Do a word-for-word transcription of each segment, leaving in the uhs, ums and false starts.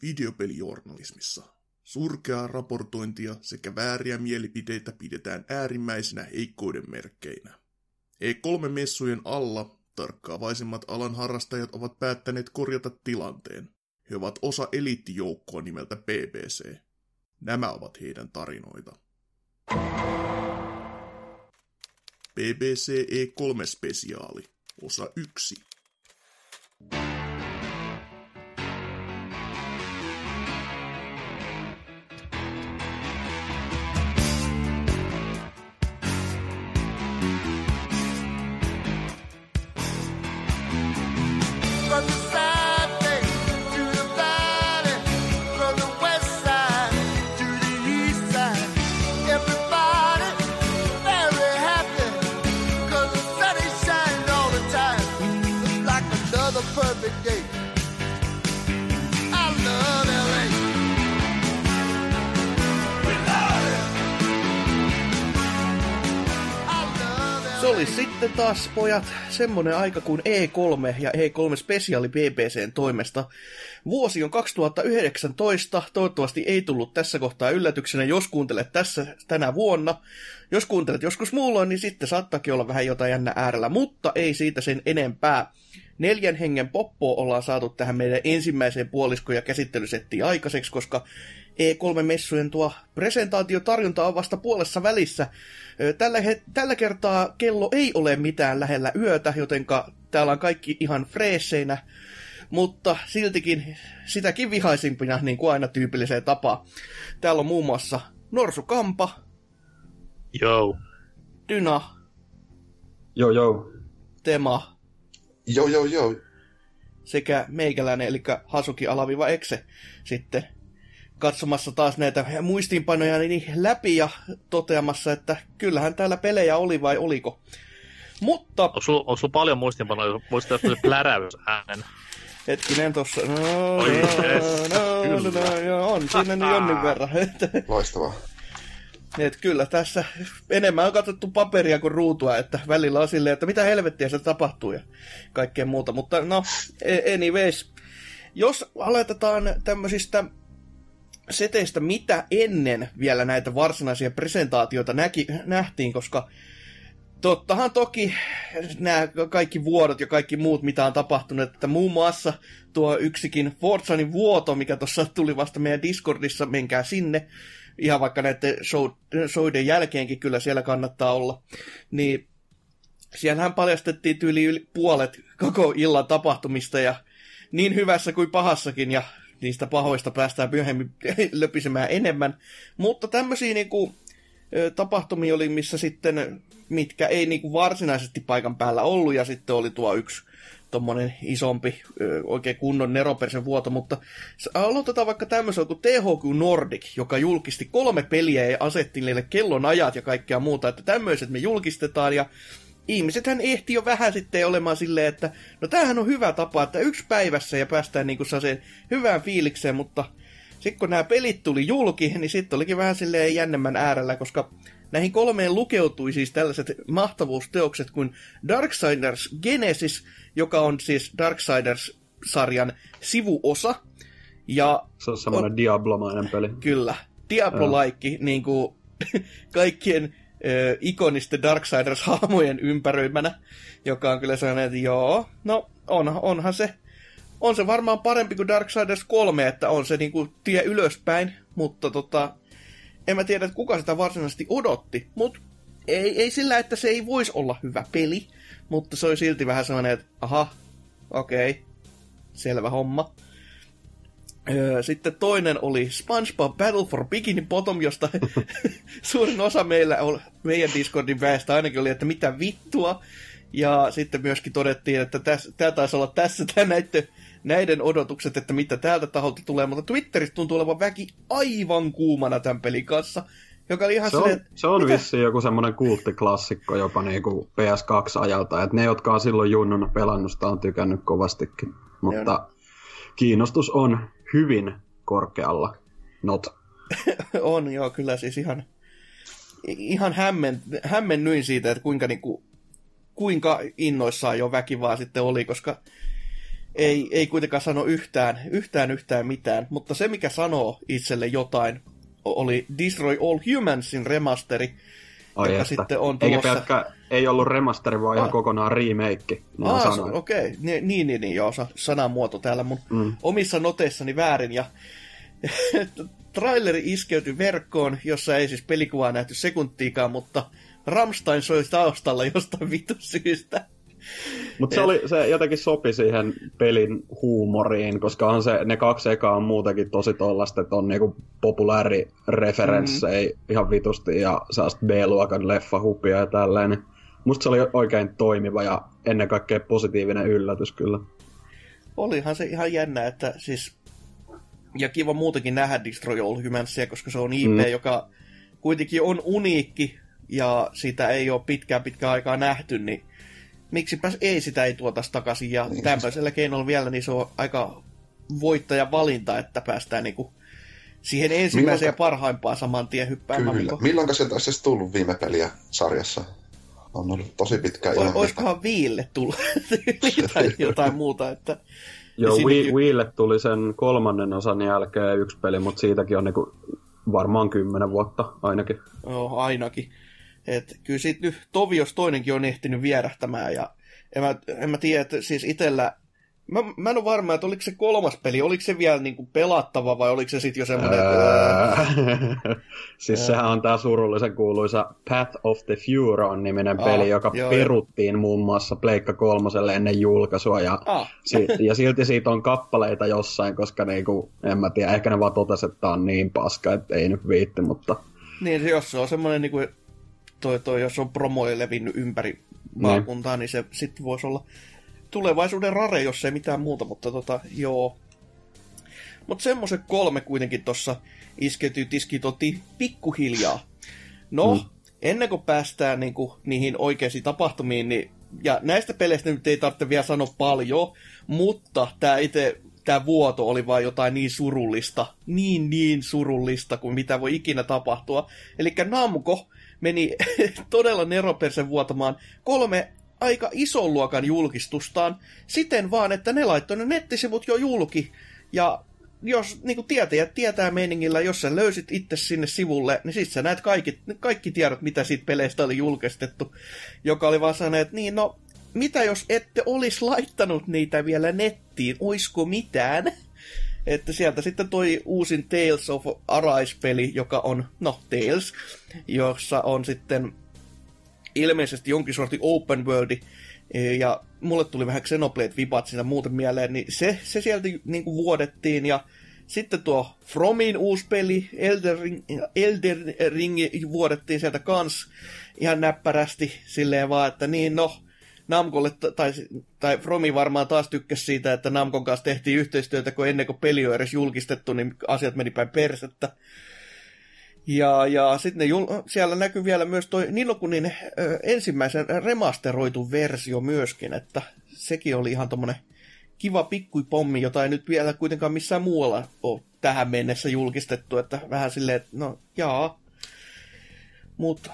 Videopelijournalismissa surkeaa raportointia sekä vääriä mielipiteitä pidetään äärimmäisinä heikkouden merkkeinä. E kolme -messujen alla tarkkaavaisimmat alan harrastajat ovat päättäneet korjata tilanteen. He ovat osa eliittijoukkoa nimeltä B B C. Nämä ovat heidän tarinoita. B B C E kolme -spesiaali, osa yksi. Se oli sitten taas, pojat, semmonen aika kuin E kolme ja E kolme -spesiaali B B C:n toimesta. Vuosi on kaksituhattayhdeksäntoista, toivottavasti ei tullut tässä kohtaa yllätyksenä, jos kuuntelet tässä tänä vuonna. Jos kuuntelet joskus muulloin, niin sitten saattaakin olla vähän jotain jännä äärellä, mutta ei siitä sen enempää. Neljän hengen poppoa ollaan saatu tähän meidän ensimmäiseen puolisko- ja käsittelysettiin aikaiseksi, koska E kolme -messujen tuo presentaatiotarjonta on vasta puolessa välissä. Tällä, he, tällä kertaa kello ei ole mitään lähellä yötä, jotenka täällä on kaikki ihan freesseinä, mutta siltikin sitäkin vihaisimpina, niin kuin aina tyypilliseen tapaan. Täällä on muun muassa Norsu Kampa. Joo. Dyna. Joo, joo. Tema. Joo, joo, joo. Sekä meikäläinen, eli Hasuki-Ekse sitten katsomassa taas näitä muistiinpanoja niin läpi ja toteamassa, että kyllähän täällä pelejä oli vai oliko. Mutta... Onko sulla, onko sulla paljon muistiinpanoja? Muistat, että pläräys äänen? Hetkinen tossa. No, no, no, no, no, no, on siinä niin jonnin verran. Loistavaa. Et kyllä tässä enemmän on katsottu paperia kuin ruutua, että välillä on silleen, että mitä helvettiä se tapahtuu ja kaikkea muuta. Mutta no, anyways. Jos aloitetaan tämmöisistä seteistä, mitä ennen vielä näitä varsinaisia presentaatioita näki, nähtiin, koska tottahan toki nämä kaikki vuodot ja kaikki muut, mitä on tapahtunut, että muun muassa tuo yksikin Forzanin vuoto, mikä tuossa tuli vasta meidän Discordissa, menkää sinne, ihan vaikka näiden show, showden jälkeenkin kyllä siellä kannattaa olla, niin siellähän paljastettiin tyyli yli puolet koko illan tapahtumista ja niin hyvässä kuin pahassakin ja niistä pahoista päästään myöhemmin löpisemään enemmän. Mutta tämmöisiä niinku, tapahtumia oli, missä sitten, mitkä ei niinku varsinaisesti paikan päällä ollut, ja sitten oli tuo yksi tommonen isompi, oikein kunnon neropersen vuoto, mutta aloitetaan vaikka tämmöisellä kuin T H Q Nordic, joka julkisti kolme peliä ja asetti niille kellonajat ja kaikkea muuta, että tämmöiset me julkistetaan, ja ihmisethän ehti jo vähän sitten olemaan silleen, että no tämähän on hyvä tapa, että yksi päivässä ja päästään niinku sellaiseen hyvään fiilikseen, mutta sitten kun nämä pelit tuli julki, niin sitten olikin vähän silleen jännemmän äärellä, koska näihin kolmeen lukeutui siis tällaiset mahtavuusteokset kuin Darksiders Genesis, joka on siis Darksiders-sarjan sivuosa. Ja se on semmoinen on, Diablo-mainen peli. Kyllä, Diablo-like, niin kuin kaikkien Ö, ikonisten Darksiders-hahmojen ympäröimänä, joka on kyllä sellainen, että joo, no on, onhan se, on se varmaan parempi kuin Darksiders kolme, että on se niinku tie ylöspäin, mutta tota, en mä tiedä, että kuka sitä varsinaisesti odotti, mutta ei, ei sillä, että se ei voisi olla hyvä peli, mutta se oli silti vähän sellainen, että aha, okei, okay, selvä homma. Sitten toinen oli SpongeBob Battle for Bikini Bottom, josta suurin osa meillä on, meidän Discordin väestä ainakin oli, että mitä vittua. Ja sitten myöskin todettiin, että tämä taisi olla tässä tää näiden, näiden odotukset, että mitä täältä taholta tulee. Mutta Twitterissä tuntuu olevan väki aivan kuumana tämän pelin kanssa. Joka oli ihan se, silleen, on, se on vissiin joku semmoinen kulttiklassikko jopa niinku P S kaksi -ajalta. Että ne, jotka on silloin junnuna pelannut, sitä on tykännyt kovastikin. Mutta ja kiinnostus on hyvin korkealla. Not. On, joo, kyllä siis ihan, ihan hämmen, hämmennyin siitä, että kuinka, niinku, kuinka innoissaan jo väki vaan sitten oli, koska ei, ei kuitenkaan sano yhtään, yhtään yhtään mitään, mutta se mikä sanoo itselle jotain oli Destroy All Humansin remasteri, Ai joka että. sitten on Eikä tulossa... pelkkä, ei ollut remasteri, vaan ah. ihan kokonaan remake. Ah, okei. Okay. Niin, niin, niin, niin, joo, sanamuoto täällä mun mm. omissa noteissani väärin. Ja traileri iskeytyi verkkoon, jossa ei siis pelikuvaa nähty sekuntiikaan, mutta Rammstein soi taustalla jostain vitun syystä. Mutta se, oli, se jotenkin sopi siihen pelin huumoriin, koska on se, ne kaksi ekaa on muutenkin tosi tollaista, että on niinku populaarireferenssejä mm. ihan vitusti ja sellaista B-luokan leffahupia ja tällainen. Musta se oli oikein toimiva ja ennen kaikkea positiivinen yllätys kyllä. Olihan se ihan jännä, että siis... Ja kiva muutenkin nähdä Destroy All Humansia, koska se on I P, mm. joka kuitenkin on uniikki ja sitä ei ole pitkään pitkään aikaa nähty, niin miksipäs ei sitä ei tuotaisi takaisin. Ja niin. Tämmöisellä keinolla vielä, niin se on aika voittajan valinta, että päästään niinku siihen ensimmäiseen Milloinka... ja parhaimpaan saman tien hyppäämään. Kyllä. Milloinka sieltä olisi siis tullut viime peliä sarjassa? On ollut tosi pitkään. O- olisikohan Viille tullut tai jotain muuta, että... Joo, Wii, Wiille tuli sen kolmannen osan jälkeen yksi peli, mutta siitäkin on niinku varmaan kymmenen vuotta ainakin. Joo, ainakin. Et kyllä sit nyt Tovios toinenkin on ehtinyt vierähtämään ja en mä, en mä tiedä, että siis itellä... Mä, mä en ole varma, että oliko se kolmas peli, oliko se vielä niinku pelattava vai oliko se sitten jo semmoinen... Ää... siis Ää... sehän on tää surullisen kuuluisa Path of the Furon niminen ah, peli, joka joo, peruttiin jo. Muun muassa Pleikka kolmoselle ennen julkaisua ja, ah. si- ja silti siitä on kappaleita jossain, koska niinku, en mä tiedä, ehkä ne vaan totesi, että tää on niin paska, että ei nyt viitti, mutta... Niin, jos se on semmoinen, niinku, toi, toi, jos on promoja levinnyt ympäri maakuntaa, niin, niin se sitten voisi olla... tulevaisuuden rare, jos ei mitään muuta, mutta tota, joo. Mutta semmoiset kolme kuitenkin tossa iskeytyy tiskiin toti pikkuhiljaa. No, mm. ennen kuin päästään niinku niihin oikeisiin tapahtumiin, niin, ja näistä peleistä nyt ei tarvitse vielä sanoa paljon, mutta tää itse, tää vuoto oli vaan jotain niin surullista, niin niin surullista kuin mitä voi ikinä tapahtua. Elikkä Namco meni todella neropersen vuotamaan kolme aika ison luokan julkistustaan, siten vaan, että ne laittoi ne nettisivut jo julki, ja jos niin kuin tietäjät tietää meiningillä, jos sä löysit itse sinne sivulle, niin sit sä näet kaikki, kaikki tiedot, mitä siitä peleistä oli julkistettu, joka oli vaan sanonut, että niin, no, mitä jos ette olisi laittanut niitä vielä nettiin, oisko mitään? Että sieltä sitten toi uusin Tales of Arise-peli, joka on, no, Tales, jossa on sitten ilmeisesti jonkin sortin open worldi, ja mulle tuli vähän Xenoblade-vipat siinä muuten mieleen, niin se, se sieltä niin kuin vuodettiin, ja sitten tuo Fromin uusi peli, Elden Ring, Elden Ring vuodettiin sieltä kans ihan näppärästi, silleen vaan, että niin no, Namcolle, tai, tai Fromi varmaan taas tykkäsi siitä, että Namcon kanssa tehtiin yhteistyötä, kun ennen kuin peli on edes julkistettu, niin asiat meni päin persettä. Ja, ja sitten jul- siellä näkyy vielä myös toi Nilokunin ö, ensimmäisen remasteroitu versio myöskin, että sekin oli ihan tommonen kiva pikkupommi, jota ei nyt vielä kuitenkaan missään muualla ole tähän mennessä julkistettu, että vähän silleen, että no jaa. Mutta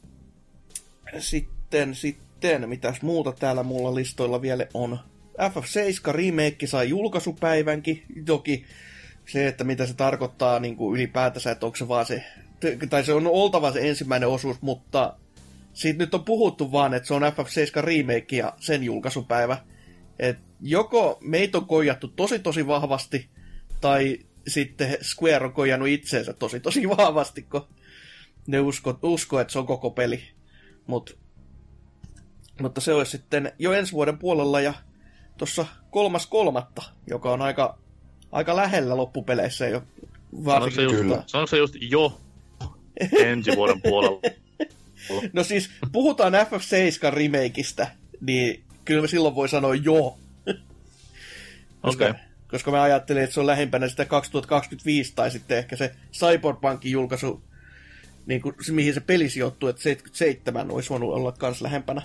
sitten, sitten, mitäs muuta täällä mulla listoilla vielä on. F F seitsemän remake sai julkaisupäivänkin, toki se, että mitä se tarkoittaa niin kuin ylipäätänsä, että onko se vaan se, tai se on oltava se ensimmäinen osuus, mutta siitä nyt on puhuttu vaan, että se on F F seitsemän remake ja sen julkaisupäivä. Et joko meitä on koijattu tosi tosi vahvasti, tai sitten Square on koijannut itseensä tosi tosi vahvasti, kun ne usko, usko että se on koko peli. Mut, mutta se olisi sitten jo ensi vuoden puolella ja tuossa kolmas kolmatta, joka on aika Aika lähellä loppupeleissä jo. Sanoiko se, just, se just jo ensi vuoden puolella? No siis, puhutaan F F seitsemän remakeista, niin kyllä me silloin voi sanoa jo. koska, okay. koska mä ajattelin, että se on lähempänä sitä kaksituhattakaksikymmentäviisi tai sitten ehkä se Cyberpunkin julkaisu, niin kuin, mihin se peli sijoittuu, että seitsemänkymmentäseitsemän olisi voinut olla kans lähempänä.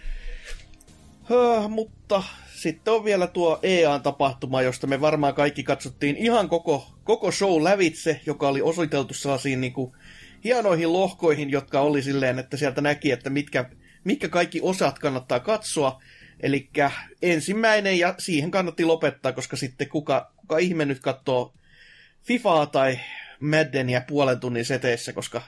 Höh, mutta sitten on vielä tuo E A-tapahtuma, josta me varmaan kaikki katsottiin ihan koko, koko show lävitse, joka oli osoiteltu sellaisiin niin kuin hienoihin lohkoihin, jotka oli silleen, että sieltä näki, että mitkä, mitkä kaikki osat kannattaa katsoa. Elikkä ensimmäinen, ja siihen kannatti lopettaa, koska sitten kuka, kuka ihme nyt katsoo Fifaa tai Maddenia puolen tunnin seteissä, koska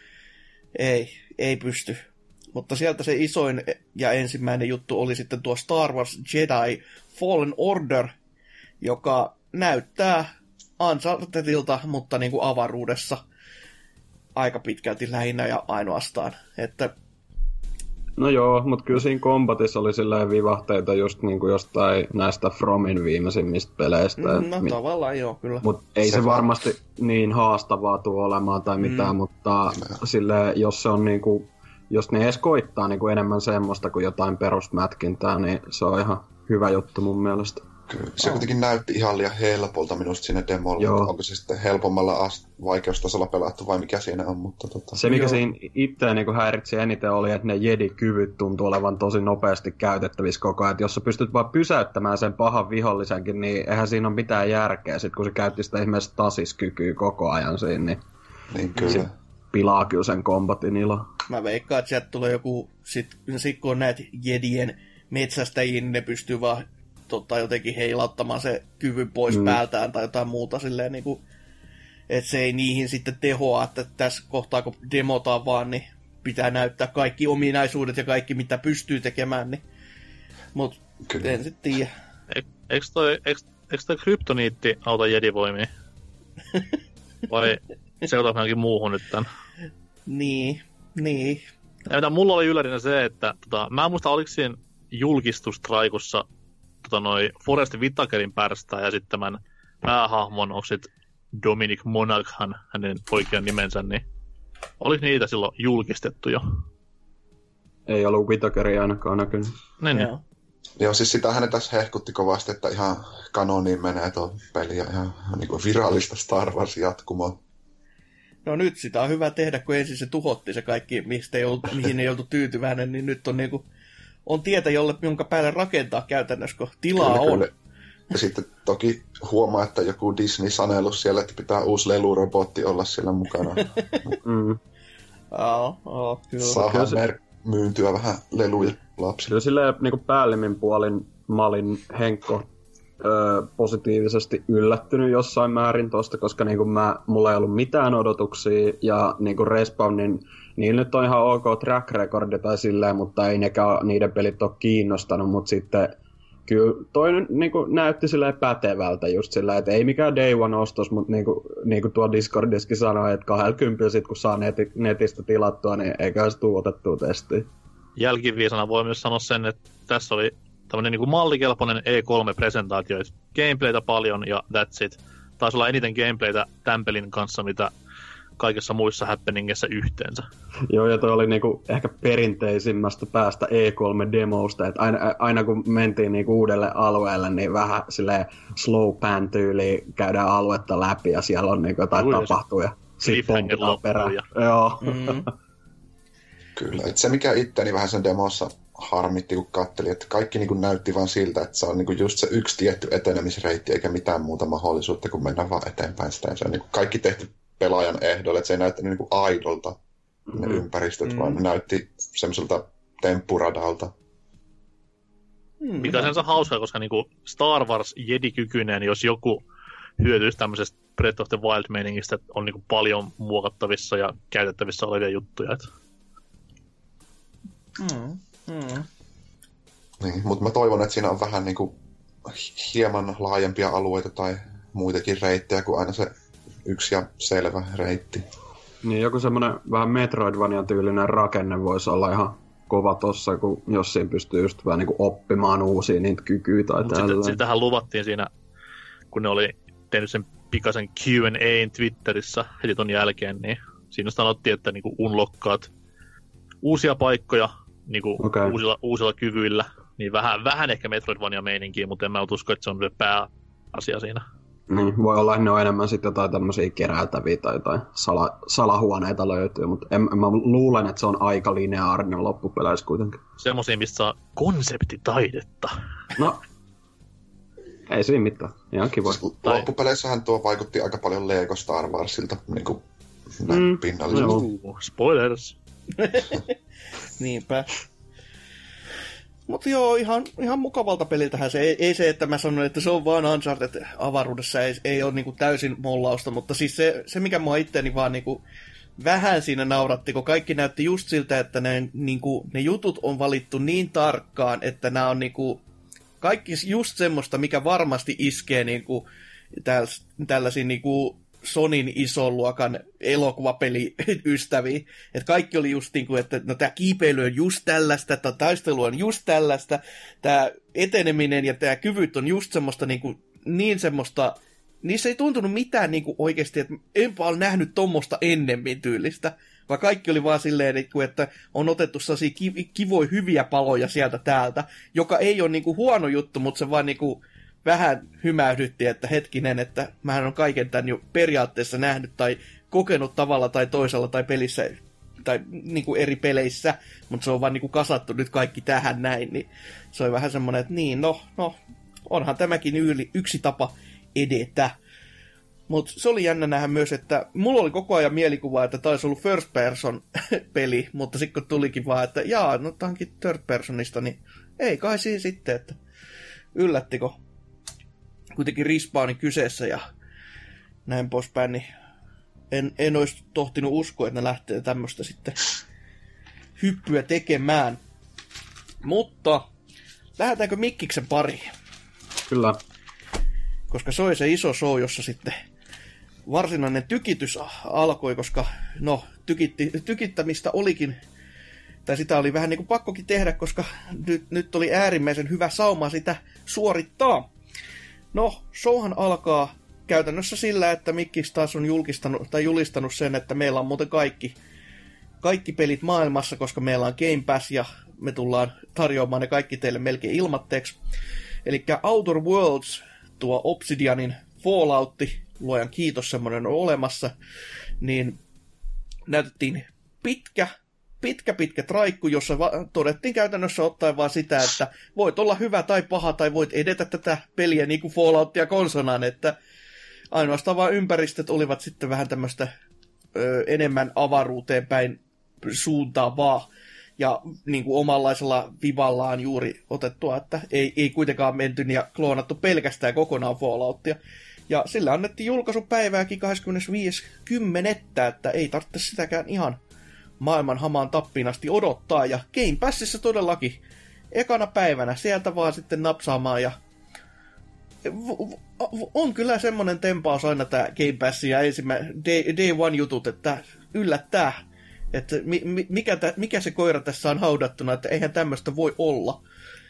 ei, ei pysty. Mutta sieltä se isoin ja ensimmäinen juttu oli sitten tuo Star Wars Jedi Fallen Order, joka näyttää Unchartedilta, mutta niin kuin avaruudessa aika pitkälti lähinnä ja ainoastaan. Että... No joo, mutta kyllä siinä kombatissa oli silleen vivahteita just niin kuin jostain näistä Fromin viimeisimmistä peleistä. No mi- tavallaan joo, kyllä. Mutta ei se, se varmasti va- niin haastavaa tule olemaan tai mitään, mm. mutta silleen, jos se on niinku, jos ne edes koittaa niinku enemmän semmoista kuin jotain perusmätkintää, niin se on ihan hyvä juttu mun mielestä. Kyllä. Se kuitenkin näytti ihan liian helpolta minusta siinä demolla. Joo. Onko se sitten helpommalla ast- vaikeustasolla pelattu vai mikä siinä on? Mutta tota... Se mikä Joo. siinä itseä niin häiritsi eniten oli, että ne jedi-kyvyt tuntuu olevan tosi nopeasti käytettävissä koko ajan. Et jos sä pystyt vaan pysäyttämään sen pahan vihollisenkin, niin eihän siinä ole mitään järkeä. Sitten kun se käytti sitä ihmeessä tasiskykyä koko ajan siinä, niin, niin kyllä. Se pilaa kyllä sen kombatin ilo. Mä veikkaan, että sieltä tulee joku, sit, sit kun on näitä jedien metsästäjiä, niin ne pystyy vaan tota, jotenkin heilauttamaan se kyvyn pois mm. päältään tai jotain muuta silleen niin kuin, että se ei niihin sitten tehoa, että tässä kohtaa kun demotaan vaan, niin pitää näyttää kaikki ominaisuudet ja kaikki mitä pystyy tekemään, niin mut kyllä. En sitten tiedä. E- eikö toi, eikö, eikö toi kryptoniitti auta jedivoimia? Vai seuraavaksi johonkin muuhun nyt tän? Niin, niin. Ja mitä mulla oli yllärinä se, että tota, mä en muista oliko siinä julkistustraikussa tota, noi Forrest Whitakerin pärstää ja sitten tämän päähahmon, onko sit Dominic Monaghan, hänen oikean nimensä, niin oliko niitä silloin julkistettu jo? Ei ollut Whitakeria ainakaan näkynyt. Niin, niin. Joo. Joo, siis sitähän ne tässä hehkutti kovasti, että ihan kanoniin menee tuo peli ja ihan niin kuin virallista Star Wars jatkumoa. No nyt sitä on hyvä tehdä, kun ensin se tuhotti se kaikki, mistä ei ollut, mihin ei oltu tyytyväinen, niin nyt on niinku, on tietä, jolle, jonka päälle rakentaa käytännössä, kun tilaa kyllä, on. Kyllä. Ja sitten toki huomaa, että joku Disney-sanellus siellä, että pitää uusi lelurobotti olla siellä mukana. mm. Joo, oh, kyllä. Saadaan mer- myyntyä vähän leluja lapsille. Kyllä silleen niin päällimmin puolin mä olin Henkko öö, positiivisesti yllättynyt jossain määrin tosta, koska niin kuin mä, mulla ei ollut mitään odotuksia ja niin kuin Respawnin, niillä nyt on ihan ok track recordi tai silleen, mutta ei nekään niiden pelit ole kiinnostanut, mutta sitten kyllä toi niin kuin näytti silleen pätevältä just sillä, että ei mikään day one ostos, mutta niin kuin, niin kuin tuo Discordiskin sanoi, että kaksikymmentä sit kun saa neti, netistä tilattua, niin eikä se tule otettua testiin. Jälkiviisana voi myös sanoa sen, että tässä oli tämmöinen niin kuin mallikelpoinen E kolme-presentaatio, että gameplaytä paljon ja that's it. Taisi olla eniten gameplaytä tämän pelin kanssa, mitä kaikissa muissa happeningissa yhteensä. Joo, ja toi oli niinku ehkä perinteisimmästä päästä E kolme-demosta, että aina, aina kun mentiin niinku uudelle alueelle, niin vähän silleen slow pan tyyliin käydään aluetta läpi ja siellä on niinku jotain Ui, tapahtuu ja sitten pompitaan perään. Ja... Joo. Mm-hmm. Kyllä, että se mikä itteni vähän sen demossa harmitti, kun katselin, että kaikki niinku näytti vaan siltä, että se on niinku just se yksi tietty etenemisreitti eikä mitään muuta mahdollisuutta, kun mennään vaan eteenpäin sitä. Se on niinku kaikki tehty pelaajan ehdolle, että se ei näyttänyt niinku aidolta ne mm. ympäristöt, mm. vaan ne näytti semmoiselta temppuradalta. Mm. Mikä sen on hauskaa, koska niinku Star Wars Jedi-kykyinen, jos joku hyötyisi tämmöisestä Breath of the Wild-meiningistä, että on niinku paljon muokattavissa ja käytettävissä olevia juttuja. Et... Mm. Mm. Niin, mutta mä toivon, että siinä on vähän niinku hieman laajempia alueita tai muitakin reittejä kuin aina se yksi ja selvä reitti. Niin, joku semmoinen vähän Metroidvania-tyylinen rakenne voisi olla ihan kova tossa, kun jos siinä pystyy just vähän niin oppimaan uusia niitä kykyjä tai tällä. Sitähän luvattiin siinä, kun ne oli tehnyt sen pikaisen Q and A:n Twitterissä heti ton jälkeen, niin siinä sanottiin, että niinku unlockkaat uusia paikkoja niinku okay. uusilla, uusilla kyvyillä. Niin vähän, vähän ehkä Metroidvania-meininkiä, mutta en mä usko, että se on se pääasia siinä. Niin, voi olla, että ne on enemmän sitten jotain tämmöisiä keräiltäviä tai jotain sala, salahuoneita löytyy, mutta en, mä luulen, että se on aika lineaarinen loppupeleissä kuitenkin. Semmoisia, mistä saa konseptitaidetta. No, ei siinä mitään. Ihan kiva. Loppupeleissähän tuo vaikutti aika paljon Lego Star Warsilta, niin kuin näin mm, pinnallisesti. Uh, spoilers! Niinpä. Mutta joo, ihan, ihan mukavalta peliltähän se. Ei, ei se, että mä sanon, että se on vaan Uncharted avaruudessa, ei, ei ole niinku täysin mollausta, mutta siis se, se mikä mua itteeni vaan niinku vähän siinä nauratti, kun kaikki näytti just siltä, että ne, niinku, ne jutut on valittu niin tarkkaan, että nämä on niinku, kaikki just semmoista, mikä varmasti iskee niinku, täls, tällaisiin niinku, Sonin ison luokan elokuvapeliystäviä. Että kaikki oli just niin kuin, että no tämä kiipeily on just tällaista, tämä taistelu on just tällaista, tämä eteneminen ja tämä kyvyt on just semmoista niin, kuin, niin semmoista, niissä ei tuntunut mitään niin kuin oikeasti, että enpä ole nähnyt tommoista ennemmin tyylistä, vaan kaikki oli vaan silleen, että on otettu sellaisia kivoja hyviä paloja sieltä täältä, joka ei ole niin kuin huono juttu, mutta se vaan niin kuin vähän hymähdytti, että hetkinen, että mähän on kaiken tämän jo periaatteessa nähnyt tai kokenut tavalla tai toisella tai pelissä tai niin kuin eri peleissä, mutta se on vaan niin kuin kasattu nyt kaikki tähän näin, niin se on vähän semmoinen, että niin, no, no onhan tämäkin yli, yksi tapa edetä. Mutta se oli jännä nähdä myös, että mulla oli koko ajan mielikuva, että taisi ollut first person peli, mutta sitten kun tulikin vaan, että jaa, no tämä onkin third personista, niin ei kai siinä sitten, että yllättikö kuitenkin Respawnin kyseessä ja näin poispäin, niin en, en olisi tohtinut uskoa, että ne lähtee tämmöistä sitten hyppyä tekemään. Mutta lähdetäänkö Mikkiksen pariin? Kyllä. Koska se oli se iso show, jossa sitten varsinainen tykitys alkoi, koska no, tykitti, tykittämistä olikin, tai sitä oli vähän niin kuin pakkokin tehdä, koska nyt, nyt oli äärimmäisen hyvä sauma sitä suorittaa. No, showhan alkaa käytännössä sillä, että Mikkis taas on julkistanut, tai julistanut sen, että meillä on muuten kaikki, kaikki pelit maailmassa, koska meillä on Game Pass ja me tullaan tarjoamaan ne kaikki teille melkein ilmatteeksi. Eli Outer Worlds, tuo Obsidianin Falloutti, luojan kiitos, semmoinen on olemassa, niin näytettiin pitkä, pitkä, pitkä traikku, jossa va- todettiin käytännössä ottaen vaan sitä, että voit olla hyvä tai paha, tai voit edetä tätä peliä niin kuin Falloutia konsonaan, että ainoastaan vaan ympäristöt olivat sitten vähän tämmöistä ö, enemmän avaruuteen päin suuntaavaa, ja niin kuin omanlaisella vivallaan juuri otettua, että ei, ei kuitenkaan menty ja kloonattu pelkästään kokonaan Falloutia. Ja sillä annettiin julkaisupäivääkin kahdeskymmenesviides kymmenettä, että ei tarvitse sitäkään ihan maailman hamaan tappiin asti odottaa. Ja Game Passissa todellakin ekana päivänä sieltä vaan sitten napsaamaan. Ja on kyllä semmoinen tempaus aina tämä Game Pass ja ensimmäinen day, day one jutut, että yllättää. Että mikä, tä, mikä se koira tässä on haudattuna, että eihän tämmöistä voi olla.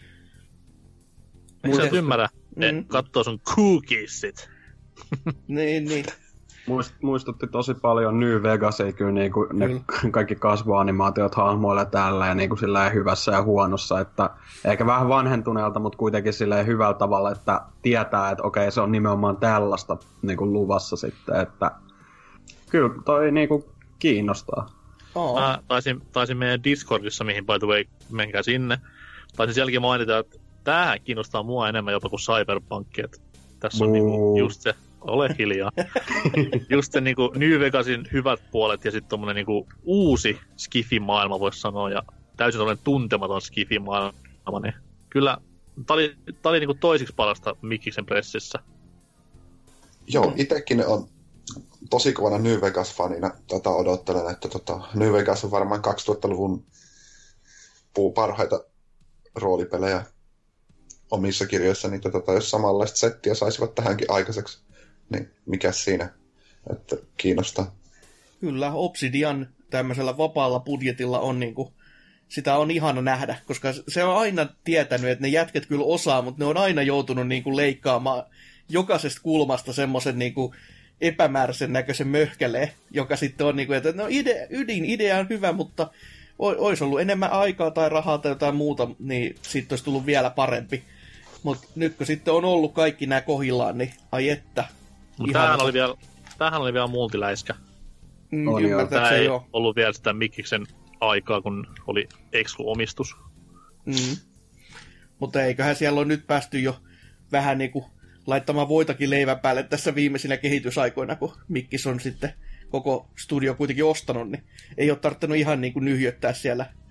Eikö sä et ymmärrä? Ne mm. kattoo sun cookiesit. niin, niin. Muist, muistutti tosi paljon New Vegasia, kyllä niinku ne mm. kaikki kasvuanimaatiot hahmoilla täällä ja niinku silleen hyvässä ja huonossa, että eikä vähän vanhentuneelta, mutta kuitenkin silleen hyvällä tavalla, että tietää, että okei, se on nimenomaan tällaista niinku luvassa sitten, että kyllä toi niinku kiinnostaa. Oh. Mä taisin, taisin meidän Discordissa, mihin by the way, menkää sinne, taisin sielläkin mainita, että tämähän kiinnostaa mua enemmän jopa kuin Cyberpunk, että tässä on niinku just se, ole hiljaa, just se niinku New Vegasin hyvät puolet ja sitten tommonen niinku uusi Skifi-maailma voisi sanoa, ja täysin tommonen tuntematon Skifi-maailma, niin kyllä tää oli, tää oli niinku toisiksi parasta Mikkiksen pressissä. Joo, itekin on tosi kovana New Vegas-fanina tätä odottelen, että tota, New Vegas on varmaan kaksituhattaluvun puu parhaita roolipelejä omissa kirjoissa, niin tota, jos samanlaista settiä saisivat tähänkin aikaiseksi, niin mikä siinä, että kiinnostaa. Kyllä, Obsidian tämmöisellä vapaalla budjetilla on niinku, sitä on ihana nähdä, koska se on aina tietänyt, että ne jätket kyllä osaa, mutta ne on aina joutunut niinku leikkaamaan jokaisesta kulmasta semmoisen niinku epämääräisen näköisen möhkäle, joka sitten on niinku, että no ide, ydin, idea on hyvä, mutta olisi ollut enemmän aikaa tai rahaa tai jotain muuta, niin siitä olisi tullut vielä parempi. Mutta nyt kun sitten on ollut kaikki nämä kohillaan, niin ai että. Mutta tämähän oli vielä, tämähän oli vielä multiläiskä. Mm, Tämä ei jo. ollut vielä sitä Mikkiksen aikaa, kun oli Exclu-omistus. Mm. Mutta eiköhän siellä ole nyt päästy jo vähän niinku laittamaan voitakin leivän päälle tässä viimeisinä kehitysaikoina, kun Mikkis on sitten koko studio kuitenkin ostanut, niin ei ole tarvinnut ihan niin kuin nyhjöttää siellä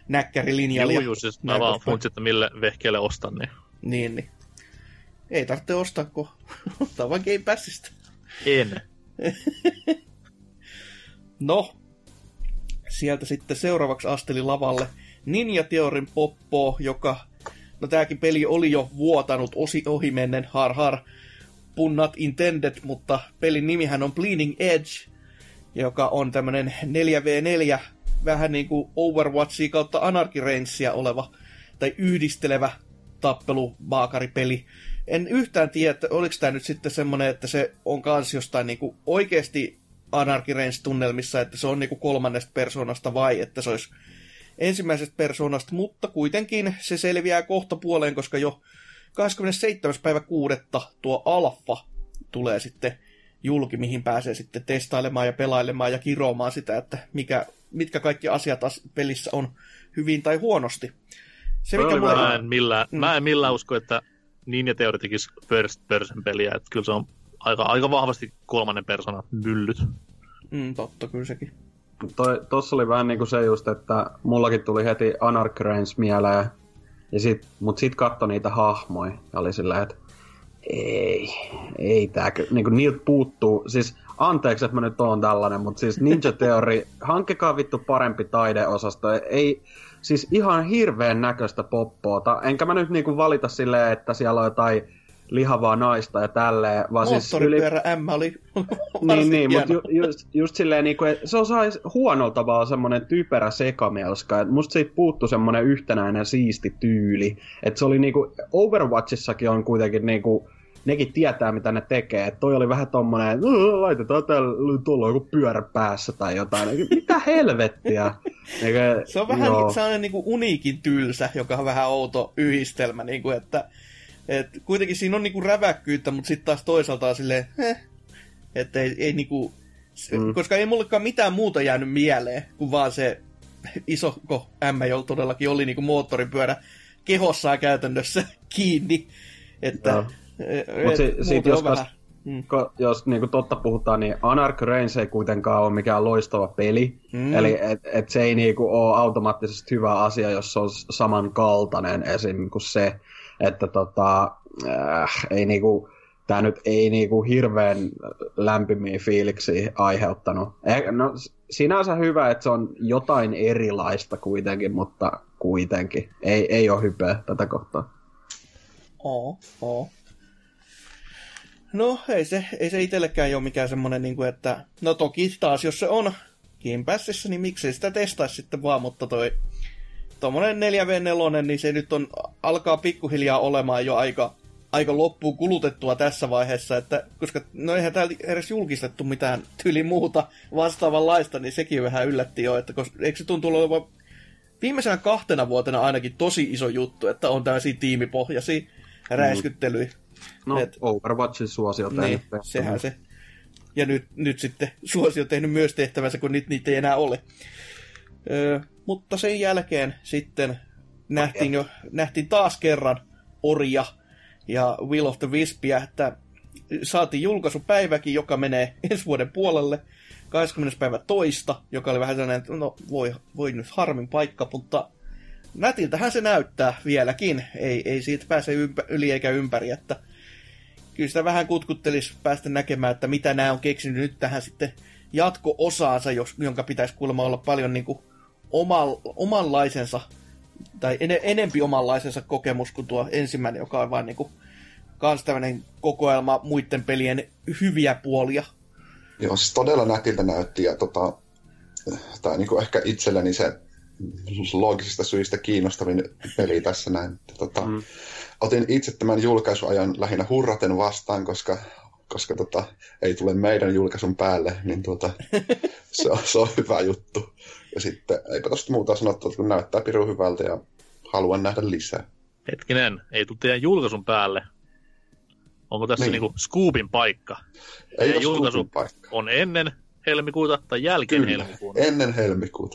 näkkärilinjalle. Joo, joo, siis mä vaan funtsin, että mille vehkeelle ostan. Niin, niin. niin. Ei tarvitse ostaa, kun ottaa vaan Game Passista. En. No, sieltä sitten seuraavaksi asteli lavalle Ninja Theorin Poppo, joka, no tääkin peli oli jo vuotanut osi ohimennen, har har, pun not intended, mutta pelin nimihän on Bleeding Edge, joka on tämmönen neljä vastaan neljä, vähän niinku Overwatchia kautta Anarchy Reigncia oleva, tai yhdistelevä tappelumaakaripeli. En yhtään tiedä, että oliko tämä nyt sitten semmoinen, että se on kans jostain niinku oikeasti Anarchy Reigns-tunnelmissa, että se on niinku kolmannesta persoonasta vai että se olisi ensimmäisestä persoonasta, mutta kuitenkin se selviää kohta puoleen, koska jo kahdeskymmenesseitsemäs päivä kuudetta tuo alfa tulee sitten julki, mihin pääsee sitten testailemaan ja pelailemaan ja kiroamaan sitä, että mikä, mitkä kaikki asiat pelissä on hyvin tai huonosti. Se, mikä mulle... mä, en millään, mm. mä en millään usko, että Ninja Theory tekisi first person peliä, että kyllä se on aika, aika vahvasti kolmannen persoonan myllyt. Mm, totta, kyllä sekin. Toi, tossa oli vähän niinku se just, että mullakin tuli heti Anarchy Reigns mieleen, ja sit, mut sit katso niitä hahmoja, ja oli silleen, että ei, ei tää, niinku niiltä puuttuu, siis anteeksi, että mä nyt oon tällainen, mutta siis Ninja Theory, hankkikaa vittu parempi taideosasto, ei, siis ihan hirveän näköistä poppoota, enkä mä nyt niinku valita silleen, että siellä on jotain lihavaa naista ja tälleen, vaan siis... Moottoripyörä yli... M oli Niin, niin mutta ju, just, just silleen niinku, se on sais huonolta vaan semmonen typerä sekamelska, että musta siitä puuttuu semmonen yhtenäinen siisti tyyli, että se oli niinku, Overwatchissakin on kuitenkin niinku, nekin tietää mitä ne tekee, että toi oli vähän tommonen, laitetaan täällä, tuolla on joku pyörä päässä tai jotain, mitä helvettiä. Eikä, se on vähän joo. sellainen niinku uniikin tylsä, joka on vähän outo yhdistelmä, niinku, että et kuitenkin siinä on niinku räväkkyyttä, mutta sitten taas toisaalta on silleen, eh, että ei, ei niinku, mm. koska ei mullekaan mitään muuta jäänyt mieleen, kuin vaan se isoko M, jolla todellakin oli niinku moottoripyörä kehossaan käytännössä kiinni, että no. Mutta si- sit jos, kas, mm. ko, jos niinku totta puhutaan, niin Anarchy Reigns ei kuitenkaan ole mikään loistava peli. Mm. Eli et, et se ei niinku ole automaattisesti hyvä asia, jos se on samankaltainen esim. Kuin se, että tota, äh, ei niinku, tää nyt ei niinku hirveän lämpimiä fiiliksiä aiheuttanut. Eh, no, sinänsä hyvä, että se on jotain erilaista kuitenkin, mutta kuitenkin. Ei, ei ole hypeä tätä kohtaa. Oo, oo. No, ei se, ei se itsellekään ole mikään semmonen, niin kuin, että no toki taas, jos se on Game Passissa, niin miksei sitä testaisi sitten vaan, mutta toi tommonen neljä vastaan neljä, niin se nyt on, alkaa pikkuhiljaa olemaan jo aika, aika loppuun kulutettua tässä vaiheessa, että koska no eihän täällä edes julkistettu mitään tyyli muuta vastaavanlaista, niin sekin vähän yllätti jo, että koska, eikö se tuntu olevan viimeisenä kahtena vuotena ainakin tosi iso juttu, että on tämmöisiä tiimipohjaisia räiskyttelyjä. No, et, Overwatchin suosio tehnyt. Niin, sehän se. Ja nyt, nyt sitten suosio tehnyt myös tehtävänsä, kun niitä, niitä ei enää ole. Öö, mutta sen jälkeen sitten nähtiin, jo, nähtiin taas kerran Orja ja Will of the Wispia, että saatiin julkaisupäiväkin, joka menee ensi vuoden puolelle, kahdeskymmenes päivä toista, joka oli vähän sellainen, että no voi, voi nyt harmin paikka, mutta nätiltähän se näyttää vieläkin. Ei, ei siitä pääse ympä, yli eikä ympäri, että kyllä sitä vähän kutkuttelisi päästä näkemään, että mitä nämä on keksinyt nyt tähän sitten jatko-osaansa, jos, jonka pitäisi kuulemma olla paljon niin kuin oman, omanlaisensa, tai en, enempi omanlaisensa kokemus kuin tuo ensimmäinen, joka on vain niin kuin kans tämmöinen kokoelma muiden pelien hyviä puolia. Joo, siis todella nätiltä näytti, ja tota, tai niin kuin ehkä itselleni se loogisista syistä kiinnostavin peli tässä näin. Tota, mm. Otin itse tämän julkaisuajan lähinnä hurraten vastaan, koska, koska tota, ei tule meidän julkaisun päälle, niin tuota, se, on, se on hyvä juttu. Ja sitten eipä tosta muuta sanottua, kun näyttää pirun hyvältä ja haluan nähdä lisää. Hetkinen, ei tule teidän julkaisun päälle. Onko tässä niin. niinku Scoopin paikka? Ei ole julkaisu Scoopin paikka. On ennen helmikuuta tai jälkeen Kyllä, helmikuuta? Ennen helmikuuta.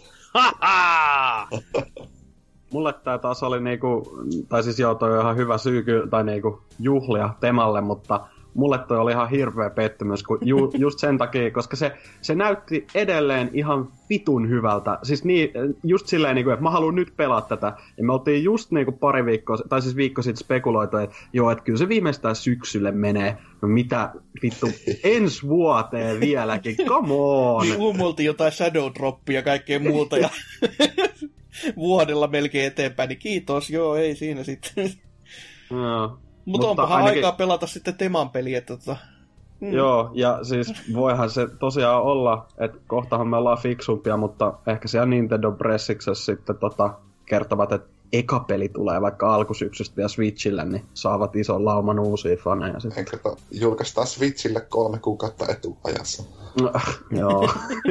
Mulle tää taas oli niinku, tai siis joo, toi on ihan hyvä syy tai niinku juhlia temalle, mutta mulle toi oli ihan hirveä pettymys, kun ju, just sen takia, koska se, se näytti edelleen ihan vitun hyvältä. Siis niin, just silleen, että mä haluan nyt pelata tätä. Ja me oltiin just niinku pari viikkoa, tai siis viikko sitten spekuloitu, että joo, että kyllä se viimeistään syksylle menee. No mitä vittu, ensi vuoteen vieläkin, come on! Niin uumultiin jotain Shadow Droppia ja kaikkea muuta, ja vuodella melkein eteenpäin, niin kiitos, joo, ei siinä sitten. No. Mutta onpahan ainakin aikaa pelata sitten Teman peliä. Tota. Mm. Joo, ja siis voihan se tosiaan olla, että kohtahan me ollaan fiksumpia, mutta ehkä siellä Nintendo Pressiksessä sitten tota, kertovat, että eka peli tulee vaikka alkusyksystä ja Switchille, niin saavat ison lauman uusia faneja sitten. Eikä to, julkaistaan Switchille kolme kuukautta etuajassa. No, joo.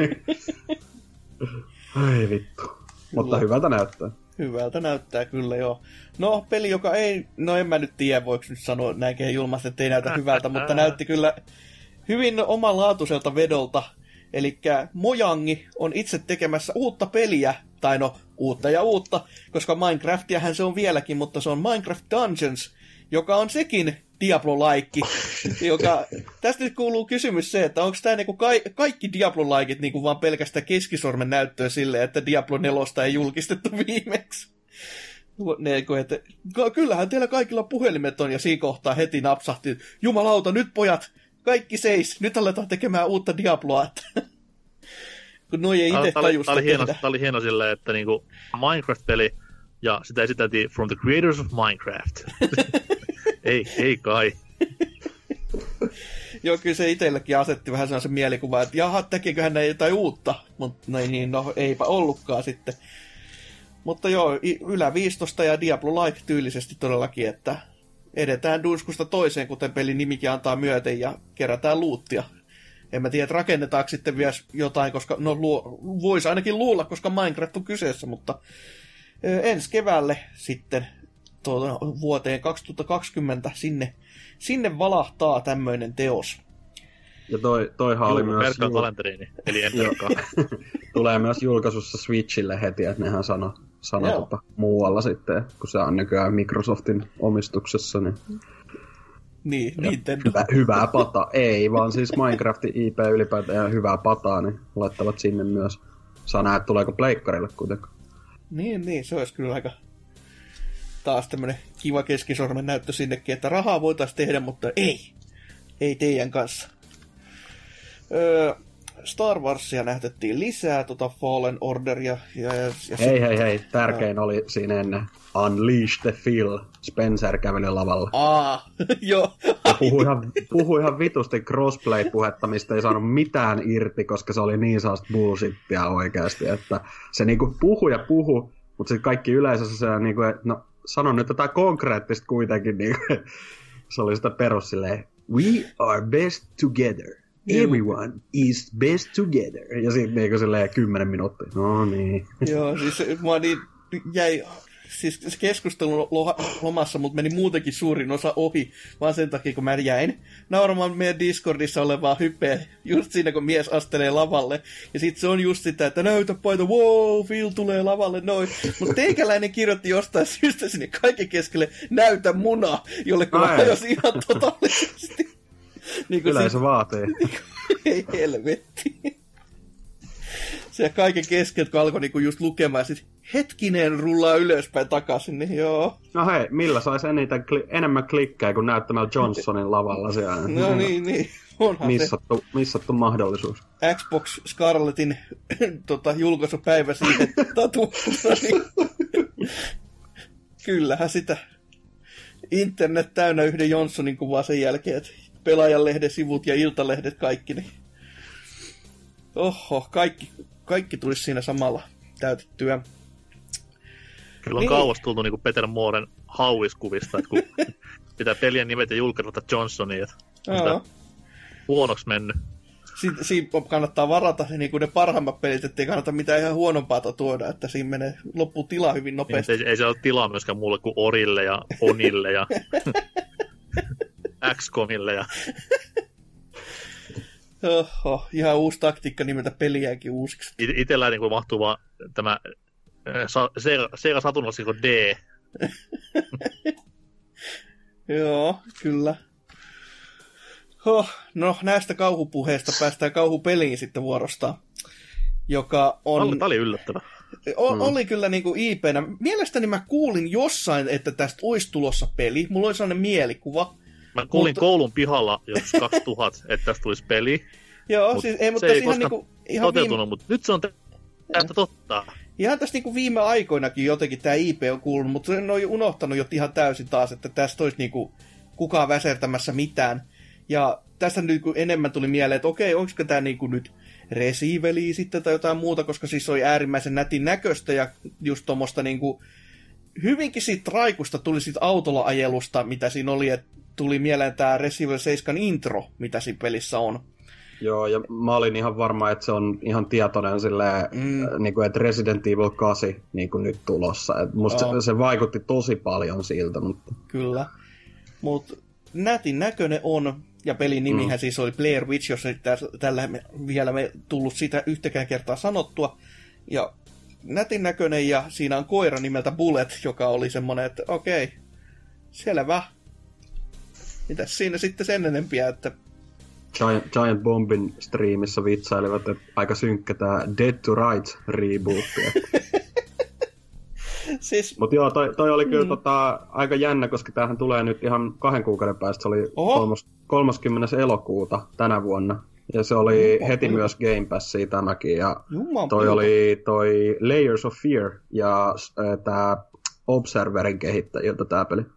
Ai vittu. Mutta hyvältä näyttää. Hyvältä näyttää kyllä, joo. No, peli, joka ei... No, en mä nyt tiedä, voiko nyt sanoa näinkin julmasti, että ei näytä hyvältä, mutta näytti kyllä hyvin omalaatuiselta vedolta. Elikkä Mojangi on itse tekemässä uutta peliä, tai no, uutta ja uutta, koska Minecraftiahän se on vieläkin, mutta se on Minecraft Dungeons, joka on sekin Diablo-laikki, joka... Tästä nyt kuuluu kysymys se, että onko tämä niinku ka- kaikki Diablo-laikit niinku vaan pelkästään keskisormen näyttöä silleen, että Diablo neljä ei julkistettu viimeksi. Neiko, että, kyllähän teillä kaikilla puhelimet on, ja siinä kohtaa heti napsahti, jumalauta, nyt pojat, kaikki seis, nyt aletaan tekemään uutta Diabloa. Kun noi ei itse tajusta tehdä. Hieno, tämä oli hieno silleen, että niinku Minecraft-peli, ja sitä esiteltiin from the creators of Minecraft. ei, ei kai. Joo, kyllä se itsellekin asetti vähän sellaisen mielikuvan, että jaha, tekiköhän ne jotain uutta, mutta no, niin, no eipä ollutkaan sitten. Mutta joo, ylä viisitoista ja Diablo-like tyylisesti todellakin, että edetään dunskusta toiseen, kuten pelin nimikin antaa myöten, ja kerätään luuttia. En mä tiedä, rakennetaanko sitten vielä jotain, koska no voisi ainakin luulla, koska Minecraft on kyseessä, mutta ö, ensi keväälle sitten tuota, vuoteen kaksituhattakaksikymmentä sinne, sinne valahtaa tämmöinen teos. Ja toi, toihan oli myös... Merkkaa kalenteriini, eli en merkkaa. Tulee myös julkaisussa Switchille heti, että nehän sano, sano tota muualla sitten, kun se on nykyään Microsoftin omistuksessa, niin... Niin, Nintendo. Hyvä, hyvää pataa. Ei, vaan siis Minecraftin I P ylipäätään ja hyvää pataa, niin laittavat sinne myös. Saa nähdä, tuleeko pleikkarille kuitenkaan. Niin, niin, se olisi kyllä aika... Taas tämmönen kiva keskisormen näyttö sinnekin, että rahaa voitaisiin tehdä, mutta ei. Ei teidän kanssa. Öö, Star Warsia nähtettiin lisää, tota Fallen Orderia. Ja, ja, ja hei, hei, hei. Tärkein ja... oli siinä ennen Unleash the Phil. Spencer käveli lavalla. Aa, joo. Puhui ihan, puhui ihan vitusti crossplay-puhetta, mistä ei saanut mitään irti, koska se oli niin saasta bullshittia oikeasti. Että se niinku puhui ja puhui, mutta sitten kaikki yleisössä se niinku, että no sano nyt jotain konkreettista kuitenkin. Niinku, se oli sitä perus silleen, we are best together. Everyone is best together. Ja sitten niinku silleen kymmenen minuuttia. No niin. Joo, siis mua niin jäi... Siis keskustelun lomassa, mutta meni muutenkin suurin osa ohi, vaan sen takia, kun mä jäin nauramaan meidän Discordissa olevaa hypeä just siinä, kun mies astelee lavalle. Ja sit se on just sitä, että näytä paita, wow, Phil tulee lavalle, noin. Mutta teikäläinen kirjoitti jostain syystä sinne kaiken keskelle, näytä muna, jolle kun hajosi ihan totaalisesti. Niin kyllä sit... se vaatii. Niin ei helvetti. Se kaiken kesken, kun alkoi niinku just lukemaan, ja sitten hetkinen rullaa ylöspäin takaisin, niin joo. No hei, millä saisi eniten kli- enemmän klikkejä kuin näyttämällä Johnsonin lavalla siellä? No niin, niin. Onhan missattu, se. Missattu mahdollisuus. Xbox Scarletin tota, julkaisupäivä siihen tatu. Niin. Kyllähän sitä. Internet täynnä yhden Johnsonin kuvaa sen jälkeen, että pelaajanlehden sivut ja iltalehdet kaikki, niin oho, kaikki, kaikki tulisi siinä samalla täytettyä. Kyllä on niin kauas tultu niin kuin Peter Mooren hauiskuvista, että kun pitää pelien nimet ja julkaisuta Johnsonia, että on sitä huonoksi mennyt. Siinä, siinä kannattaa varata niin kuin ne parhaimmat pelit, ettei kannata mitään ihan huonompaa tuoda, että siinä menee loppuu tila hyvin nopeasti. Niin, ei, ei se ole tilaa myöskään muulle kuin Orille ja Onille ja X COMille ja... Oho, ihan uusi taktiikka nimeltä peliäänkin uusiksi. It- itellä niin mahtuu vaan tämä sa- Sega, Sega Saturnallisiko D. Joo, kyllä. Oh, no näistä kauhupuheista päästään kauhupeliin sitten vuorostaan, joka on... Tämä oli yllättävä. O- mm. Oli kyllä niin kuin I P:nä. Mielestäni mä kuulin jossain, että tästä olisi tulossa peli. Mulla oli sellainen mielikuva. Mä kuulin mutta... koulun pihalla joskus kaksituhatta, että tästä tulisi peli. Joo, Mut siis ei, mutta se ei ihan, niinku, ihan toteutunut, viime... mutta nyt se on täyttä totta. Ihan tässä niinku viime aikoinakin jotenkin tämä I P on kuulunut, mutta se on unohtanut jo ihan täysin taas, että tästä olisi niinku kukaan väsertämässä mitään. Ja tässä nyt enemmän tuli mieleen, että okei, onko tämä niinku nyt Resiveliä sitten tai jotain muuta, koska siis oli äärimmäisen nätin näköistä ja just tuommoista niinku, hyvinkin siitä traikusta tuli siitä autolla ajelusta, mitä siinä oli, että tuli mieleen tämä Resident Evil seitsemän intro, mitä siinä pelissä on. Joo, ja mä olin ihan varma, että se on ihan tietoinen silleen, mm. niin kuin, että Resident Evil kahdeksan niin kuin nyt tulossa. Et musta oh. se, se vaikutti tosi paljon siltä. Mutta... Kyllä, mutta nätin näköinen on, ja pelin nimihän mm. siis oli Blair Witch, jos ei tällä vielä me tullut sitä yhtäkään kertaa sanottua. Ja nätin näköinen, ja siinä on koira nimeltä Bullet, joka oli semmoinen, että okei, selvä. Mitäs siinä sitten sen enempiä, että... Giant, Giant Bombin striimissä vitsailivat, että aika synkkä tää Dead to Rights rebootti. siis... Mut joo, toi, toi oli kyllä mm. tota, aika jännä, koska tämähän tulee nyt ihan kahden kuukauden päästä. Se oli kolmos, kolmaskymmenes elokuuta tänä vuonna. Ja se oli Jumma, heti kyllä. myös Game Passia tämäkin. Ja Jumma, toi kyllä. oli toi Layers of Fear ja äh, tää Observerin kehittäjiltä tää peli.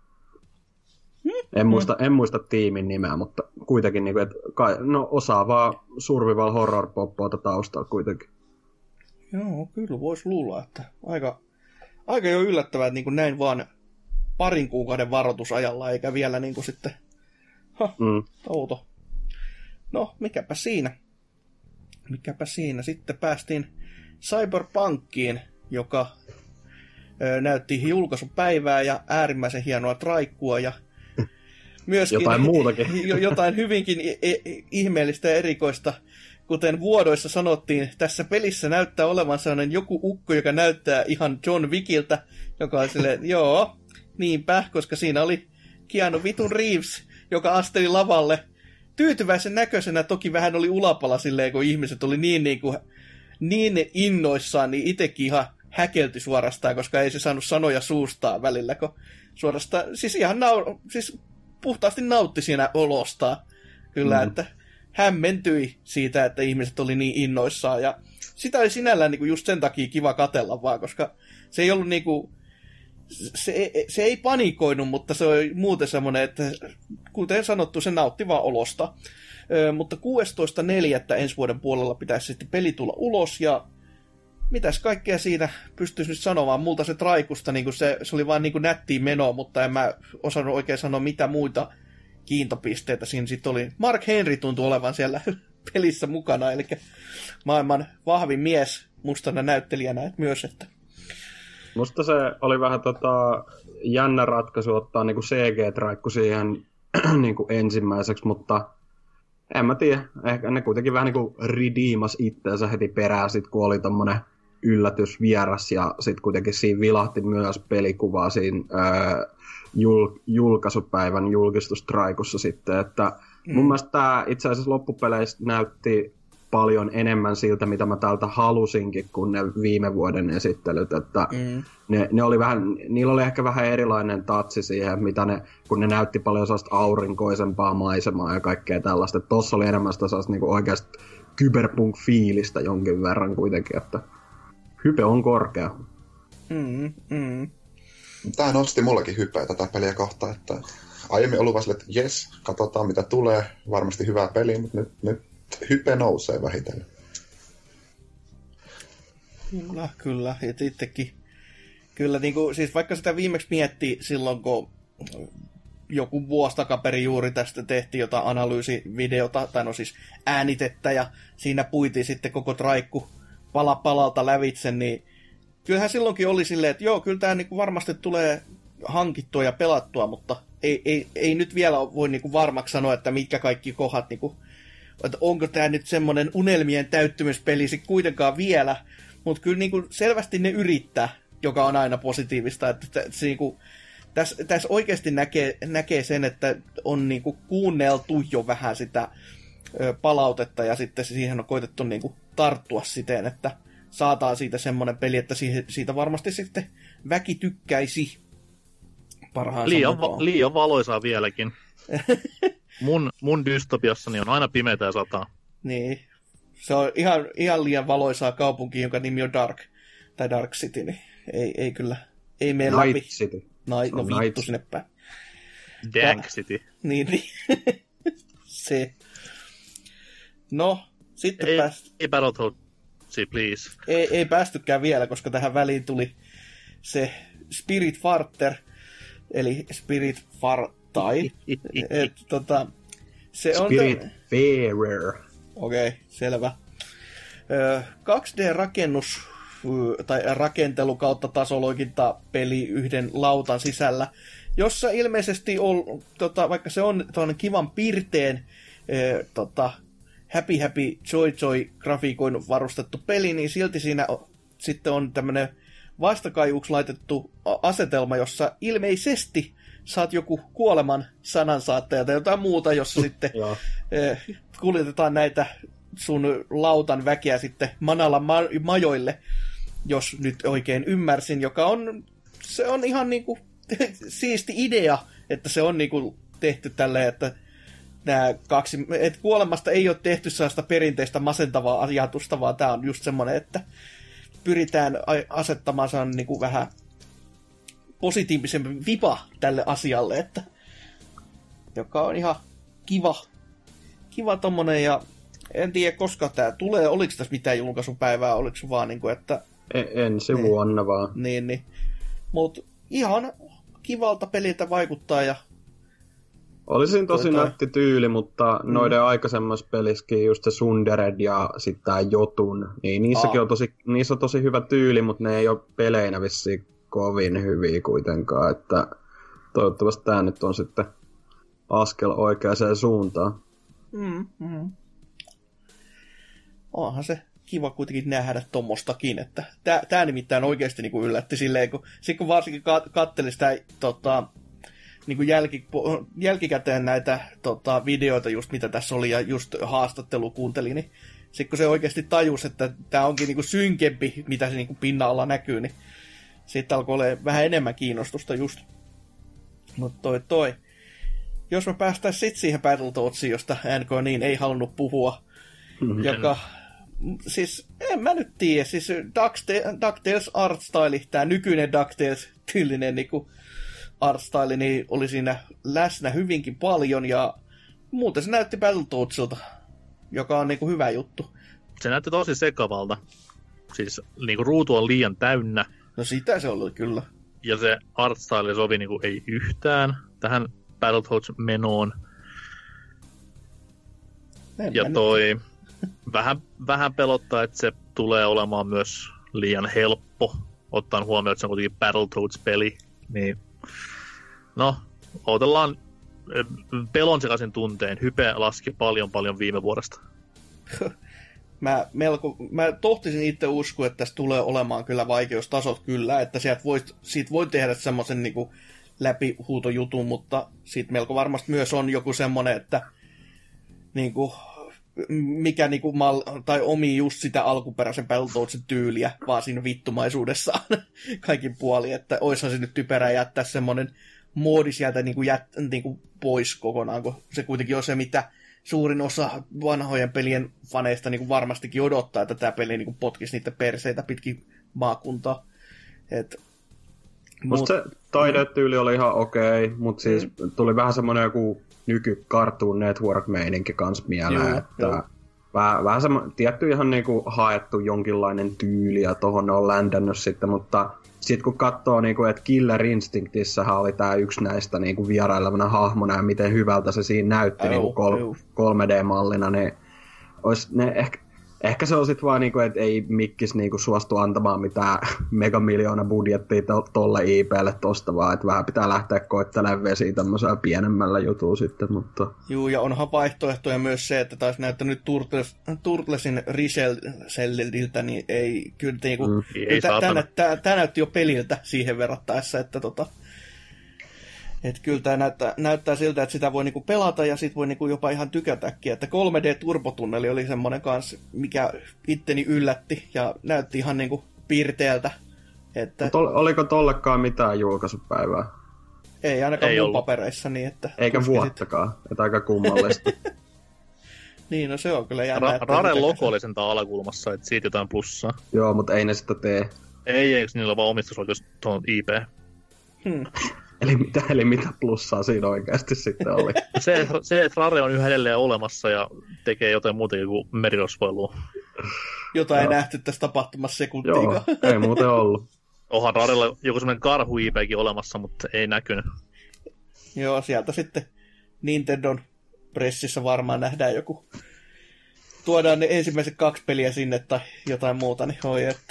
En muista, en muista tiimin nimeä, mutta kuitenkin niin kuin, että kai, no, osaavaa survival horror poppoota taustalla kuitenkin. Joo, kyllä voisi luulla, että aika, aika jo yllättävää, että niin kuin näin vaan parin kuukauden varoitusajalla, eikä vielä niin kuin sitten, ha, mm. outo. No, mikäpä siinä. Mikäpä siinä. Sitten päästiin Cyberpunkiin, joka ö, näytti julkaisupäivää ja äärimmäisen hienoa traikkua ja myöskin jotain muutakin. Jotain hyvinkin ihmeellistä ja erikoista. Kuten vuodoissa sanottiin, tässä pelissä näyttää olevan sellainen joku ukko, joka näyttää ihan John Wickiltä, joka on silleen, joo, niinpä, koska siinä oli Keanu vitun Reeves, joka asteli lavalle. Tyytyväisen näköisenä toki vähän oli ulapala silleen, kun ihmiset oli niin, niin, kuin, niin innoissaan, niin itsekin ihan häkelty suorastaan, koska ei se saanut sanoja suustaan välillä, kun suorastaan, siis ihan nau- siis puhtaasti nautti siinä olostaan. Kyllä, mm. että hämmentyi siitä, että ihmiset oli niin innoissaan. Ja sitä oli sinällään niin kuin just sen takia kiva katsella vaan, koska se ei ollut niin kuin, se, se ei panikoinut, mutta se oli muuten semmoinen, että kuten sanottu, se nautti vaan olosta. Ö, mutta kuudestoista neljättä ensi vuoden puolella pitäisi sitten peli tulla ulos, ja mitäs kaikkea siinä pystyisi nyt sanomaan. Multa se traikusta, niin se, se oli vaan niin nättiä menoa, mutta en mä osannut oikein sanoa mitä muita kiintopisteitä siinä sitten oli. Mark Henry tuntui olevan siellä pelissä mukana, eli maailman vahvin mies mustana näyttelijänä et myös. Että... Musta se oli vähän tota, jännä ratkaisu ottaa niinku C G-traikku siihen niinku ensimmäiseksi, mutta en mä tiedä. Ehkä ne kuitenkin vähän niinku redeemas itteensä heti perään, sit kun oli tommonen yllätys vieras, ja sitten kuitenkin siinä vilahti myös pelikuvaa siinä ää, jul, julkaisupäivän julkistustraikussa sitten, että mm. mun mielestä tämä itse asiassa loppupeleissä näytti paljon enemmän siltä, mitä mä täältä halusinkin, kuin ne viime vuoden esittelyt, että mm. ne, ne oli vähän, niillä oli ehkä vähän erilainen tatsi siihen, mitä ne, kun ne näytti paljon sellaista aurinkoisempaa maisemaa ja kaikkea tällaista, että tossa oli enemmän sitä sellaista niin oikeasta cyberpunk-fiilistä jonkin verran kuitenkin, että hype on korkea. Mm, mm. Tämä nosti mullakin hypeä tätä peliä kohtaan, että aiemmin ollut vaan sille, että jes, katsotaan mitä tulee, varmasti hyvä peli, mutta nyt, nyt hype nousee vähitellen. Kyllä, kyllä. Et itsekin. Kyllä, niin kuin, siis vaikka sitä viimeksi mietti silloin, kun joku vuosi takaperin juuri tästä tehtiin jotain analyysivideota, tai no siis äänitettä, ja siinä puitiin sitten koko traikku pala palalta lävitse, niin kyllähän silloinkin oli silleen, että joo, kyllä tämä niin kuin varmasti tulee hankittua ja pelattua, mutta ei, ei, ei nyt vielä voi niin kuin varmaksi sanoa, että mitkä kaikki kohdat, niin kuin, että onko tämä nyt semmoinen unelmien täyttymyspeli sitten kuitenkaan vielä, mutta kyllä niin kuin selvästi ne yrittää, joka on aina positiivista, että se, se, niin kuin, tässä täs oikeasti näkee, näkee sen, että on niinku kuunneltu jo vähän sitä ö, palautetta ja sitten siihen on koitettu niinku tarttua siten, että saataan siitä semmoinen peli, että siihen, siitä varmasti sitten väki tykkäisi parhaansa liian, mukaan. va- liian valoisaa vieläkin. mun, mun dystopiassani on aina pimeätä ja sataa. Niin. Se on ihan, ihan liian valoisaa kaupunki, jonka nimi on Dark, tai Dark City, niin ei, ei kyllä, ei mene Night läpi. City. Nai, no Night vittu sinne päin. Dank Ja- City. Niin, niin. Se. No, sitten Ei, pääst... ei Battletoadsia, please. ei, ei päästykään vielä, koska tähän väliin tuli se Spirit Farter, eli Spirit Fartai. Et, tota, se on Spirit tä- Fairer. Okei, okay, selvä. Ö, kaksi D-rakennus ö, tai rakentelu kautta tasoloikinta peli yhden lautan sisällä, jossa ilmeisesti on, tota, vaikka se on tuon kivan pirteen ö, tota, happy happy joy joy grafiikoin varustettu peli, niin silti siinä on, sitten on tämmöinen vastakaivuksi laitettu a- asetelma, jossa ilmeisesti saat joku kuoleman sanansaattaja tai jotain muuta, jossa sitten Joo. eh, kuljetetaan näitä sun lautan väkeä sitten Manala ma- majoille, jos nyt oikein ymmärsin, joka on, se on ihan niinku siisti idea, että se on niinku tehty tälleen, että nämä kaksi, että kuolemasta ei ole tehty sellaista perinteistä masentavaa ajatusta, vaan tämä on just semmoinen, että pyritään a- asettamaan sellainen niinku vähän positiivisempi vipa tälle asialle, että joka on ihan kiva, kiva tommonen, ja en tiedä koska tää tulee, oliko tässä mitään julkaisupäivää, oliko se vaan niinku, että E- ensi Niin. vuonna vaan. niin, niin. Mut ihan kivalta peliltä vaikuttaa, ja Oli siinä tosi Toi- toi. nätti tyyli, mutta mm. noiden aikaisemmassa pelissäkin just se Sundered ja sitten tää Jotun, niin niissäkin Aa. on tosi, niissä on tosi hyvä tyyli, mutta ne ei ole peleinä vissiin kovin hyviä kuitenkaan, että toivottavasti tää nyt on sitten askel oikeaan suuntaan. mm, mm. onhan se kiva kuitenkin nähdä tommostakin, että tää, tää nimittäin oikeasti niinku yllätti silleen, kun, sit kun varsinkin kat- kattelin sitä tota, niinku jälki, jälkikäteen näitä tota, videoita just mitä tässä oli ja just haastattelu kuuntelin, niin sit kun se oikeasti tajusi, että tää onkin niinku synkempi, mitä se niinku pinnalla näkyy, niin sitten alkoi olla vähän enemmän kiinnostusta just. Mutta toi toi. Jos me päästäisiin sitten siihen Battletoadsiin, josta N K niin ei halunnut puhua, Mm-hmm. joka, siis en mä nyt tiedä, siis Duckta- DuckTales artstyle, tää nykyinen DuckTales tyylinen niinku artstyle, niin oli siinä läsnä hyvinkin paljon, ja muuten se näytti Battletoadsilta, joka on niinku hyvä juttu. Se näytti tosi sekavalta. Siis niinku ruutu on liian täynnä, No sitä se oli kyllä. ja se artstyle sovi niinku ei yhtään tähän Battletoads-menoon. En Ja mä toi vähän, vähän pelottaa, että se tulee olemaan myös liian helppo, ottaen huomioon, että se on kuitenkin Battletoads-peli. Niin, no, odotellaan eh, pelon sekaisin tunteen. Hype laski paljon paljon viime vuodesta. Mä, melko, mä tohtisin itse uskoa, että tässä tulee olemaan kyllä vaikeustasot kyllä, että sieltä voi, siitä voi tehdä semmoisen niin läpihuutojutun, mutta siitä melko varmasti myös on joku semmoinen, että niin kuin, mikä niin kuin mal, tai omii just sitä alkuperäisen Battletoadsin tyyliä, vaan siinä vittumaisuudessaan kaikin puolin, että oishan se nyt typerää jättää semmoinen moodi sieltä niin kuin jät, niin kuin pois kokonaan, kun se kuitenkin on se, mitä suurin osa vanhojen pelien faneista niin kuin varmastikin odottaa, että tämä peli niin kuin potkisi niitä perseitä pitkin maakuntaa. Et, Musta se taidetyyli oli ihan okei, okay, mutta siis mm. tuli vähän semmoinen joku nyky Cartoon Network-meininki kans mieleen, Joo, että joo. vähän, vähän semmoinen, tietty ihan niinku haettu jonkinlainen tyyli ja tohon ne on ländännyt sitten, mutta sitten kun katsoo, niinku, että Killer Instinctissähän oli tää yksi näistä niinku vierailevana hahmona ja miten hyvältä se siinä näytti Au, niinku kol- au. kolme D-mallina, niin ois ne ehkä, ehkä se on sit vaan niinku, että ei Mikkis niinku suostu antamaan mitään megamiljoona budjettia to- tolle I P:lle tosta vaan, että vähän pitää lähteä koittelemaan vesiä tämmöisellä pienemmällä jutulla sitten, mutta Juu, ja onhan vaihtoehtoja myös se, että taisi näyttänyt Turtles, Turtlesin Richelliltä, niin ei kyllä niinku, Ei tää, tää, saatana. tää, tää näytti jo peliltä siihen verrattaessa, että tota, Että kyllä tämä näyttää, näyttää siltä, että sitä voi niinku pelata ja sit voi niinku jopa ihan tykätäkin. Että kolme D-turbotunneli oli semmoinen kanssa, mikä itteni yllätti ja näytti ihan niinku piirteeltä. Että... Ol, oliko tollekaan mitään julkaisupäivää? Ei ainakaan ei mun ollut. papereissa. Niin, että eikä vuottakaan, että aika kummallista. Niin, no se on kyllä jännä. Ra- Raren logo oli sen alakulmassa, että siitä jotain plussaa. Joo, mutta ei ne sitä tee. Ei, eikö niillä ole vaan omistusoikeus tuohon I P? Hmm. Eli mitä, eli mitä plussaa siinä oikeasti sitten oli? Se, se, että Rare on yhä edelleen olemassa ja tekee jotain muutakin kuin merirosvoilua. Jota ei Joo. nähty tässä tapahtumassa Joo, sekuntiikaan. ei muuten ollut. Onhan Rarella joku semmoinen karhu-I P:kin olemassa, mutta ei näkynyt. Joo, sieltä sitten Nintendon pressissä varmaan nähdään joku. Tuodaan ne ensimmäiset kaksi peliä sinne tai jotain muuta, niin hoi että.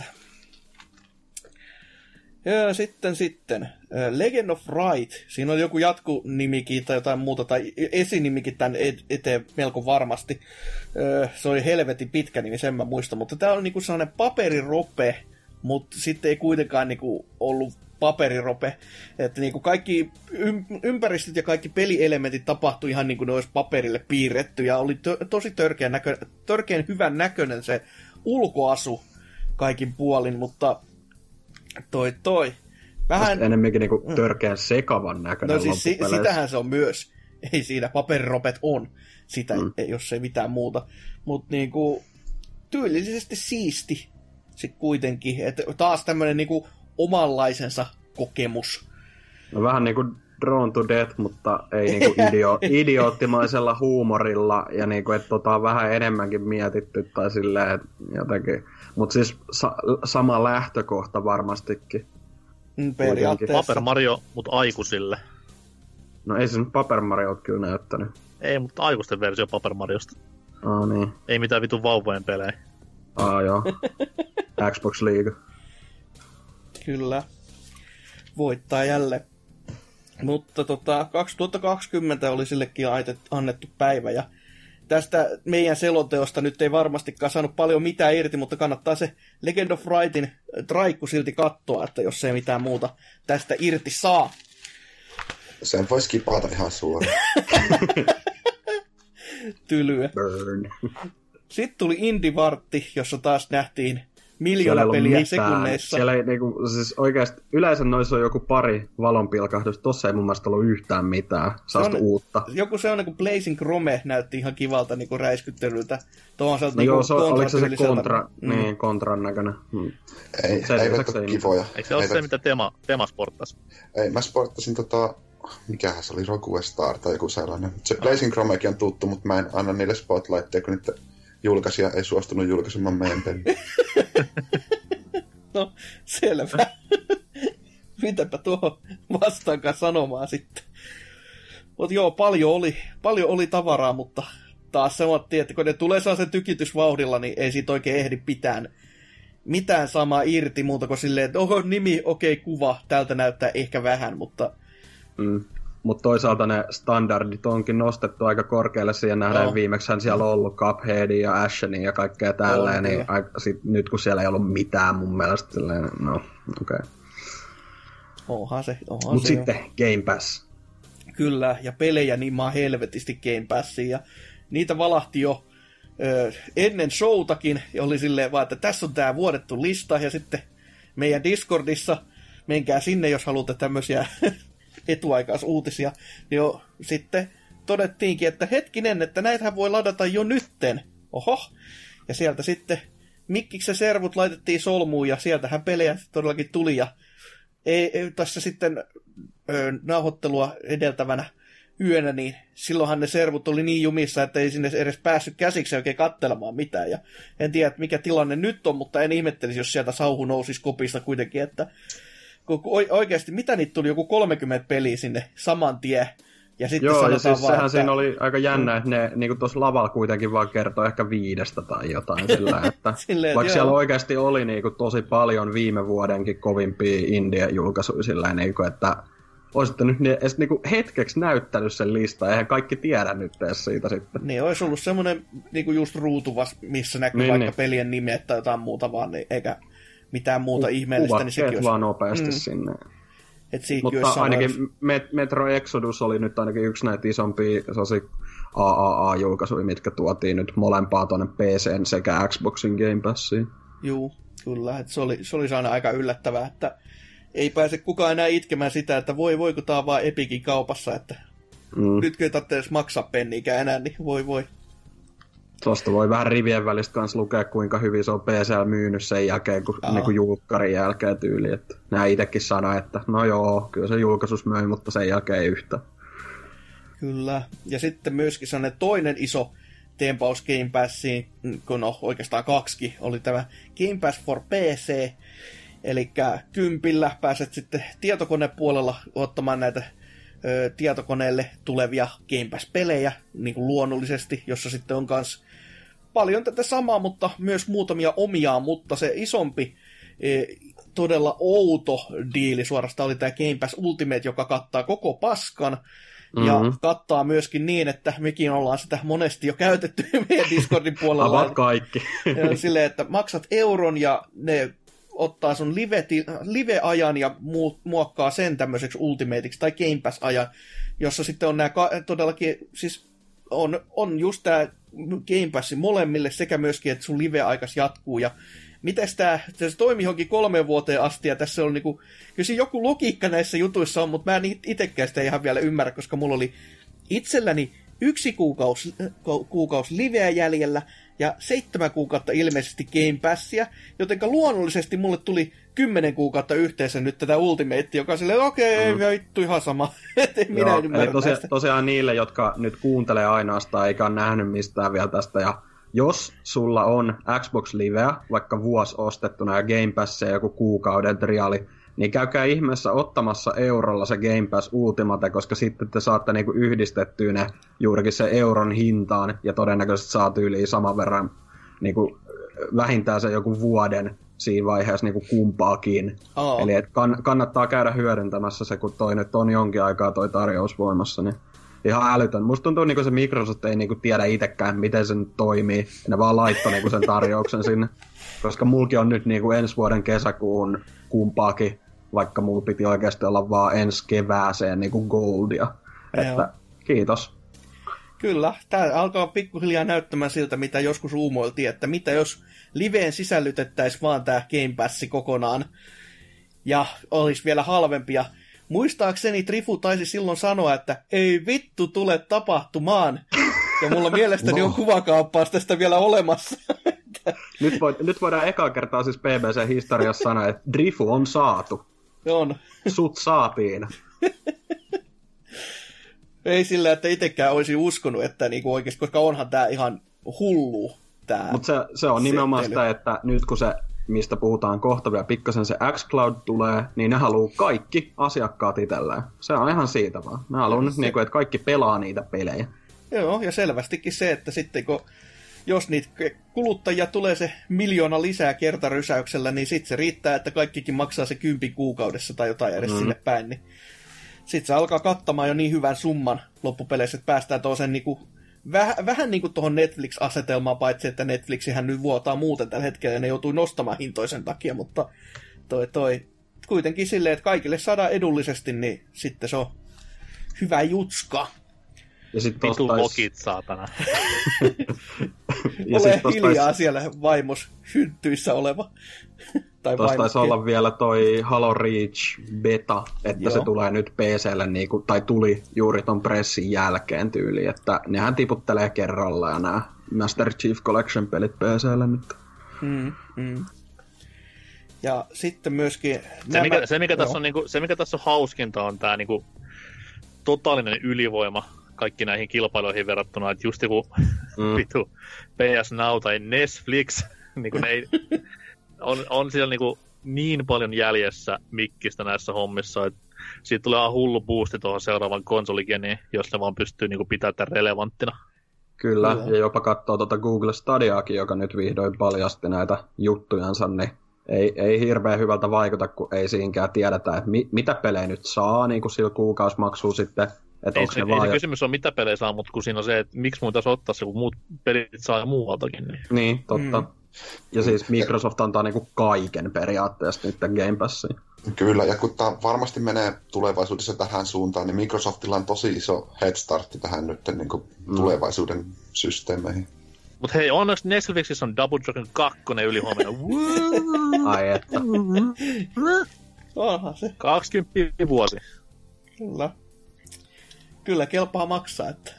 Ja sitten sitten, Legend of Right. Siinä on joku jatkunimikin tai jotain muuta, tai esinimikin tämän eteen melko varmasti. Se oli helvetin pitkä nimi, sen mä muistan, mutta tää on niinku sellainen paperirope, mutta sitten ei kuitenkaan niinku ollut paperirope. Että niinku kaikki ympäristöt ja kaikki pelielementit tapahtui ihan niin kuin ne olisi paperille piirretty, ja oli to- tosi törkeän, näkö- törkeän hyvän näköinen se ulkoasu kaikin puolin, mutta toi toi. Vähän... Enemmänkin niinku törkeän sekavan näköinen. No siis si- sitähän se on myös. Ei siinä, paperiropet on sitä, mm. jos ei mitään muuta. Mutta niinku, tyylillisesti siisti sit kuitenkin. Että taas tämmönen niinku omanlaisensa kokemus. No vähän niinku Drawn to Death, mutta ei niinku idio- idioottimaisella huumorilla. Ja niinku, että tota on vähän enemmänkin mietitty tai silleen, että jotenkin. Mutta siis sa- sama lähtökohta varmastikin. Periaatteessa. Paper Mario, mutta aikuisille. No ei se nyt Paper Mario ole kyllä näyttänyt. Ei, mutta aikuisten versio Paper Mariosta. Aa niin. Ei mitään vitun vauvojen pelejä. Aa joo. Xbox League. Kyllä. Voittaa jälleen. Mutta tota, kaksituhattakaksikymmentä oli sillekin annettu päivä, ja tästä meidän selonteosta nyt ei varmastikaan saanut paljon mitään irti, mutta kannattaa se Legend of Rightin traikku silti katsoa, että jos ei mitään muuta tästä irti saa. Sen voi skipata ihan suoraan. Tylyä. Burn. Sitten tuli Indie-vartti, jossa taas nähtiin miljoona peliä sekunneissa. Siellä ei niinku, siis oikeasti, yleensä noissa on joku pari valonpilkahdusta, tossa ei mun mielestä ollut yhtään mitään, saasta uutta. Joku sellainen kuin Blazing Chrome näytti ihan kivalta niinku räiskyttelyltä. Tuohon no joo, se, oliko se se kontra, mm. niin, kontran näköinen? Hmm. Ei, se, eivät ole kivoja. Eikö se ole se, mitä Tema, Tema sporttasi? Ei, mä sporttasin tota, mikähän se oli, Rogue Star tai joku sellainen. Se Blazing Chromekin on tuttu, mutta mä en anna niille spotlightteja, kun niitä julkaisija ei suostunut julkaisemaan meidän peliä. No, selvä. Mitäpä tuohon vastaankaan sanomaan sitten. Mutta joo, paljon oli, paljon oli tavaraa, mutta taas sanottiin, että kun ne tulee sellaisen tykitysvauhdilla, niin ei siitä oikein ehdi pitään mitään samaa irti muuta kuin silleen, että oho, nimi, okei, okay, kuva, tältä näyttää ehkä vähän, mutta... Mm. Mutta toisaalta ne standardit onkin nostettu aika korkealle, siihen nähdään no. Viimeksihän siellä on ollut Cupheadia ja Ashenia ja kaikkea tälleen, niin a, sit, nyt kun siellä ei ollut mitään mun mielestä, silleen, no okei. Okay. Onhan se, onhan Mut se sitten jo. Game Pass. Kyllä, ja pelejä niin maa helvetisti Game Passiin, ja niitä valahti jo ö, ennen showtakin, ja oli silleen vaan, että tässä on tää vuodettu lista, ja sitten meidän Discordissa, menkää sinne, jos haluatte tämmöisiä etuaikaisuutisia, jo sitten todettiinkin, että hetkinen, että näitähän voi ladata jo nytten. Oho. Ja sieltä sitten mikkiksen servut laitettiin solmuun, ja sieltähän pelejä todellakin tuli, ja ei, ei, tässä sitten ö, nauhoittelua edeltävänä yönä, niin silloinhan ne servut oli niin jumissa, että ei sinne edes päässyt käsiksi oikein katselemaan mitään, ja en tiedä, mikä tilanne nyt on, mutta en ihmettelisi, jos sieltä sauhu nousisi kopista kuitenkin, että oikeasti, mitä niitä tuli, joku kolmekymmentä peliä sinne saman tien. Ja sitten joo, ja siis vaan, sehän että... siinä oli aika jännä, että ne niin tuossa lavalla kuitenkin vaan kertoi ehkä viidestä tai jotain sillä, että silleen, vaikka joo. siellä oikeasti oli niin kuin tosi paljon viime vuodenkin kovimpia indie-julkaisuja sillä, niin kuin, että olisitte nyt edes niin kuin hetkeksi näyttänyt sen listan, eihän kaikki tiedä nyt edes siitä sitten. Niin, olisi ollut semmoinen niin kuin just ruutuvas, missä näkyy niin, vaikka niin. pelien nimet tai jotain muuta vaan, niin eikä mitään muuta Ku- ihmeellistä, niin sekin olisi... vaan nopeasti mm. sinne. Mutta ainakin Met- Metro Exodus oli nyt ainakin yksi näitä isompia A A A-julkaisuja, mitkä tuotiin nyt molempaa tuonne P C:n sekä Xboxin Game Passiin. Juu, kyllä. Se oli, se oli aina aika yllättävää, että ei pääse kukaan enää itkemään sitä, että voi voi, kun tää on vaan Epicin kaupassa, että mm. nyt ei tarvitse edes maksaa penniikään enää, niin voi voi. Tuosta voi vähän rivien välistä kanssa lukea, kuinka hyvin se on P C:llä myynyt sen jälkeen, kun niin julkkarin jälkeen tyyli. Että nämä itsekin sanoo, että no joo, kyllä se julkaisus möi, mutta sen jälkeen ei yhtä. Kyllä. Ja sitten myöskin sellainen toinen iso teempaus Game Passiin, kun no oikeastaan kaksikin, oli tämä Game Pass for P C. Eli kympillä pääset sitten tietokonepuolella ottamaan näitä ö, tietokoneelle tulevia Game Pass-pelejä, niin kuin luonnollisesti, jossa sitten on myös paljon tätä samaa, mutta myös muutamia omiaan, mutta se isompi, e, todella outo diili suorastaan oli tämä Game Pass Ultimate, joka kattaa koko paskan, ja mm-hmm. kattaa myöskin niin, että mekin ollaan sitä monesti jo käytetty meidän Discordin puolella. Avat kaikki. Silleen, että maksat euron ja ne ottaa sun live, live-ajan ja muokkaa sen tämmöiseksi Ultimateiksi tai Game Pass-ajan, jossa sitten on nämä todellakin, siis on, on just tämä Game Passi molemmille sekä myöskin, että sun live-aikas jatkuu ja mites tää, se toimii johonkin kolmeen vuoteen asti, ja tässä on niinku, kyllä joku logiikka näissä jutuissa on, mutta mä en itsekään sitä ihan vielä ymmärrä, koska mulla oli itselläni yksi kuukausi, kuukausi liveä jäljellä, ja seitsemän kuukautta ilmeisesti Game Passia, jotenka luonnollisesti mulle tuli kymmenen kuukautta yhteensä nyt tätä Ultimate, joka on silleen, okei, okay, mm. vittu ihan sama, ettei minä ymmärrä tosi, tosiaan niille, jotka nyt kuuntelee ainoastaan, eikä ole nähnyt mistään vielä tästä, ja jos sulla on Xbox Liveä, vaikka vuosi ostettuna ja Game Passia joku kuukauden triali, niin käykää ihmeessä ottamassa eurolla se Game Pass Ultimate, koska sitten te saatte niinku yhdistettyä ne juurikin se euron hintaan, ja todennäköisesti saat yli saman verran niinku, vähintään se joku vuoden siinä vaiheessa niinku kumpaakin. Oh. Eli et kann- kannattaa käydä hyödyntämässä se, kun toi nyt on jonkin aikaa toi tarjous voimassa, niin ihan älytön. Musta tuntuu, että se Microsoft ei niinku tiedä itsekään, miten se nyt toimii. Ne vaan laittoi niinku sen tarjouksen sinne. Koska mulki on nyt niinku ensi vuoden kesäkuun kumpaakin, vaikka mulla piti oikeasti olla vaan ensi kevääseen niinku goldia. Että kiitos. Kyllä, tää alkaa pikkuhiljaa näyttämään siltä, mitä joskus uumoiltiin, että mitä jos liveen sisällytettäisiin vaan tää Game Passi kokonaan ja olisi vielä halvempia. Muistaakseni Trifu taisi silloin sanoa, että ei vittu tule tapahtumaan. Ja mulla mielestäni on kuvakaappaus tästä vielä olemassa. Nyt, voit, nyt voidaan ekaa kertaa siis P B C-historiassa sanoa, että Drifu on saatu. On. Sut saatiin. Ei sillä, että itsekään olisi uskonut, että niinku oikeasti, koska onhan tää ihan hullu. Mutta se, se on nimenomaan sitä, että nyt kun se, mistä puhutaan kohta vielä pikkasen, se xCloud tulee, niin ne haluaa kaikki asiakkaat itselleen. Se on ihan siitä vaan. Ne haluaa nyt, niinku, että kaikki pelaa niitä pelejä. Joo, ja selvästikin se, että sitten kun jos niitä kuluttajia tulee se miljoona lisää kertarysäyksellä, niin sitten se riittää, että kaikkikin maksaa se kympin kuukaudessa tai jotain edes mm. sinne päin. Niin sitten se alkaa kattamaan jo niin hyvän summan loppupeleissä, että päästään toisen niinku, väh, vähän niin kuin tuohon Netflix-asetelmaan, paitsi että Netflixihän nyt vuotaa muuten tällä hetkellä ja ne joutuu nostamaan hintoisen takia, mutta toi, toi kuitenkin silleen, että kaikille saadaan edullisesti, niin sitten se on hyvä jutska. Ja sit Vitu tais... lokit, saatana. ja Ole hiljaa tais... siellä vaimos hynttyissä oleva. tai tuossa taisi olla vielä toi Halo Reach beta, että Joo. se tulee nyt P C:lle, niinku, tai tuli juuri ton pressin jälkeen tyyliin, että nehän tiputtelee kerralla ja nämä Master Chief Collection-pelit P C:lle nyt. Mm, mm. Ja sitten myöskin... Se, nämä... mikä, se, mikä tässä on, niinku, se, mikä tässä on hauskinta, on tää niinku, totaalinen ylivoima kaikki näihin kilpailuihin verrattuna, että just joku mm. vitu P S Now tai Netflix, niin kuin ne ei, on, on siellä niin, kuin niin paljon jäljessä mikkistä näissä hommissa, että siitä tulee ihan hullu boosti tuohon seuraavan konsoligeniin, jos ne vaan pystyy niin kuin pitämään tämän relevanttina. Kyllä, Kyllä, ja jopa katsoo tuota Google Stadiaakin, joka nyt vihdoin paljasti näitä juttujansa, niin ei, ei hirveän hyvältä vaikuta, kun ei siinkään tiedetä, että mi, mitä pelejä nyt saa niin kuin sillä kuukausimaksua sitten. Että ei, se, ei se kysymys on, mitä pelejä saa, mutta kun siinä on se, että miksi mun taisi ottaa se, kun muut pelit saa muualtakin. Niin, niin totta. Mm. Ja siis Microsoft antaa niinku kaiken periaatteessa nyt Game Passiin. Kyllä, ja kun tämä varmasti menee tulevaisuudessa tähän suuntaan, niin Microsoftilla on tosi iso head startti tähän nyt niin kuin mm. tulevaisuuden systeemeihin. Mut hei, onneksi Netflixissä on Double Dragon kaksi yli huomenna. Ai että. Onhan se. kaksikymmentä vuosi. Kyllä. Kyllä kelpaa maksaa, että...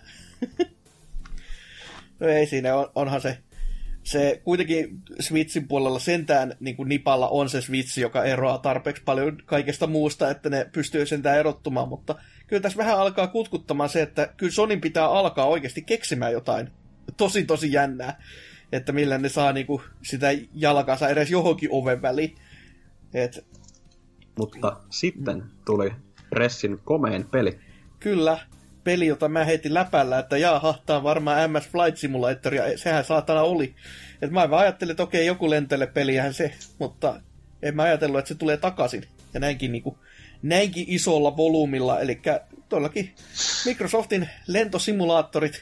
no ei siinä, on, onhan se... Se kuitenkin Switchin puolella sentään niin kuin nipalla on se Switch, joka eroaa tarpeeksi paljon kaikesta muusta, että ne pystyy sentään erottumaan, mutta kyllä tässä vähän alkaa kutkuttamaan se, että kyllä Sonin pitää alkaa oikeasti keksimään jotain tosi tosi jännää, että millä ne saa niin kuin sitä jalkansa edes johonkin oven väliin. Et... Mutta sitten tuli Pressin komein peli. Kyllä. Peli, jota mä heitin läpällä, että jaaha, tää on varmaan M S Flight Simulator, ja sehän saatana oli. Et mä vaan ajattelin, että okei, joku lentelepeliähän se, mutta en mä ajatellut, että se tulee takaisin. Ja näinkin, niin kuin, näinkin isolla volyymilla, eli todellakin Microsoftin lentosimulaattorit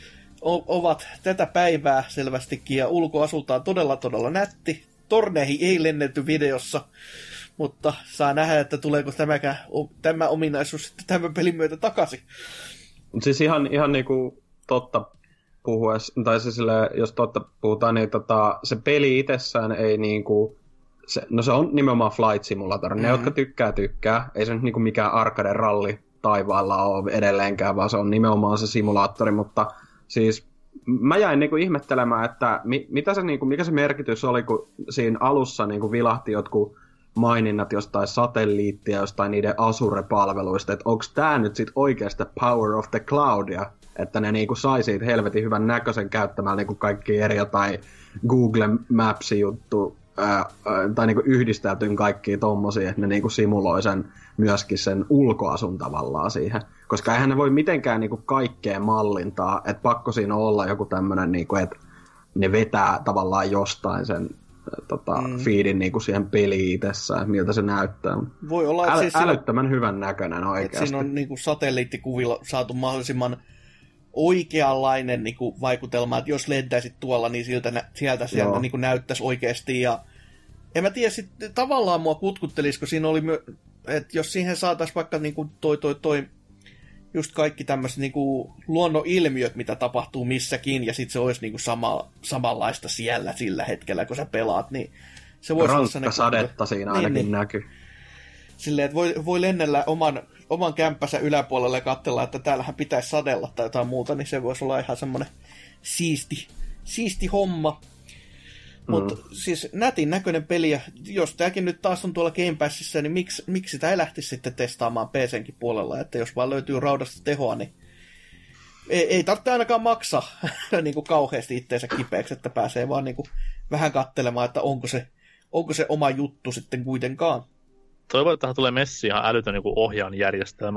o- ovat tätä päivää selvästikin, ja ulkoasultaan todella todella nätti. Torneihin ei lennetty videossa, mutta saa nähdä, että tuleeko tämäkään, tämä ominaisuus sitten tämän pelin myötä takaisin. Siis ihan, ihan niinku totta puhuessa, tai siis sille, jos totta puhutaan, niin tota, se peli itsessään ei niinku, se, no se on nimenomaan Flight Simulator. Mm-hmm. Ne, jotka tykkää, tykkää. Ei se nyt niinku mikään arcade-ralli taivaalla ole edelleenkään, vaan se on nimenomaan se simulaattori, mutta siis mä jäin niinku ihmettelemään, että mi, mitä se, niinku, mikä se merkitys oli, kun siinä alussa niinku vilahti jotkut maininnat jostain satelliittia, jostain niiden Azure-palveluista, että onko tämä nyt sit oikeasta Power of the Cloudia, että ne niinku sai siitä helvetin hyvän näköisen käyttämällä niinku kaikki eri jotain Google Maps-juttu, ää, tai niinku yhdisteltyyn kaikkiin tommosia, että ne niinku simuloi sen myöskin sen ulkoasun tavallaan siihen. Koska eihän ne voi mitenkään niinku kaikkea mallintaa, että pakko siinä olla joku tämmönen, niinku, että ne vetää tavallaan jostain sen tota, mm. feedin niinku siihen peliin itsessään, miltä se näyttää. Voi olla, että Äl, siis älyttömän siinä, hyvän näköinen oikeasti. Siinä on niinku satelliittikuvilla saatu mahdollisimman oikeanlainen niinku vaikutelma, että jos lentäisit tuolla, niin siltä, sieltä sieltä niinku näyttäisi oikeasti. Ja en mä tiedä, sit, tavallaan mua kutkuttelisiko siinä oli, myö, että jos siihen saataisiin vaikka niinku toi, toi, toi just kaikki tämmöiset niinku luonnonilmiöt, mitä tapahtuu missäkin, ja sitten se olisi niinku sama, samanlaista siellä sillä hetkellä, kun sä pelaat, niin se voisi olla sellainen... sadetta siinä ainakin niin, näkyy. Silleen, että voi, voi lennellä oman, oman kämppänsä yläpuolelle ja katsella, että täällähän pitäisi sadella tai jotain muuta, niin se voisi olla ihan semmoinen siisti, siisti homma. Mutta mm. siis nätin näköinen peli, ja jos tämäkin nyt taas on tuolla Game Passissa, niin miksi, miksi sitä ei lähtisi sitten testaamaan P C:nkin puolella, että jos vaan löytyy raudasta tehoa, niin ei, ei tarvitse ainakaan maksaa niin kuin kauheasti itteensä kipeäksi, että pääsee vaan niin kuin vähän katselemaan, että onko se, onko se oma juttu sitten kuitenkaan. Toivon, että tähän tulee Messi ihan älytön joku ohjaanjärjestelmä.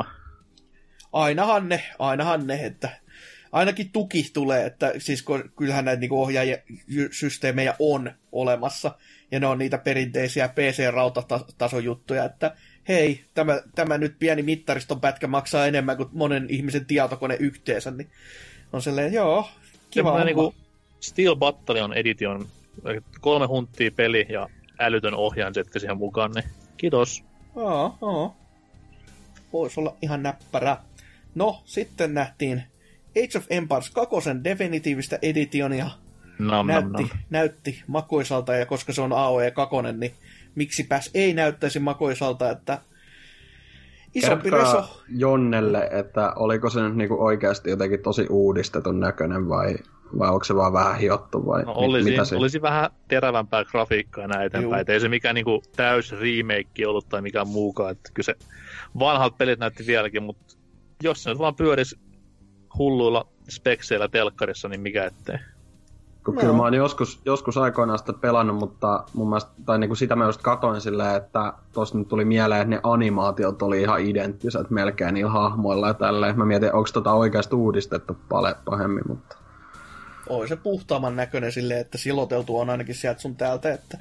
Ainahan ne, ainahan ne, että ainakin tuki tulee, että siis kyllähän näitä niin ohjaajasysteemejä on olemassa, ja ne on niitä perinteisiä P C-rautatason juttuja, että hei, tämä, tämä nyt pieni mittariston pätkä maksaa enemmän kuin monen ihmisen tietokone yhteensä, niin on sellainen, joo, kiva. Niin kuin Steel Battalion Edition, kolme hunttia peli ja älytön ohjainsetti siihen mukaan, niin kiitos. Joo, joo. Voisi olla ihan näppärä. No, sitten nähtiin Age of Empires kaksi definitiivistä editionia. Nam, näytti, nam, nam. näytti makoisalta, ja koska se on A O E kaksi, niin miksipäs ei näyttäisi makoisalta, että isompi Kertokaa reso. Jonnelle, että oliko se nyt niinku oikeasti jotenkin tosi uudistetun näköinen, vai, vai onko se vaan vähän hiottu, vai no, mit, olisi, mitä se? Olisi vähän terävämpää grafiikkaa näin eteenpäin, et ei se mikään niinku täys remake ollut tai mikään muukaan, että kyllä se vanhat pelit näytti vieläkin, mutta jos se nyt vaan pyörisi hulluilla spekseillä telkkarissa, niin mikä ettei. No. No. Kyllä mä oon joskus, joskus aikoinaan sitä pelannut, mutta mun mielestä, tai niinku sitä mä just katoin silleen, että tossa nyt tuli mieleen, että ne animaatiot oli ihan identtiset melkein niillä hahmoilla ja tälleen. Mä mietin, onko tota oikeasti uudistettu paljon pahemmin, mutta... Oi se puhtaamman näköinen silleen, että siloteltu on ainakin sieltä sun täältä, että...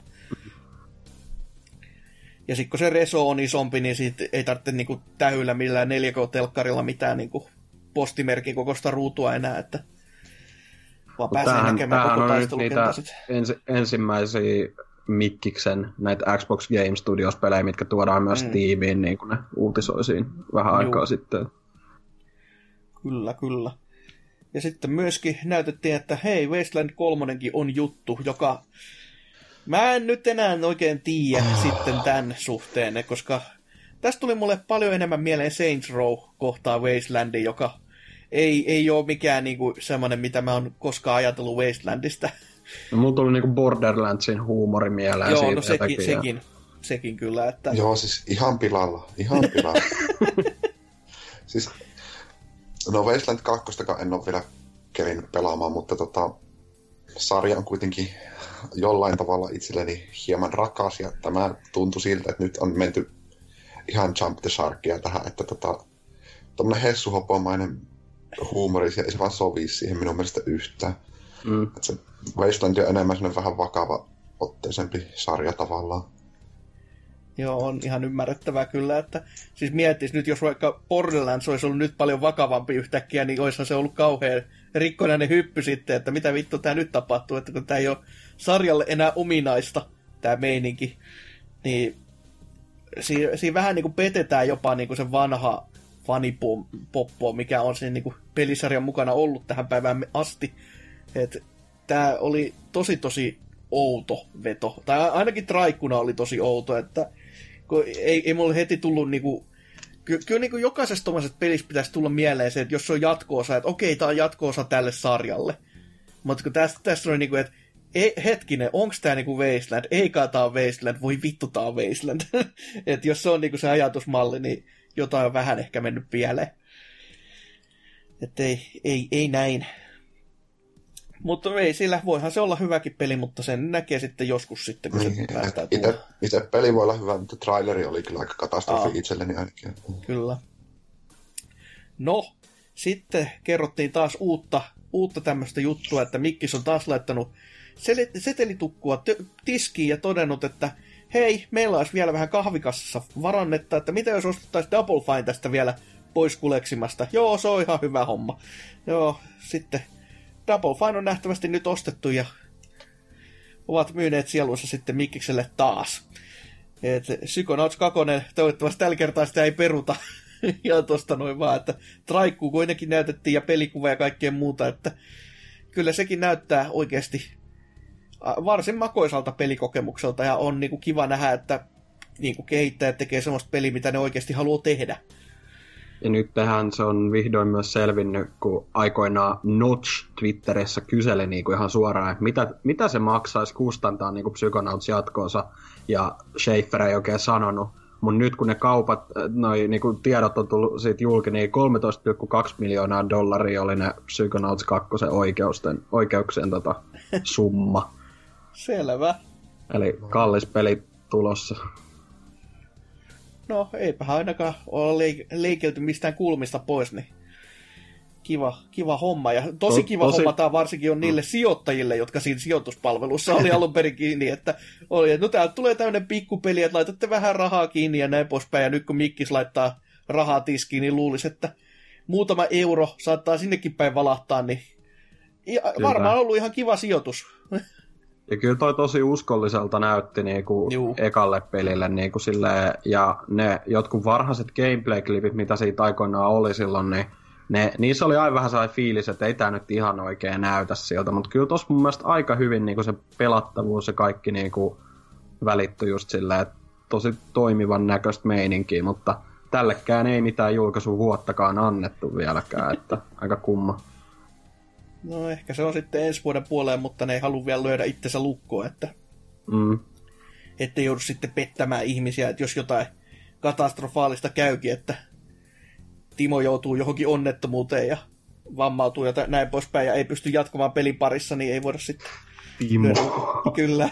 Ja sit kun se reso on isompi, niin sit ei tarvitse niinku tähyillä millään neljä K-telkkarilla mitään niinku postimerkin kokoista ruutua enää, että... vaan pääsee tämähän, näkemään tämähän koko on nyt niitä ensi, ensimmäisiä Mikkiksen näitä Xbox Game Studios-pelejä, mitkä tuodaan myös mm. Steamiin, niin kuin ne uutisoi siinä vähän Juu. aikaa sitten. Kyllä, kyllä. Ja sitten myöskin näytettiin, että hei, Wasteland kolmonenkin on juttu, joka mä en nyt enää oikein tiedä oh. sitten tämän suhteen, koska tästä tuli mulle paljon enemmän mieleen Saints Row kohtaa Wastelandin, joka ei, ei ole mikään niinku semmoinen, mitä mä oon koskaan ajatellut Wastelandista. No, mulla tuli niinku Borderlandsin huumori mieleen. Joo, siitä no sekin, jotakin, sekin, sekin kyllä. Että... Joo, siis ihan pilalla, ihan pilalla. Siis, no Wasteland kakkostakaan en ole vielä kerinyt pelaamaan, mutta tota, sarja on kuitenkin jollain tavalla itselleni hieman rakas, ja tämä tuntui siltä, että nyt on menty ihan jump the sharkia tähän, että tota, tommonen hessuhopomainen huumori, ei se vaan sovi siihen minun mielestä yhtään. Mm. Että se Wasteland on enemmän sellainen vähän vakava otteisempi sarja tavallaan. Joo, on ihan ymmärrettävää kyllä, että siis miettis nyt, jos vaikka Borderlands olisi ollut nyt paljon vakavampi yhtäkkiä, niin olisihan se ollut kauhean rikkonainen hyppy sitten, että mitä vittu tää nyt tapahtuu, että kun tää ei ole sarjalle enää ominaista, tää meininki, niin siinä, siinä vähän niin kuin petetään jopa niin kuin se vanha fanipoppo, mikä on sen niin kuin pelisarjan mukana ollut tähän päivään asti. Että tää oli tosi tosi outo veto. Tai ainakin traikkuna oli tosi outo, että ei, ei mulle heti tullut niinku... Ky- kyllä niinku jokaisesta tommosesta pelistä pitäisi tulla mieleen se, että jos se on jatko-osa, että okei, tää on jatko-osa tälle sarjalle. Mutta kun tästä, tästä oli niinku, että e, hetkinen, onks tää niinku Wasteland? Eikä tää on Wasteland, voi vittu tää on Wasteland. Että jos se on niinku se ajatusmalli, niin jotain on vähän ehkä mennyt pieleen. Että ei, ei, ei näin. Mutta ei sillä, voihan se olla hyväkin peli, mutta sen näkee sitten joskus sitten, kun niin, se päästään tuolla. Itse peli voi olla hyvä, mutta traileri oli kyllä aika katastrofi Aa. itselleni ainakin. Kyllä. No, sitten kerrottiin taas uutta, uutta tämmöistä juttua, että Mikkis on taas laittanut setelitukkua t- tiskiin ja todennut, että hei, meillä olisi vielä vähän kahvikassassa varannetta, että mitä jos ostettaisiin Double Fine tästä vielä pois kuleksimasta. Joo, se on ihan hyvä homma. Joo, sitten Double Fine on nähtävästi nyt ostettu ja ovat myyneet sielunsa sitten Mikkikselle taas. Et Psychonauts kaksi, toivottavasti tällä kertaa sitä ei peruta. Ja tosta noin vaan, että traikkuu kuitenkin näytettiin ja pelikuva ja kaikkea muuta, että kyllä sekin näyttää oikeasti varsin makoisalta pelikokemukselta ja on niinku kiva nähdä, että niinku kehittäjät tekee semmoista peliä, mitä ne oikeasti haluaa tehdä. Ja nyt tähän se on vihdoin myös selvinnyt, kun aikoinaan Notch Twitterissä kyseli niinku ihan suoraan, että mitä, mitä se maksaisi kustantaa niinku Psychonauts jatkoonsa, ja Schafer ei oikein sanonut. Mutta nyt kun ne kaupat, noi niinku tiedot on tullut siitä julki, niin kolmetoista pilkku kaksi miljoonaa dollaria oli ne Psychonauts kaksi oikeuksien, oikeuksien tota, summa. Selvä. Eli kallis peli tulossa. No, eipähän ainakaan ole leik- leikelty mistään kulmista pois, niin kiva, kiva homma. Ja tosi kiva tosi... homma tämä varsinkin on niille mm. sijoittajille, jotka siinä sijoituspalvelussa oli alun perin kiinni, että oli, että no täältä tulee tämmöinen pikkupeli, että laitatte vähän rahaa kiinni ja näin poispäin, ja nyt kun Mikkis laittaa rahaa tiskiin, niin luulisi, että muutama euro saattaa sinnekin päin valahtaa, niin varmaan ollut ihan kiva sijoitus. Ja kyllä toi tosi uskolliselta näytti niinku ekalle pelille niinku silleen, ja ne jotkut varhaiset gameplay-klipit, mitä siitä aikoinaan oli silloin, niin ne, niissä oli aivan vähän sellainen fiilis, että ei tää nyt ihan oikein näytä sieltä, mutta kyllä tossa mun mielestä aika hyvin niinku se pelattavuus ja kaikki niinku välittyi just silleen, että tosi toimivan näköistä meininkiä, mutta tällekään ei mitään julkaisun vuottakaan annettu vieläkään, että aika kumma. No ehkä se on sitten ensi vuoden puoleen, mutta ne ei halua vielä lyödä itsensä lukkoon, että mm. ettei joudu sitten pettämään ihmisiä, että jos jotain katastrofaalista käykin, että Timo joutuu johonkin onnettomuuteen ja vammautuu ja näin poispäin ja ei pysty jatkamaan pelin parissa, niin ei voida sitten... Timo. Kyllä.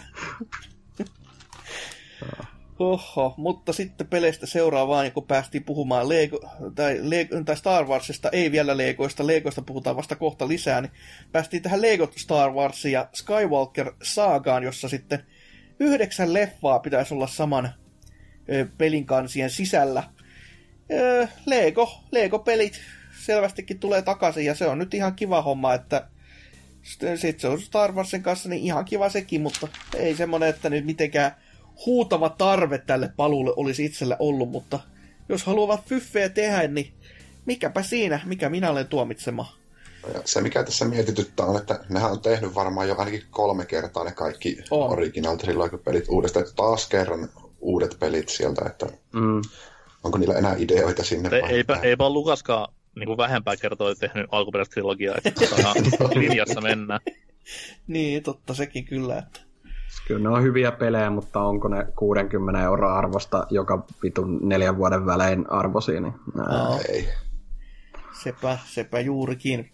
Oho, mutta sitten peleistä seuraavaan, kun päästiin puhumaan Lego, tai, Lego, tai Star Warsista, ei vielä Legoista, Legoista puhutaan vasta kohta lisää, niin päästiin tähän Lego Star Warsin ja Skywalker Saagaan, jossa sitten yhdeksän leffaa pitäisi olla saman ö, pelin kansien sisällä. Ö, Lego, Lego-pelit selvästikin tulee takaisin, ja se on nyt ihan kiva homma, että Sitten sit se on Star Warsin kanssa niin ihan kiva sekin, mutta ei semmoinen, että nyt mitenkään huutava tarve tälle paluulle olisi itsellä ollut, mutta jos haluavat fyffejä tehdä, niin mikäpä siinä, mikä minä olen tuomitsema. Ja se, mikä tässä mietityttää, on, että nehän on tehnyt varmaan jo ainakin kolme kertaa ne kaikki on. Original Trilogy-pelit uudestaan. Että taas kerran uudet pelit sieltä, että mm. onko niillä enää ideoita sinne? Te, eipä, eipä Lukaskaan niin vähempää kertoa tehnyt alkuperäistä trilogiaa, että linjassa mennään. Niin, totta sekin kyllä. Että... Kyllä ne on hyviä pelejä, mutta onko ne kuusikymmentä euroa arvosta joka vitun neljän vuoden välein arvosia? Niin, no. Ei. Sepä, sepä juurikin.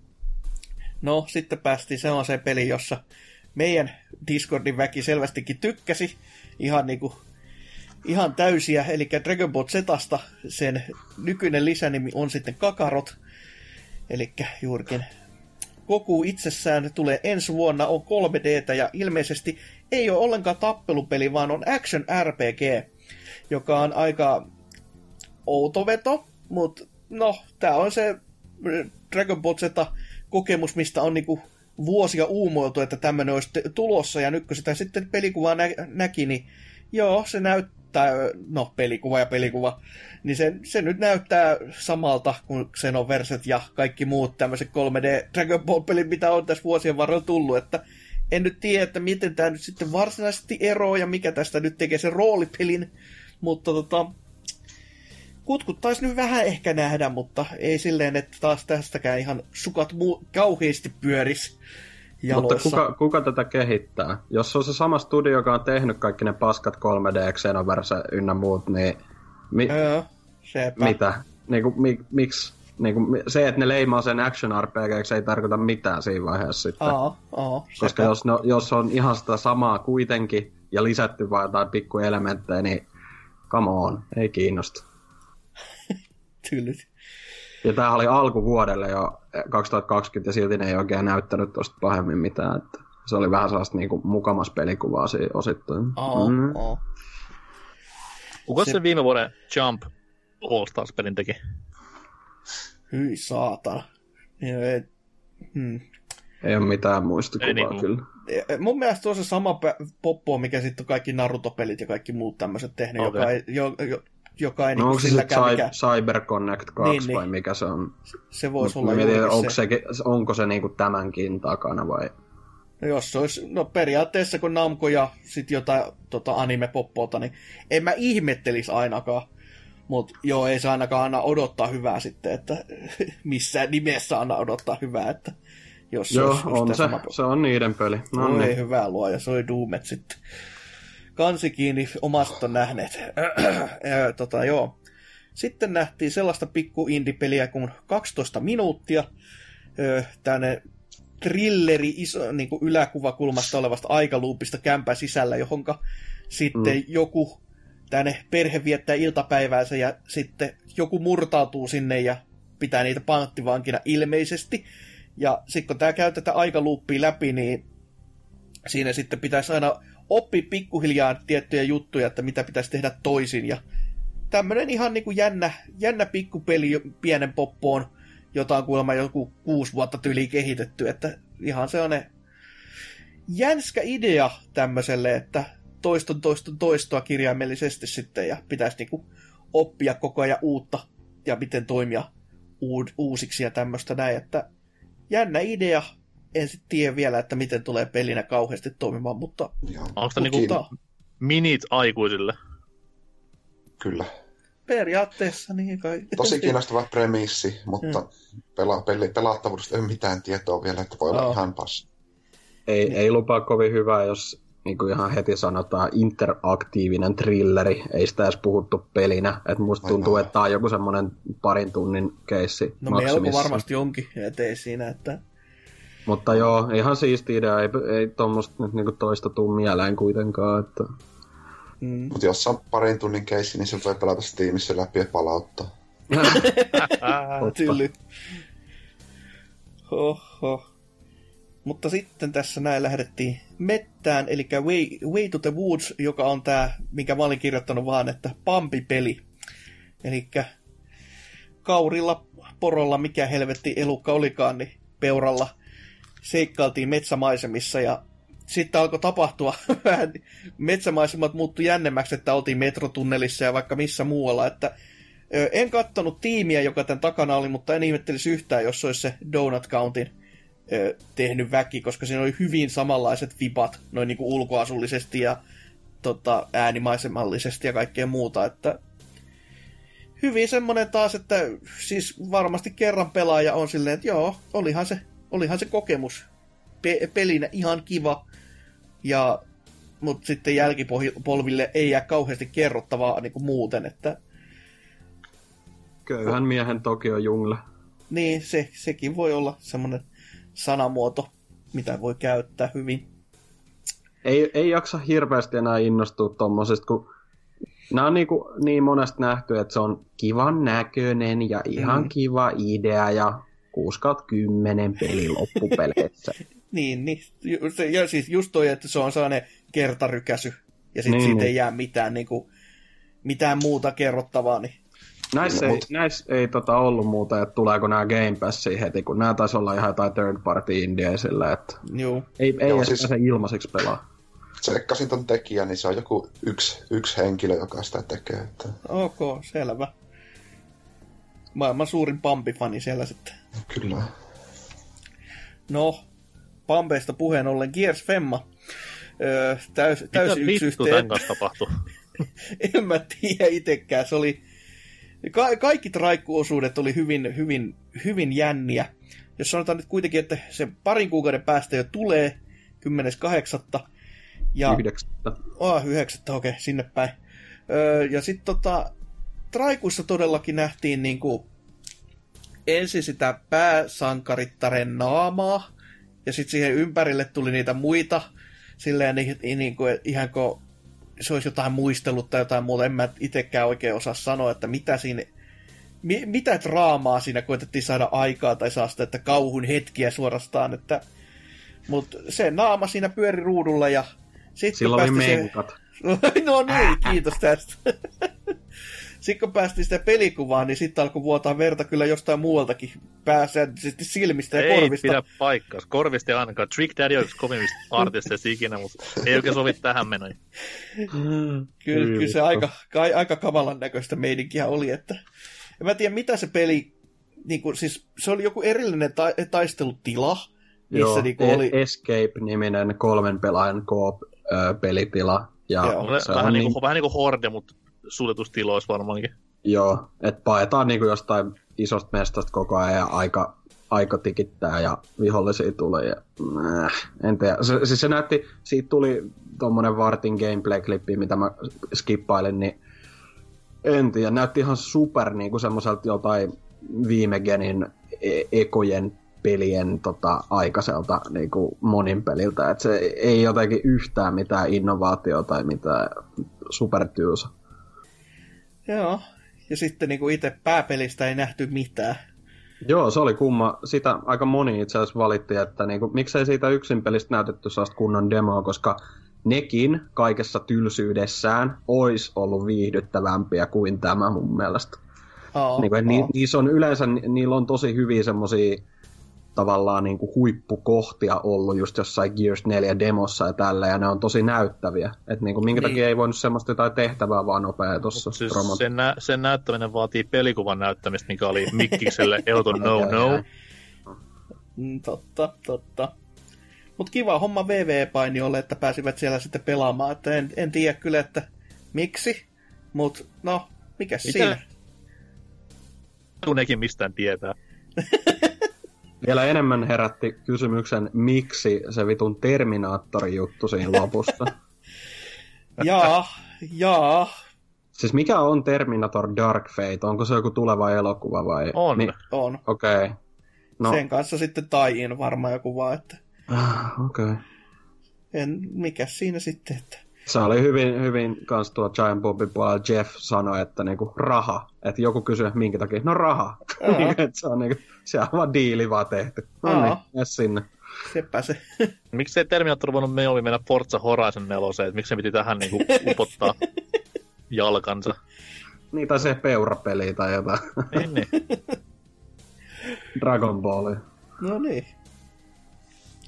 No, sitten päästiin sellaiseen peliin, jossa meidän Discordin väki selvästikin tykkäsi ihan niinku ihan täysiä, eli Dragon Ball Z:stä sen nykyinen lisänimi on sitten Kakarot, eli juurikin Goku itsessään tulee ensi vuonna, on kolme D:tä ja ilmeisesti ei ole ollenkaan tappelupeli, vaan on action R P G, joka on aika outo veto, mutta no, tää on se Dragon Ball Z kokemus, mistä on niinku vuosia uumoiltu, että tämmönen olisi tulossa, ja nyt kun sitä sitten pelikuvaa nä- näki, niin joo, se näyttää, no pelikuva ja pelikuva, niin se, se nyt näyttää samalta kuin Xenoverset ja kaikki muut tämmöiset kolme D Dragon Ball-pelit, mitä on tässä vuosien varrella tullut, että en nyt tiedä, että miten tämä nyt sitten varsinaisesti eroaa ja mikä tästä nyt tekee sen roolipelin, mutta tota, kutkut taisi nyt vähän ehkä nähdä, mutta ei silleen, että taas tästäkään ihan sukat muu- kauheasti pyöris jaloissa. Mutta kuka, kuka tätä kehittää? Jos se on se sama studio, joka on tehnyt kaikki ne paskat kolme D, Xenoverse ynnä muut, niin mi- öö, mitä? Niinku, mi- miksi? Niinku, se, että ne leimaa sen action R P G:ksi ei tarkoita mitään siinä vaiheessa sitten. Aa, aa, koska jos, no, jos on ihan sitä samaa kuitenkin ja lisätty vaan jotain pikkuelementtejä, niin come on, ei kiinnosta. Tyllyt. Ja tämähän oli alkuvuodelle jo kaksituhattakaksikymmentä ja silti ne ei oikein näyttänyt tuosta pahemmin mitään. Että se oli vähän sellaista niinku mukamas pelikuvaa siinä osittain. Oh, mm. oh. Kuka se... se viime vuoden Jump All Stars-pelin teki? Hyi saatana. Ei, hmm. ei ole mitään muistikuvaa niin kyllä. Mun mielestä on se sama poppo, mikä sitten on kaikki Naruto-pelit ja kaikki muut tämmöiset tehnyt, okay. joka ei... Jo, jo, joka ei no, niin onko se silläkään sitten mikä... CyberConnect kaksi niin, vai niin. mikä se on? Se voisi olla mietin, juuri onko se. se. Onko se niinku tämänkin takana vai? No jos se olisi, no periaatteessa kun Namco ja sitten jotain tota anime-poppoota, niin en mä ihmettelisi ainakaan. Mutta joo, ei se ainakaan anna odottaa hyvää sitten, että missään nimessä anna odottaa hyvää, että jos se joo, olisi on se, sama... se on niiden peli. No, no niin. Ei hyvää luoja, se oli Doomet sitten. Kansi kiinni, omasta on nähneet. ja, tota, joo. Sitten nähtiin sellaista pikku indie-peliä kuin kaksitoista minuuttia. Tänne thrilleri iso, niin kuin yläkuvakulmasta olevasta aikaluupista kämpän sisällä, johonka sitten mm. joku tänne perhe viettää iltapäiväänsä ja sitten joku murtautuu sinne ja pitää niitä panttivankina ilmeisesti. Ja sitten kun tämä käy tätä aikaluuppia läpi, niin siinä sitten pitäisi aina oppia pikkuhiljaa tiettyjä juttuja, että mitä pitäisi tehdä toisin. Ja tämmöinen ihan niin kuin jännä, jännä pikkupeli pienen poppoon, jota on kuulemma joku kuusi vuotta tyyliin kehitetty. Että ihan sellainen jänskä idea tämmöiselle, että toiston toiston toistoa kirjaimellisesti sitten ja pitäisi niin kuin oppia koko ajan uutta ja miten toimia uusiksi ja tämmöistä näin. Että jännä idea. En sitten tiedä vielä, että miten tulee pelinä kauheasti toimimaan, mutta... Onko tämä niinku minit aikuisille? Kyllä. Periaatteessa niin kai. Tosi kiinnostava premissi, mutta mm. pela, peli, pelaattavuudesta ei ole mitään tietoa vielä, että voi olla oh. ihan passi. Ei, mm. ei lupaa kovin hyvää, jos niin kuin ihan heti sanotaan interaktiivinen thrilleri. Ei sitä edes puhuttu pelinä. Et musta tuntuu, että tämä on joku semmoinen parin tunnin keissi. No melko varmasti onkin, ettei siinä, että... Mutta joo, ihan siisti idea, ei, ei tuommoista nyt niinku toista tuu mieleen kuitenkaan, että... Mm. Mutta jos on parin tunnin keissi, niin se voi pelata Steamissa läpi ja palauttaa. Tylly. Oho. Mutta sitten tässä näin lähdettiin mettään, eli Way, Way to the Woods, joka on tää, minkä mä olin kirjoittanut vaan, että pampipeli. Eli kaurilla, porolla, mikä helvetti elukka olikaan, niin peuralla seikkailtiin metsämaisemissa ja sitten alkoi tapahtua vähän, metsämaisemat muuttui jännemmäksi, että oltiin metrotunnelissa ja vaikka missä muualla, että en kattonut tiimiä, joka tämän takana oli, mutta en ihmettelisi yhtään, jos olisi se Donut Countin tehnyt väki, koska siinä oli hyvin samanlaiset vipat, noin niin kuin ulkoasullisesti ja tota, äänimaisemallisesti ja kaikkea muuta, että hyvin semmoinen taas, että siis varmasti kerran pelaaja on silleen, että joo, olihan se, olihan se kokemus Pe- pelinä ihan kiva, ja, mutta sitten jälkipolville ei jää kauheasti kerrottavaa niin kuin muuten, että köyhän miehen Tokio Jungle. Niin, se, sekin voi olla semmoinen sanamuoto, mitä voi käyttää hyvin. Ei, ei jaksa hirveästi enää innostua tommosesta, kun nämä on niin, kuin, niin monesti nähty, että se on kivan näköinen ja ihan mm. kiva idea ja kuusi kautta kymmenen peli loppupeleissä. niin, niin. Ja siis just toi, että se on sellainen kertarykäsy ja sitten niin, siitä niin. ei jää mitään, niin kuin, mitään muuta kerrottavaa, niin Näissä ei, näissä ei tota ollut muuta, että tuleeko nämä Game Passiin heti, kun nämä taisi olla ihan jotain third party indie sillä, että Joo. ei, ei Joo, edes siis pääse ilmaiseksi pelaa. Tsekkasin ton tekijän, niin se on joku yksi, yksi henkilö, joka sitä tekee. Että Ok, selvä. Maailman suurin Pampi-fani siellä sitten. Kyllä. No, Pampeista puheen ollen Gears Femma. Öö, täys, täysin Mitä yksi vittu yhteen. tämän kanssa tapahtui? En mä tiedä itekään. Se oli Ka- kaikki traikkuosuudet oli hyvin, hyvin, hyvin jänniä. Jos sanotaan nyt kuitenkin, että se parin kuukauden päästä jo tulee, kymmenes kahdeksatta Ja Yhdeksättä. Oh, yhdeksättä, okei, okay, sinne päin. Öö, ja sitten tota, traikuissa todellakin nähtiin niinku ensin sitä pääsankarittaren naamaa, ja sitten siihen ympärille tuli niitä muita, silleen niin, niin kuin, ihan kuin se olisi jotain muistellut tai jotain muuta. En mä itsekään oikein osaa sanoa, että mitä siinä, mi, mitä draamaa siinä koetettiin saada aikaa tai saa sitä, että kauhun hetkiä suorastaan. Että, mutta se naama siinä pyöri ruudulla ja sitten Silloin oli menkat. Se... no niin, kiitos tästä. Sitten kun päästiin sitä pelikuvaan, niin sitten alkoi vuotaa verta kyllä jostain muualtakin, pääsääntöisesti silmistä ja ei korvista. Ei pidä paikkaansa. Korvista ei ainakaan. Trick Daddy on yksi kovimmista artisteista ikinä, mutta ei oikein sovi tähän menoihin. Kyllä, kyllä se aika, aika kamalan näköistä meininkiä oli. Että... En mä tiedä, mitä se peli... Niin kuin, siis, se oli joku erillinen ta- taistelutila, missä Joo, niin oli... Escape-niminen kolmen pelaajan co-op-pelitila. Ja se vähän, on niin kuin, vähän niin kuin Horde, mutta suljetustiloissa varmaankin. Joo, että paetaan niin kuin jostain isosta mestasta koko ajan ja aika, aika tikittää ja vihollisia tulee. Ja, äh, en tiedä. Se, siis se näytti, siitä tuli tommonen vartin gameplay-klippi, mitä mä skippailin, niin en tiedä. Näytti ihan super niin kuin semmoiselta jotain viime genin e- ekojen pelien tota, aikaiselta niin kuin monin peliltä. Et se ei jotenkin yhtään mitään innovaatiota tai mitään supertyysa. Joo, ja sitten niin kuin itse pääpelistä ei nähty mitään. Joo, se oli kumma. Sitä aika moni itse asiassa valitti, että niinku, miksei siitä yksin pelistä näytetty sellaista kunnon demoa, koska nekin kaikessa tylsyydessään olisi ollut viihdyttävämpiä kuin tämä mun mielestä. Oh, niinku, oh. Ni, niissä on yleensä, niillä on tosi hyviä semmosia tavallaan niinku huippukohtia ollut just jossain Gears neljä demossa ja tällä, ja ne on tosi näyttäviä. Että niinku, minkä niin. takia ei voinut semmoista jotain tehtävää vaan nopea tuossa siis sen, nä- sen näyttäminen vaatii pelikuvan näyttämistä, mikä oli Mikkikselle Elton no no. Mm, totta, totta. Mut kiva homma V V-painijoille, että pääsivät siellä sitten pelaamaan. Että en, en tiedä kyllä, että miksi, mut no, mikäs Mitä? siinä? Kun nekin mistään tietää. Vielä enemmän herätti kysymyksen, miksi se vitun Terminaattori-juttu siinä lopussa. Jaa, jaa. Siis mikä on Terminator Dark Fate? Onko se joku tuleva elokuva vai? On. Niin, on. Okei. Okay. No. Sen kanssa sitten tie-in varmaan joku vaan, että... Ah, okei. Okay. En, mikäs siinä sitten, että... Se oli hyvin, hyvin kans tuo Giant Bobin puolella Jeff sanoi, että niinku raha. Että joku kysyi, minkä takia? No raha. se on niinku, se on vaan diili vaan tehty. No niin, mene sinne. Sepä se. Miksi ei Terminator voinut mieluummin mennä Forza Horizon neloseen? Että miksi se piti tähän niinku upottaa jalkansa? Niin, tai se peurapeli tai jotain. Niin, niin. Dragon Ball. No niin.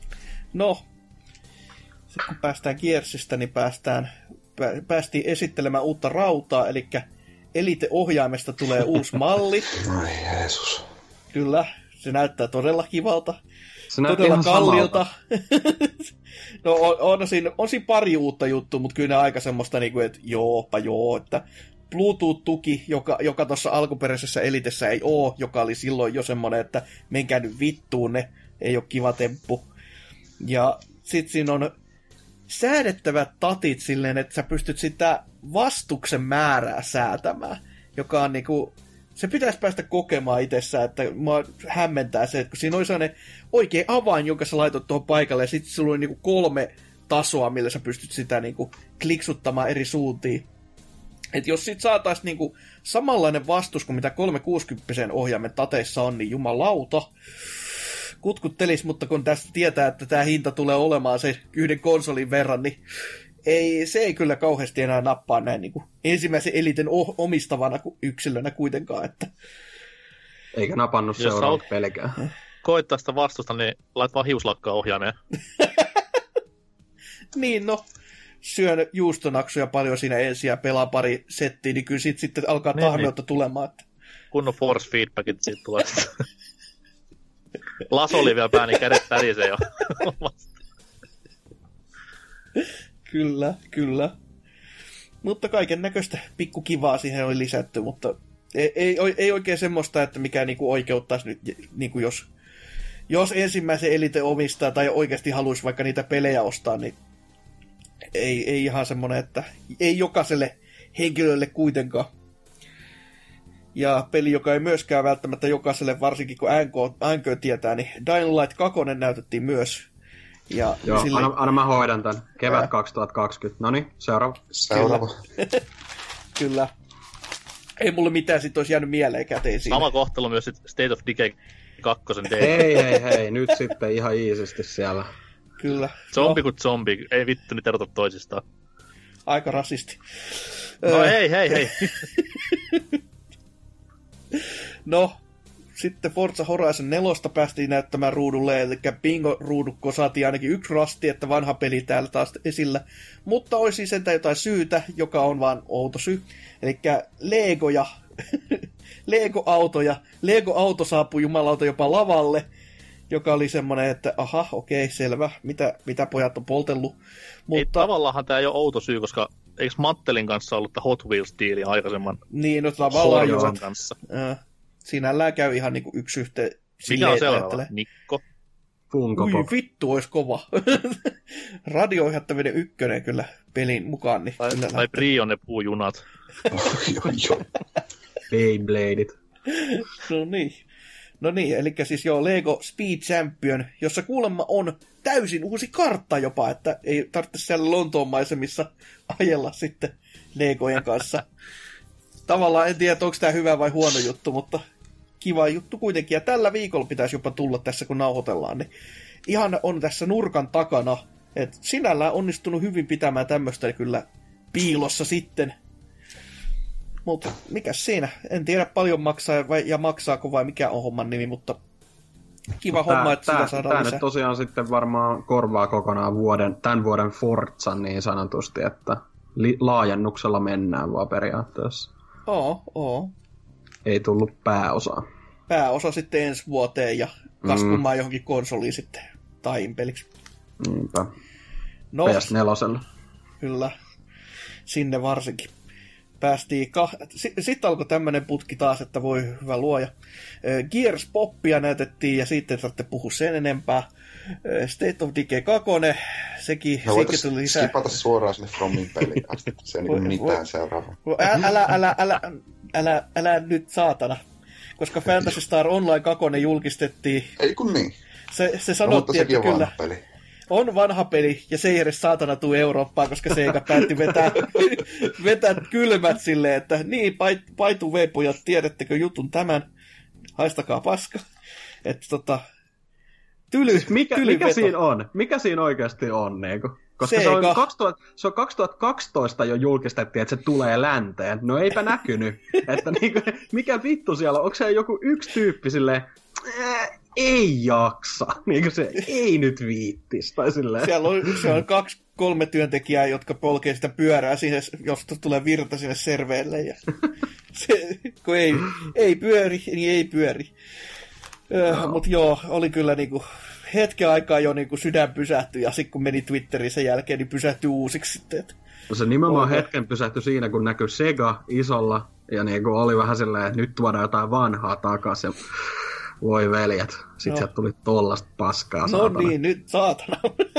No, sitten kun päästään Gearsista, niin päästään, päästiin esittelemään uutta rautaa, eli Elite-ohjaimesta tulee uusi malli. Ai Jeesus. Kyllä, se näyttää todella kivalta. Se näyttää todella ihan kalliolta. No on, on, siinä, on siinä pari uutta juttua, mutta kyllä ne aika semmoista, niin kuin, että joopa joo, että Bluetooth-tuki, joka, joka tuossa alkuperäisessä Elitessä ei ole, joka oli silloin jo semmoinen, että menkää nyt vittuun, ne ei ole kiva temppu. Ja sit siinä on säädettävät tatit silleen, että sä pystyt sitä vastuksen määrää säätämään, joka on niinku, se pitäisi päästä kokemaan itsessään, että mua hämmentää se, että kun siinä oli sellainen oikea avain, jonka sä laitot tuohon paikalle, ja sitten sulla oli niinku kolme tasoa, millä sä pystyt sitä niinku kliksuttamaan eri suuntiin. Että jos sit saataisiin niinku samanlainen vastus kuin mitä kolmesataakuusikymmentä ohjaimen tateissa on, niin jumalauta, kutkuttelis, mutta kun tästä tietää, että tämä hinta tulee olemaan se yhden konsolin verran, niin ei, se ei kyllä kauheasti enää nappaa näin niin kuin ensimmäisen Eliten oh- omistavana yksilönä kuitenkaan. Että... Eikä napannut seuraavat pelkää. Koittaa sitä vastusta, niin lait vaan hiuslakkaa ohjaimeen. Niin, no. Syön juustonaksuja paljon siinä ensin ja pelaa pari settiä, niin kyllä sit, sitten alkaa niin, tahmeutta niin. tulemaan. Että... Kunnon force feedbackit siitä tulee. Laso oli vielä pää, niin kädet tärisee jo. Kyllä, kyllä. Mutta kaiken näköistä pikkukivaa siihen oli lisätty, mutta ei, ei, ei oikein semmoista, että mikä niinku oikeuttaisi nyt, niinku jos, jos ensimmäisen Elite omistaa tai oikeasti haluaisi vaikka niitä pelejä ostaa, niin ei, ei ihan semmoinen, että ei jokaiselle henkilölle kuitenkaan. Ja peli, joka ei myöskään välttämättä jokaiselle, varsinkin kun N K tietää, niin Dying Light kaksi näytettiin myös. Ja joo, sille... anna, anna mä hoidan tän. Kevät Ää. kaksituhattakaksikymmentä. Noniin, seuraava. Seuraava. Kyllä. Kyllä. Ei mulle mitään sit olisi jäänyt mieleen käteen siinä. Sama kohtelu myös sit State of Decay kaksi. Hei, hei, hei. Nyt sitten ihan iisisti siellä. Kyllä. Zombi no. kuin zombi. Ei vittu nyt erota toisistaan. Aika rasisti. No öö... hei, hei, hei. No, sitten Forza Horizon neljä päästiin näyttämään ruudulle, eli bingo-ruudukko saatiin ainakin yksi rasti, että vanha peli täällä taas esillä. Mutta olisi sentään jotain syytä, joka on vaan outo syy. Eli Legoja, Lego-autoja, Lego-auto saapui jumalauta jopa lavalle, joka oli semmoinen, että aha, okei, selvä, mitä, mitä pojat on poltellut. Mutta... Ei, tavallaan tämä ei ole outo syy, koska eikö Mattelin kanssa ollut tämä Hot Wheels-diili aikaisemmin? Niin, no tavallaan jo. kanssa. Äh, sinällään käy ihan niinku yksi yhteen. Mikä on seuraava? Nikko? Funko Pop. Ui vittu, olisi kova. Radio-ohjattavinen ykkönen kyllä pelin mukaan. Niin tai tai Brion ne puujunat. Beybladeit. No niin. No niin, eli siis joo, Lego Speed Champion, jossa kuulemma on täysin uusi kartta jopa, että ei tarvitse siellä Lontoon maisemissa ajella sitten Legojen kanssa. Tavallaan en tiedä, onko tämä hyvä vai huono juttu, mutta kiva juttu kuitenkin. Ja tällä viikolla pitäisi jopa tulla tässä, kun nauhoitellaan, niin ihan on tässä nurkan takana. Et sinällään onnistunut hyvin pitämään tämmöistä kyllä piilossa sitten. Mutta mikäs siinä? En tiedä paljon maksaa vai, ja maksaako vai mikä on homman nimi, mutta kiva no, homma, että sitä saadaan lisää. Tämä nyt tosiaan sitten varmaan korvaa kokonaan vuoden, tämän vuoden Forzan niin sanotusti, että li- laajennuksella mennään vaan periaatteessa. Oo, oo. Ei tullut pääosaa. Pääosa sitten ensi vuoteen ja kaskumaan mm. johonkin konsoliin sitten tainpeliksi. Niinpä. No, P S neljä. Kyllä, sinne varsinkin. Päästiin kah... Sitten alkoi tämmöinen putki taas, että voi hyvä luoja. Gears Poppia näytettiin ja sitten saatte puhua sen enempää. State of Decay kaksi, sekin, no, sekin tuli lisää. Skipata suoraan sinne Fromin peliin asti, se ei niin mitään seuraava. Älä, älä, älä, älä, älä, älä nyt saatana, koska Phantasy Star Online kaksi julkistettiin. Ei kun niin. Se, se sanottiin, että on kyllä peli. On vanha peli, ja se ei edes saatana tuu Eurooppaan, koska Sega päätti vetää, vetää kylmät silleen, että niin, paitu V-pojat, tiedättekö jutun tämän? Haistakaa paska. Että tota, tyly, mikä, tyly mikä siinä on? Mikä siinä oikeasti on, Neiko? Koska se on, kaksituhatta, se on kaksituhattakaksitoista jo julkistettiin, että se tulee länteen. No eipä näkynyt. Että niinku, mikä vittu siellä on? Onko se joku yksi tyyppi silleen, ei jaksa. Niin se ei nyt viittis. Tai silleen. Siellä on, siellä on kaksi, kolme työntekijää, jotka polkee sitä pyörää siihen, josta tulee virta sinne serveille. Ja se, kun ei, ei pyöri, niin ei pyöri. No. Mutta joo, oli kyllä niinku hetken aikaa jo niinku sydän pysähtyi, ja sitten kun meni Twitteriin sen jälkeen, niin pysähtyi uusiksi sitten. Et... No se nimenomaan Oho. hetken pysähtyi siinä, kun näkyi Sega isolla, ja niinku oli vähän silleen, että nyt tuodaan jotain vanhaa takaisin. Voi veljet, sitten no. sieltä tuli tollasta paskaa, no saatana. No niin, nyt saatana.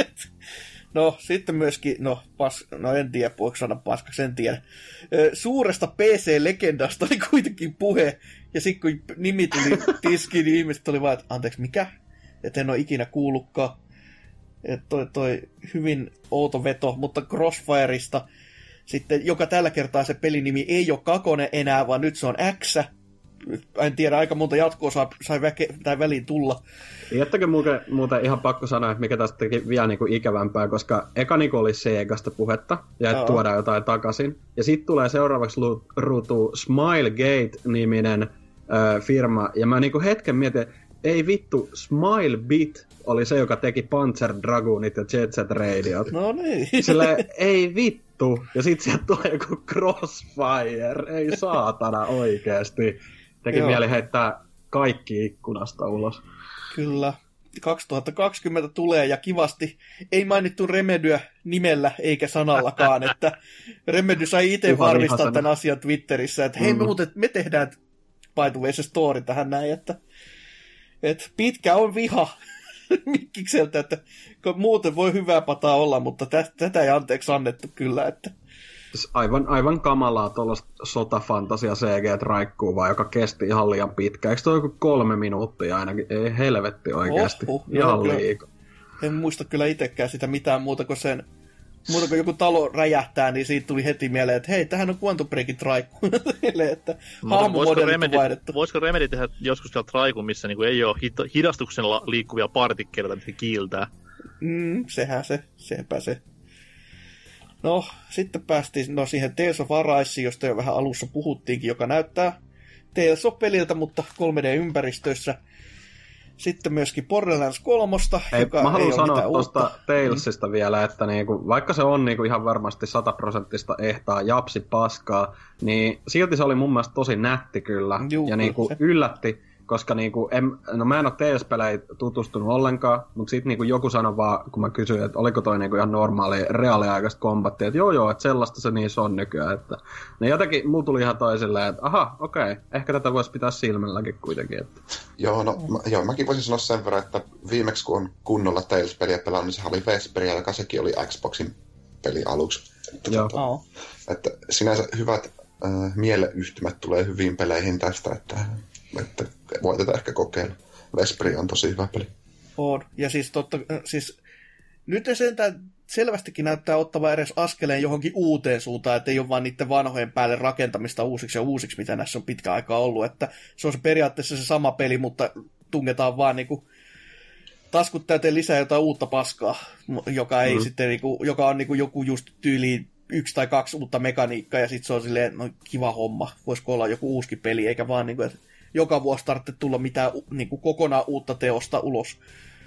No, sitten myöskin, no, pas, no en tiedä, voiko sanoa paskaksi, en tiedä. Suuresta P C-legendasta oli kuitenkin puhe, ja sitten kun nimi tuli tiskiin, niin ihmiset oli vaan, että anteeksi, mikä? Että en ole ikinä kuullutkaan. Että toi, toi hyvin outo veto, mutta Crossfireista sitten, joka tällä kertaa se pelinimi ei ole Kakone enää, vaan nyt se on X. En tiedä, aika monta jatkoa sai, sai väke, tai väliin tulla. Jättäkö muuten, muuten ihan pakko sanoa, että mikä tästä teki vielä niinku ikävämpää, koska eka niinku oli Segasta puhetta, ja että tuodaan jotain takaisin. Ja sitten tulee seuraavaksi ruutuun Smilegate-niminen ö, firma, ja mä niinku hetken mietin, ei vittu, Smilebit oli se, joka teki Panzer Dragoonit ja Jet Set Radiot. No niin. Silleen, ei vittu. Ja sit sieltä tulee joku Crossfire. Ei saatana oikeesti. Teki Joo. mieli heittää kaikki ikkunasta ulos. Kyllä. kaksituhattakaksikymmentä tulee ja kivasti ei mainittu Remedyä nimellä eikä sanallakaan, että Remedy sai itse varmistaa tämän asian Twitterissä, että hei mm. me muuten, me tehdään by the way se story tähän näin, että et pitkä on viha Mikkikseltä, että muuten voi hyvää pataa olla, mutta tä, tätä ei anteeksi annettu kyllä, että Aivan, aivan kamalaa tuollaista sotafantasia C G-traikkuu, joka kesti ihan liian pitkä. Eikö toi joku kolme minuuttia ainakin? Ei helvetti oikeasti. Oho, ihan liikaa. En muista kyllä itsekään sitä mitään muuta kuin sen, muuta kuin joku talo räjähtää, niin siitä tuli heti mieleen, että hei, tämähän on Quantum Breakin traikkuu. että hahmomodellit on vaihdettu. Voisiko Remedy tehdä joskus siellä traikun, missä niinku ei ole hidastuksella liikkuvia partikkeleita, mitkä kiiltää? Mm, sehän se, sepä se. No, sitten päästiin no, siihen Tales of Arise, josta jo vähän alussa puhuttiinkin, joka näyttää Tales of peliltä, mutta kolme D-ympäristöissä. Sitten myöskin Borderlands kolme, joka mä haluan ei sanoa tuosta Talesista mm. vielä, että niinku, vaikka se on niinku ihan varmasti sataprosenttista ehtaa japsi paskaa, niin silti se oli mun mielestä tosi nätti kyllä. Juh, ja niinku yllätti, koska niinku, en, no mä en ole T S-pelejä tutustunut ollenkaan, mutta sitten niinku joku sanoi vaan, kun mä kysyin, että oliko toi niinku ihan normaali reaaliaikaista kombattia, että joo joo, että sellaista se niissä on nykyään. Että, niin jotenkin mulla tuli ihan toisilleen, että aha, okei, okay, ehkä tätä voisi pitää silmälläkin kuitenkin. Että. Joo, no mä, joo, mäkin voisin sanoa sen verran, että viimeksi kun on kunnolla Tales-peliä pelannut, niin sehän oli Vesperia, joka sekin oli Xboxin peli aluksi. Että, joo. Tota, oh. että sinänsä hyvät äh, mieleyhtymät tulee hyviin peleihin tästä, että että voi tätä ehkä kokeilla. Vesperi on tosi hyvä peli. On. Ja siis, totta, siis nyt sentään selvästikin näyttää ottavan edes askeleen johonkin uuteen suuntaan, että ei ole vaan niiden vanhojen päälle rakentamista uusiksi ja uusiksi, mitä näissä on pitkä aikaa ollut. Että se on se periaatteessa se sama peli, mutta tungetaan vaan niinku taskut täyteen lisää jotain uutta paskaa, joka, ei mm. sitten, niinku, joka on niinku joku just tyyliin yksi tai kaksi uutta mekaniikkaa, ja sitten se on silleen, no kiva homma, voisiko olla joku uusikin peli, eikä vaan niinku, että joka vuosi tarvitse tulla mitään niin kuin kokonaan uutta teosta ulos.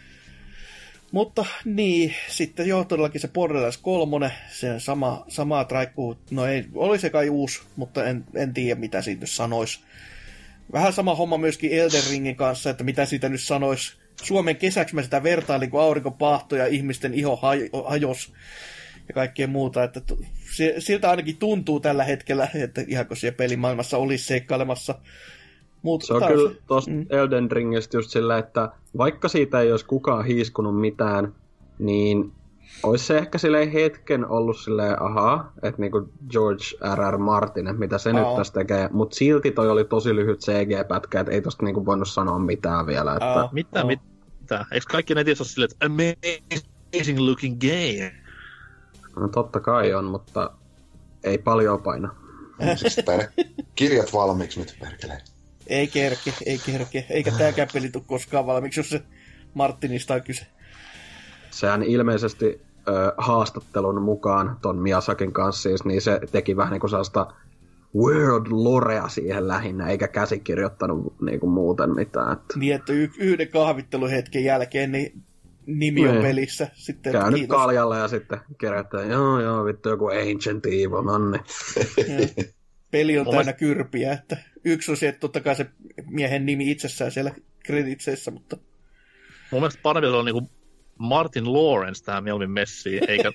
Mutta niin, sitten joo, todellakin se Borderlands kolme, se sama, sama traikkuu, no ei, oli se kai uusi, mutta en, en tiedä mitä siitä nyt sanoisi. Vähän sama homma myöskin Elden Ringin kanssa, että mitä siitä nyt sanoisi. Suomen kesäksi mä sitä vertailin, kun aurinko pahtoi ja ihmisten iho hajos ja kaikkea muuta, että siltä ainakin tuntuu tällä hetkellä, että ihanko siellä pelimaailmassa olisi seikkailemassa. Mut se on taas kyllä tuosta mm. Elden Ringistä just silleen, että vaikka siitä ei olisi kukaan hiiskunut mitään, niin olisi se ehkä silleen hetken ollut silleen, ahaa, että niinku George R R. Martin, että mitä se Aa. nyt tässä tekee, mutta silti toi oli tosi lyhyt C G-pätkä, että ei tosta niinku voinut sanoa mitään vielä. Että... Mitä, mitä? Eikö kaikki netissä ole silleen, että amazing looking game? No totta kai on, mutta ei paljon paina. Siis kirjat valmiiksi nyt, perkeleen. Ei kerke, ei kerke. Eikä tääkään peli tule koskaan valmiiksi, jos se Martinista on kyse. Sehän ilmeisesti äh, haastattelun mukaan ton Miyazakin kanssa siis, niin se teki vähän niin kuin sellaista world lorea siihen lähinnä, eikä käsikirjoittanut niinku muuten mitään. Että... Niin, että y- yhden kahvitteluhetken jälkeen niin nimi on niin pelissä. Sitten käynyt kaljalla ja sitten kirjoittaa, joo joo, vittu joku Ancient Evil, manni. Peli on täynnä mielestä... kyrpiä, että yksi on se, että totta kai se miehen nimi itsessään siellä kreditseissä, mutta... Mun mielestä parempi on niinku Martin Lawrence tähän mieluummin messiin, eikä...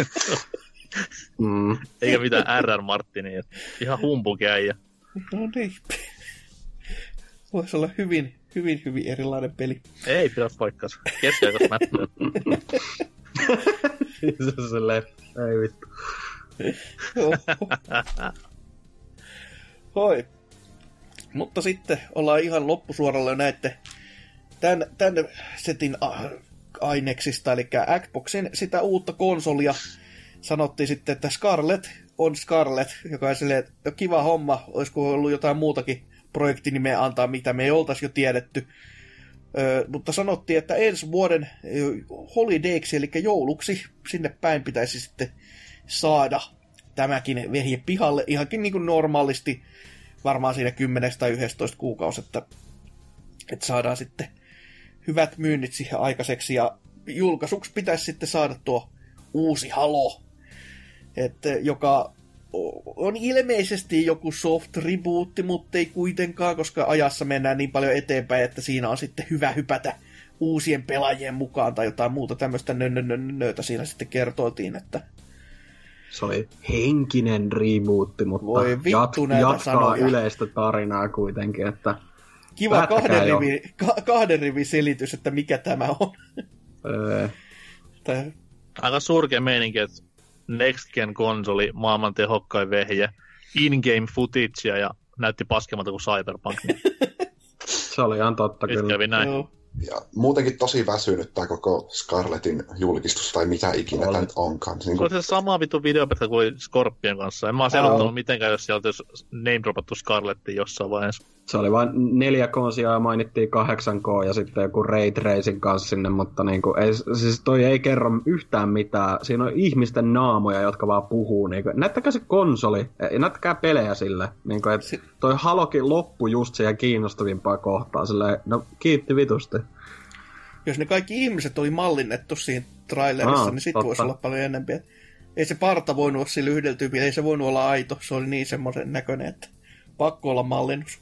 mm. eikä mitään R R. Martinia. Ihan humpukäijä. No niin. Voisi olla hyvin, hyvin, hyvin erilainen peli. Ei pidä paikkaansa. Keskiaikaista mättöä. Se on se leffa. Ei vittu. Hoi. Mutta sitten ollaan ihan loppusuoralla jo näette tämän, tämän setin aineksista, eli Xboxin sitä uutta konsolia. Sanottiin sitten, että Scarlet on Scarlet, joka on silleen, että kiva homma, olisiko ollut jotain muutakin projektinimeä antaa, mitä me ei oltaisi jo tiedetty. Ö, mutta sanottiin, että ensi vuoden holidayksi, eli jouluksi, sinne päin pitäisi sitten saada tämäkin vehje pihalle, ihankin niin kuin normaalisti, varmaan siinä kymmenen tai yksitoista kuukausi, että, että saadaan sitten hyvät myynnit siihen aikaiseksi, ja julkaisuksi pitäisi sitten saada tuo uusi Halo, että, joka on ilmeisesti joku soft rebootti, mutta ei kuitenkaan, koska ajassa mennään niin paljon eteenpäin, että siinä on sitten hyvä hypätä uusien pelaajien mukaan tai jotain muuta tämmöistä nönnönnönnöitä siinä sitten kertoiltiin, että se oli henkinen rebootti, mutta voi vittu jat- näitä jatkaa sanoja. Yleistä tarinaa kuitenkin, että kiva kahden rivin, ka- kahden rivin selitys, että mikä tämä on. Öö. Tai... Aika surkea meininki, että Next Gen konsoli, maailman tehokkain vehje, in-game footagea ja näytti paskemmalta kuin Cyberpunk. Se oli ihan totta nyt kyllä. Kävi näin. Joo. Ja muutenkin tosi väsynyt tää koko Scarletin julkistus, tai mitä ikinä tämä nyt onkaan. Niin kun... Se oli se sama vittu videopätkä kuin oli Scorpion kanssa. En mä oon selottanut mitenkään, jos sieltä olisi name-dropattu Scarlettiin jossain vaiheessa. Se oli vain neljä K-sijaa ja mainittiin kahdeksan K ja sitten joku Ray Tracing kanssa sinne, mutta niinku, ei, siis toi ei kerro yhtään mitään. Siinä on ihmisten naamoja, jotka vaan puhuu. Niinku. Näyttäkää se konsoli, näyttäkää pelejä sille. Niinku, et toi Halokin loppu just siihen kiinnostavimpaa kohtaa. Silleen, no kiitti vitusti. Jos ne kaikki ihmiset oli mallinnettu siinä trailerissa, Aa, niin sit voisi olla paljon enemmän. Ei se parta voinut olla sillä yhdellä tyypillä, ei se voinut olla aito. Se oli niin semmoisen näköinen, että pakko olla mallinnus.